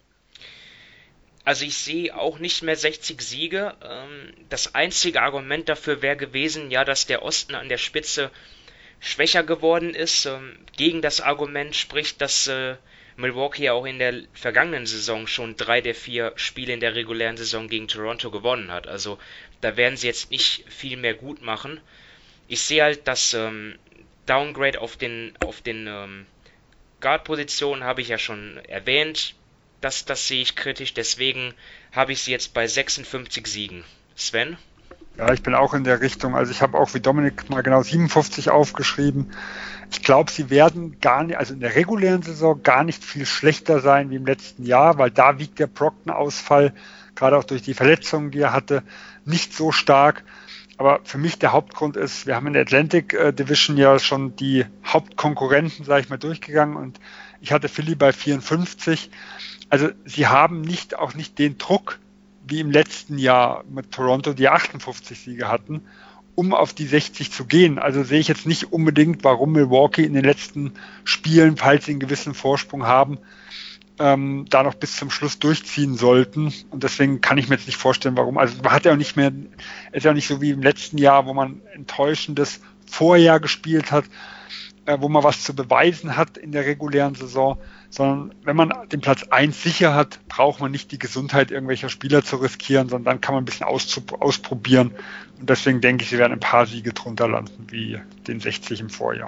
Also ich sehe auch nicht mehr sechzig Siege. Das einzige Argument dafür wäre gewesen, ja, dass der Osten an der Spitze schwächer geworden ist. Gegen das Argument spricht, dass Milwaukee auch in der vergangenen Saison schon drei der vier Spiele in der regulären Saison gegen Toronto gewonnen hat. Also da werden sie jetzt nicht viel mehr gut machen. Ich sehe halt, dass ähm, Downgrade auf den, auf den ähm, Guard-Positionen habe ich ja schon erwähnt. Das, das sehe ich kritisch, deswegen habe ich sie jetzt bei sechsundfünfzig Siegen. Sven?
Ja, ich bin auch in der Richtung. Also ich habe auch wie Dominik mal genau siebenundfünfzig aufgeschrieben. Ich glaube, sie werden gar nicht, also in der regulären Saison gar nicht viel schlechter sein wie im letzten Jahr, weil da wiegt der Brogdon-Ausfall, gerade auch durch die Verletzungen, die er hatte, nicht so stark. Aber für mich der Hauptgrund ist, wir haben in der Atlantic Division ja schon die Hauptkonkurrenten, sage ich mal, durchgegangen und ich hatte Philly bei vierundfünfzig. Also sie haben nicht auch nicht den Druck wie im letzten Jahr mit Toronto, die achtundfünfzig Siege hatten, um auf die sechzig zu gehen. Also sehe ich jetzt nicht unbedingt, warum Milwaukee in den letzten Spielen, falls sie einen gewissen Vorsprung haben, ähm, da noch bis zum Schluss durchziehen sollten. Und deswegen kann ich mir jetzt nicht vorstellen, warum. Also man hat ja auch nicht mehr, ist ja auch nicht so wie im letzten Jahr, wo man enttäuschendes Vorjahr gespielt hat, äh, wo man was zu beweisen hat in der regulären Saison, sondern wenn man den Platz eins sicher hat, braucht man nicht die Gesundheit irgendwelcher Spieler zu riskieren, sondern dann kann man ein bisschen ausprobieren. Und deswegen denke ich, sie werden ein paar Siege drunter landen, wie den sechzig im Vorjahr.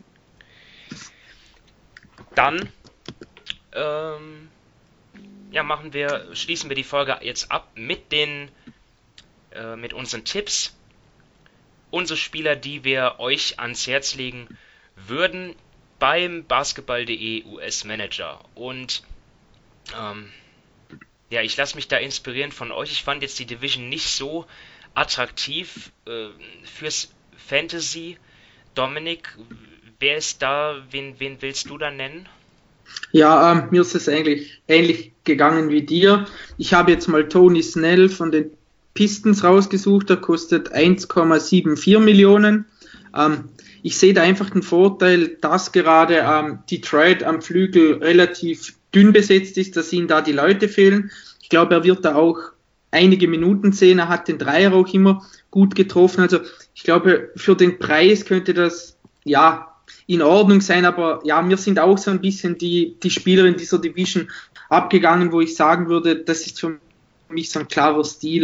Dann ähm, ja, machen wir, schließen wir die Folge jetzt ab mit den äh, mit unseren Tipps. Unsere Spieler, die wir euch ans Herz legen würden. beim Basketball punkt de U S Manager. Und ähm, ja, ich lasse mich da inspirieren von euch. Ich fand jetzt die Division nicht so attraktiv äh, fürs Fantasy. Dominik, wer ist da, wen, wen willst du da nennen?
Ja, ähm, mir ist es eigentlich ähnlich gegangen wie dir. Ich habe jetzt mal Tony Snell von den Pistons rausgesucht, der kostet eins Komma vierundsiebzig Millionen. Ähm, ich sehe da einfach den Vorteil, dass gerade ähm, Detroit am Flügel relativ dünn besetzt ist, dass ihnen da die Leute fehlen. Ich glaube, er wird da auch einige Minuten sehen. Er hat den Dreier auch immer gut getroffen. Also ich glaube, für den Preis könnte das ja in Ordnung sein, aber ja, mir sind auch so ein bisschen die, die Spieler in dieser Division abgegangen, wo ich sagen würde, das ist für mich so ein klarer Stil.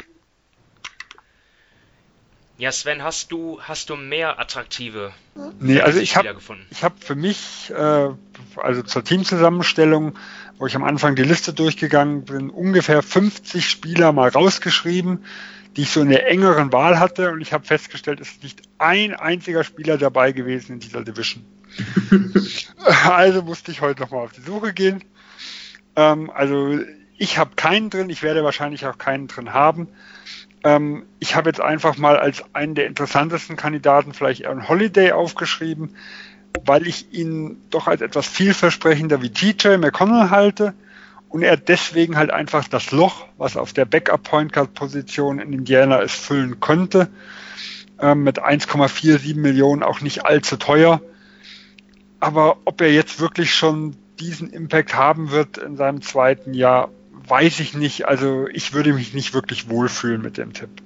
Ja, Sven, hast du hast du mehr attraktive
nee, also ich
Spieler
hab,
gefunden?
Ich habe für mich, äh, also zur Teamzusammenstellung, wo ich am Anfang die Liste durchgegangen bin, ungefähr fünfzig Spieler mal rausgeschrieben, die ich so in der engeren Wahl hatte, und ich habe festgestellt, es ist nicht ein einziger Spieler dabei gewesen in dieser Division. Also musste ich heute nochmal auf die Suche gehen. Ähm, also ich habe keinen drin, ich werde wahrscheinlich auch keinen drin haben. Ähm, ich habe jetzt einfach mal als einen der interessantesten Kandidaten vielleicht Aaron Holiday aufgeschrieben, weil ich ihn doch als etwas vielversprechender wie T J McConnell halte und er deswegen halt einfach das Loch, was auf der Backup-Point-Guard-Position in Indiana ist, füllen könnte. Ähm, mit eins Komma siebenundvierzig Millionen auch nicht allzu teuer. Aber ob er jetzt wirklich schon diesen Impact haben wird in seinem zweiten Jahr, weiß ich nicht. Also ich würde mich nicht wirklich wohlfühlen mit dem Tipp.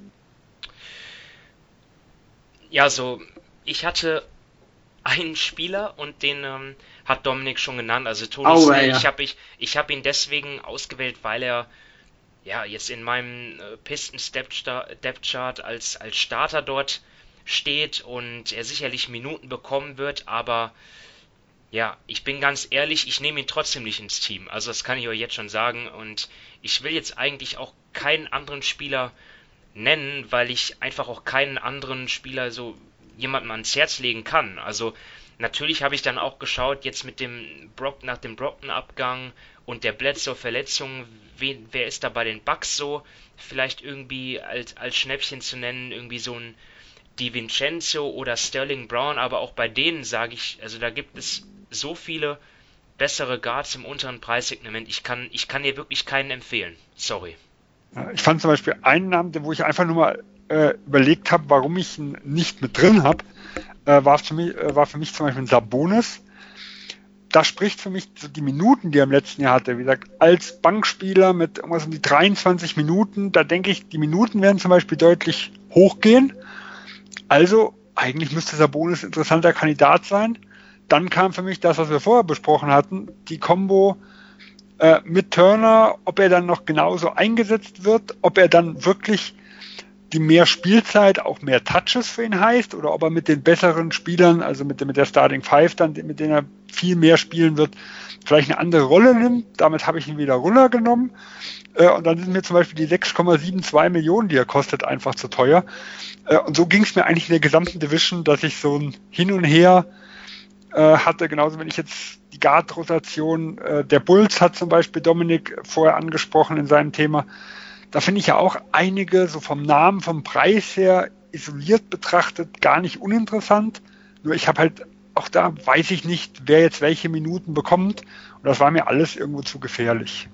Ja, so, ich hatte einen Spieler und den ähm, hat Dominik schon genannt, also Tony
oh,
Snell.
ja.
Ich habe ich, ich hab ihn deswegen ausgewählt, weil er ja jetzt in meinem äh, Pistons Depth Chart als, als Starter dort steht und er sicherlich Minuten bekommen wird, aber ja, ich bin ganz ehrlich, ich nehme ihn trotzdem nicht ins Team. Also das kann ich euch jetzt schon sagen. Und ich will jetzt eigentlich auch keinen anderen Spieler nennen, weil ich einfach auch keinen anderen Spieler so jemandem ans Herz legen kann. Also natürlich habe ich dann auch geschaut, jetzt mit dem Brock, nach dem Brockton-Abgang und der Bledsoe-Verletzung, wen, wer ist da bei den Bucks so vielleicht irgendwie als, als Schnäppchen zu nennen, irgendwie so ein DiVincenzo oder Sterling Brown, aber auch bei denen sage ich, also da gibt es so viele bessere Guards im unteren Preissegment. Ich kann, ich kann dir wirklich keinen empfehlen. Sorry.
Ich fand zum Beispiel einen Namen, wo ich einfach nur mal äh, überlegt habe, warum ich ihn nicht mit drin habe, äh, war, für mich, äh, war für mich zum Beispiel ein Sabonis. Da spricht für mich so die Minuten, die er im letzten Jahr hatte. Wie gesagt, als Bankspieler mit irgendwas um die dreiundzwanzig Minuten, da denke ich, die Minuten werden zum Beispiel deutlich hochgehen. Also eigentlich müsste Sabonis ein interessanter Kandidat sein. Dann kam für mich das, was wir vorher besprochen hatten, die Kombo äh, mit Turner, ob er dann noch genauso eingesetzt wird, ob er dann wirklich die mehr Spielzeit, auch mehr Touches für ihn heißt, oder ob er mit den besseren Spielern, also mit, mit der Starting Five, dann, mit denen er viel mehr spielen wird, vielleicht eine andere Rolle nimmt. Damit habe ich ihn wieder runtergenommen. Äh, und dann sind mir zum Beispiel die sechs Komma zweiundsiebzig Millionen, die er kostet, einfach zu teuer. Äh, und so ging es mir eigentlich in der gesamten Division, dass ich so ein Hin und Her hatte, genauso wenn ich jetzt die Guard-Rotation äh, der Bulls hat zum Beispiel Dominik vorher angesprochen in seinem Thema, da finde ich ja auch einige so vom Namen, vom Preis her isoliert betrachtet gar nicht uninteressant, nur ich habe halt auch da weiß ich nicht, wer jetzt welche Minuten bekommt und das war mir alles irgendwo zu gefährlich.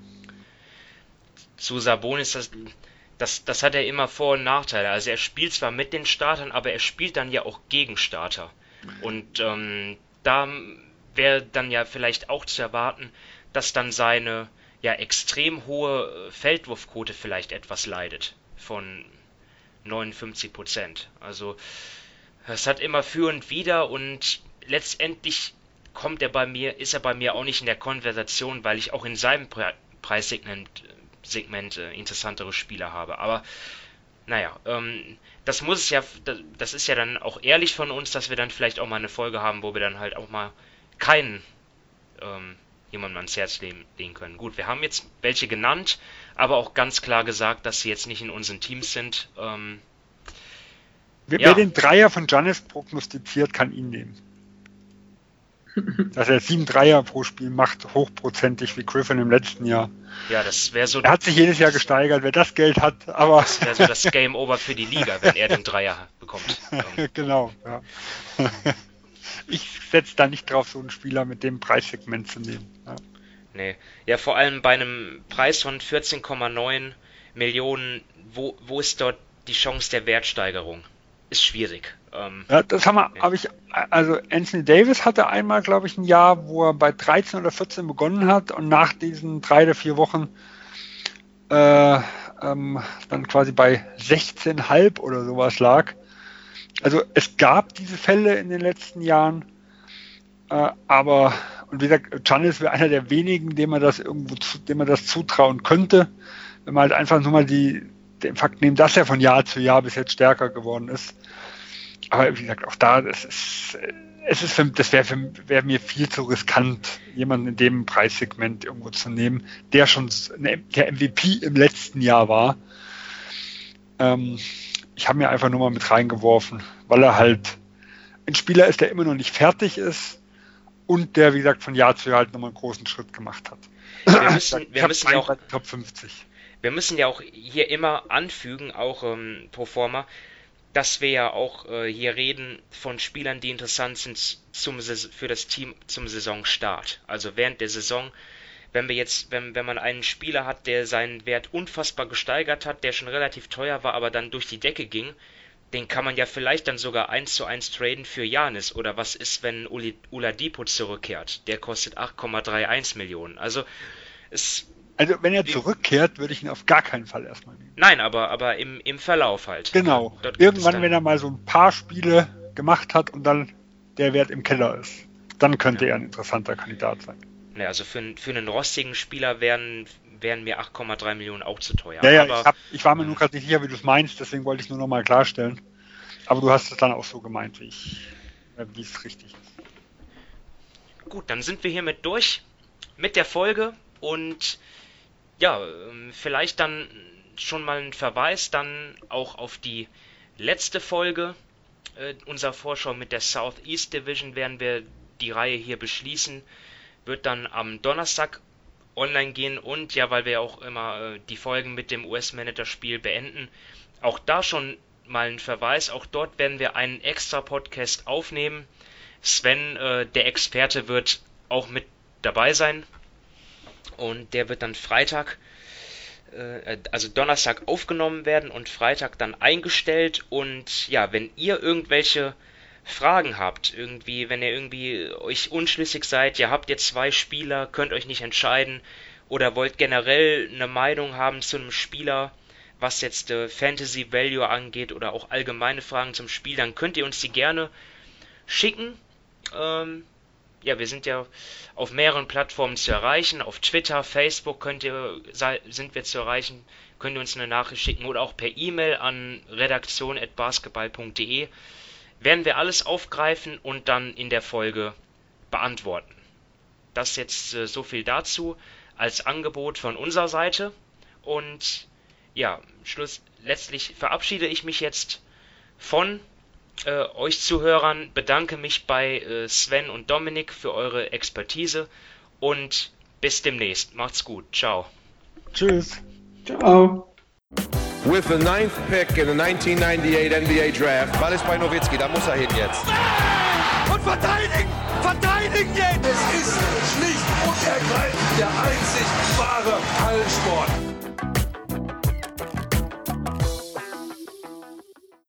Zu Sabonis, das, das, das hat er immer Vor- und Nachteile, also er spielt zwar mit den Startern, aber er spielt dann ja auch gegen Starter und ähm, da wäre dann ja vielleicht auch zu erwarten, dass dann seine ja extrem hohe Feldwurfquote vielleicht etwas leidet von neunundfünfzig Prozent. Also es hat immer für und wider und letztendlich kommt er bei mir, ist er bei mir auch nicht in der Konversation, weil ich auch in seinem Pre- Preissegment Segment, äh, interessantere Spieler habe. Aber naja, ähm, das muss es ja, das ist ja dann auch ehrlich von uns, dass wir dann vielleicht auch mal eine Folge haben, wo wir dann halt auch mal keinen ähm, jemandem ans Herz legen, legen können. Gut, wir haben jetzt welche genannt, aber auch ganz klar gesagt, dass sie jetzt nicht in unseren Teams sind. Ähm,
wer,
ja.
wer den Dreier von Giannis prognostiziert, kann ihn nehmen. dass er sieben Dreier pro Spiel macht, hochprozentig wie Griffin im letzten Jahr.
Ja, das wäre so...
Er hat sich jedes Jahr gesteigert, wer das Geld hat, aber...
Das wäre so das Game Over für die Liga, wenn er den Dreier bekommt.
Genau, ja. Ich setze da nicht drauf, so einen Spieler mit dem Preissegment zu nehmen. Ja.
Nee, ja, vor allem bei einem Preis von vierzehn Komma neun Millionen, wo, wo ist dort die Chance der Wertsteigerung? Ist schwierig. Ähm,
ja, das haben wir, ja. habe ich, also Anthony Davis hatte einmal, glaube ich, ein Jahr, wo er bei dreizehn oder vierzehn begonnen hat und nach diesen drei oder vier Wochen äh, ähm, dann quasi bei sechzehn Komma fünf oder sowas lag. Also es gab diese Fälle in den letzten Jahren, äh, aber, und wie gesagt, Giannis wäre einer der wenigen, dem man das irgendwo, zu, dem man das zutrauen könnte, wenn man halt einfach nur mal die, den Fakt nehmen, dass er von Jahr zu Jahr bis jetzt stärker geworden ist. Aber wie gesagt, auch da, das ist, es ist für, das wäre wär mir viel zu riskant, jemanden in dem Preissegment irgendwo zu nehmen, der schon der M V P im letzten Jahr war. Ähm, ich habe mir einfach nur mal mit reingeworfen, weil er halt ein Spieler ist, der immer noch nicht fertig ist und der, wie gesagt, von Jahr zu Jahr halt nochmal einen großen Schritt gemacht hat.
Wir müssen, wir müssen ja auch
Top fünfzig.
Wir müssen ja auch hier immer anfügen, auch ähm, pro forma, dass wir ja auch äh, hier reden von Spielern, die interessant sind zum, für das Team zum Saisonstart. Also während der Saison, wenn wir jetzt, wenn, wenn man einen Spieler hat, der seinen Wert unfassbar gesteigert hat, der schon relativ teuer war, aber dann durch die Decke ging, den kann man ja vielleicht dann sogar eins zu eins traden für Giannis. Oder was ist, wenn Uli, Oladipo zurückkehrt? Der kostet acht Komma einunddreißig Millionen. Also es...
Also wenn er zurückkehrt, würde ich ihn auf gar keinen Fall erstmal nehmen.
Nein, aber, aber im, im Verlauf halt.
Genau. Irgendwann, wenn er mal so ein paar Spiele gemacht hat und dann der Wert im Keller ist, dann könnte ja. er ein interessanter Kandidat sein.
Ja, also für, für einen rostigen Spieler wären, wären mir acht Komma drei Millionen auch zu teuer.
Ja, ja,
aber,
ich, hab, ich war mir nur gerade nicht sicher, wie du es meinst, deswegen wollte ich nur nochmal klarstellen. Aber du hast es dann auch so gemeint, wie ich, wie es richtig ist.
Gut, dann sind wir hiermit durch mit der Folge und ja, vielleicht dann schon mal ein Verweis dann auch auf die letzte Folge äh, unserer Vorschau mit der Southeast Division werden wir die Reihe hier beschließen, wird dann am Donnerstag online gehen und ja, weil wir auch immer äh, die Folgen mit dem U S-Manager-Spiel beenden, auch da schon mal ein Verweis, auch dort werden wir einen extra Podcast aufnehmen. Sven, äh, der Experte, wird auch mit dabei sein. Und der wird dann Freitag, äh, also Donnerstag aufgenommen werden und Freitag dann eingestellt. Und ja, wenn ihr irgendwelche Fragen habt, irgendwie, wenn ihr irgendwie euch unschlüssig seid, ihr habt jetzt zwei Spieler, könnt euch nicht entscheiden oder wollt generell eine Meinung haben zu einem Spieler, was jetzt äh, Fantasy Value angeht oder auch allgemeine Fragen zum Spiel, dann könnt ihr uns die gerne schicken. Ähm, Ja, wir sind ja auf mehreren Plattformen zu erreichen. Auf Twitter, Facebook könnt ihr, sind wir zu erreichen. Könnt ihr uns eine Nachricht schicken oder auch per E-Mail an redaktion at basketball punkt de. Werden wir alles aufgreifen und dann in der Folge beantworten. Das jetzt äh, so viel dazu als Angebot von unserer Seite. Und ja, Schluss, letztlich verabschiede ich mich jetzt von Äh, euch Zuhörern, bedanke mich bei äh, Sven und Dominik für eure Expertise und bis demnächst. Macht's gut. Ciao.
Tschüss.
Ciao.
With the ninth pick in the nineteen ninety-eight N B A Draft.
Ball ist bei Nowitzki, da muss er hin jetzt.
Und verteidigen! Verteidigen jetzt!
Es ist schlicht und ergreifend der einzig wahre Hallensport.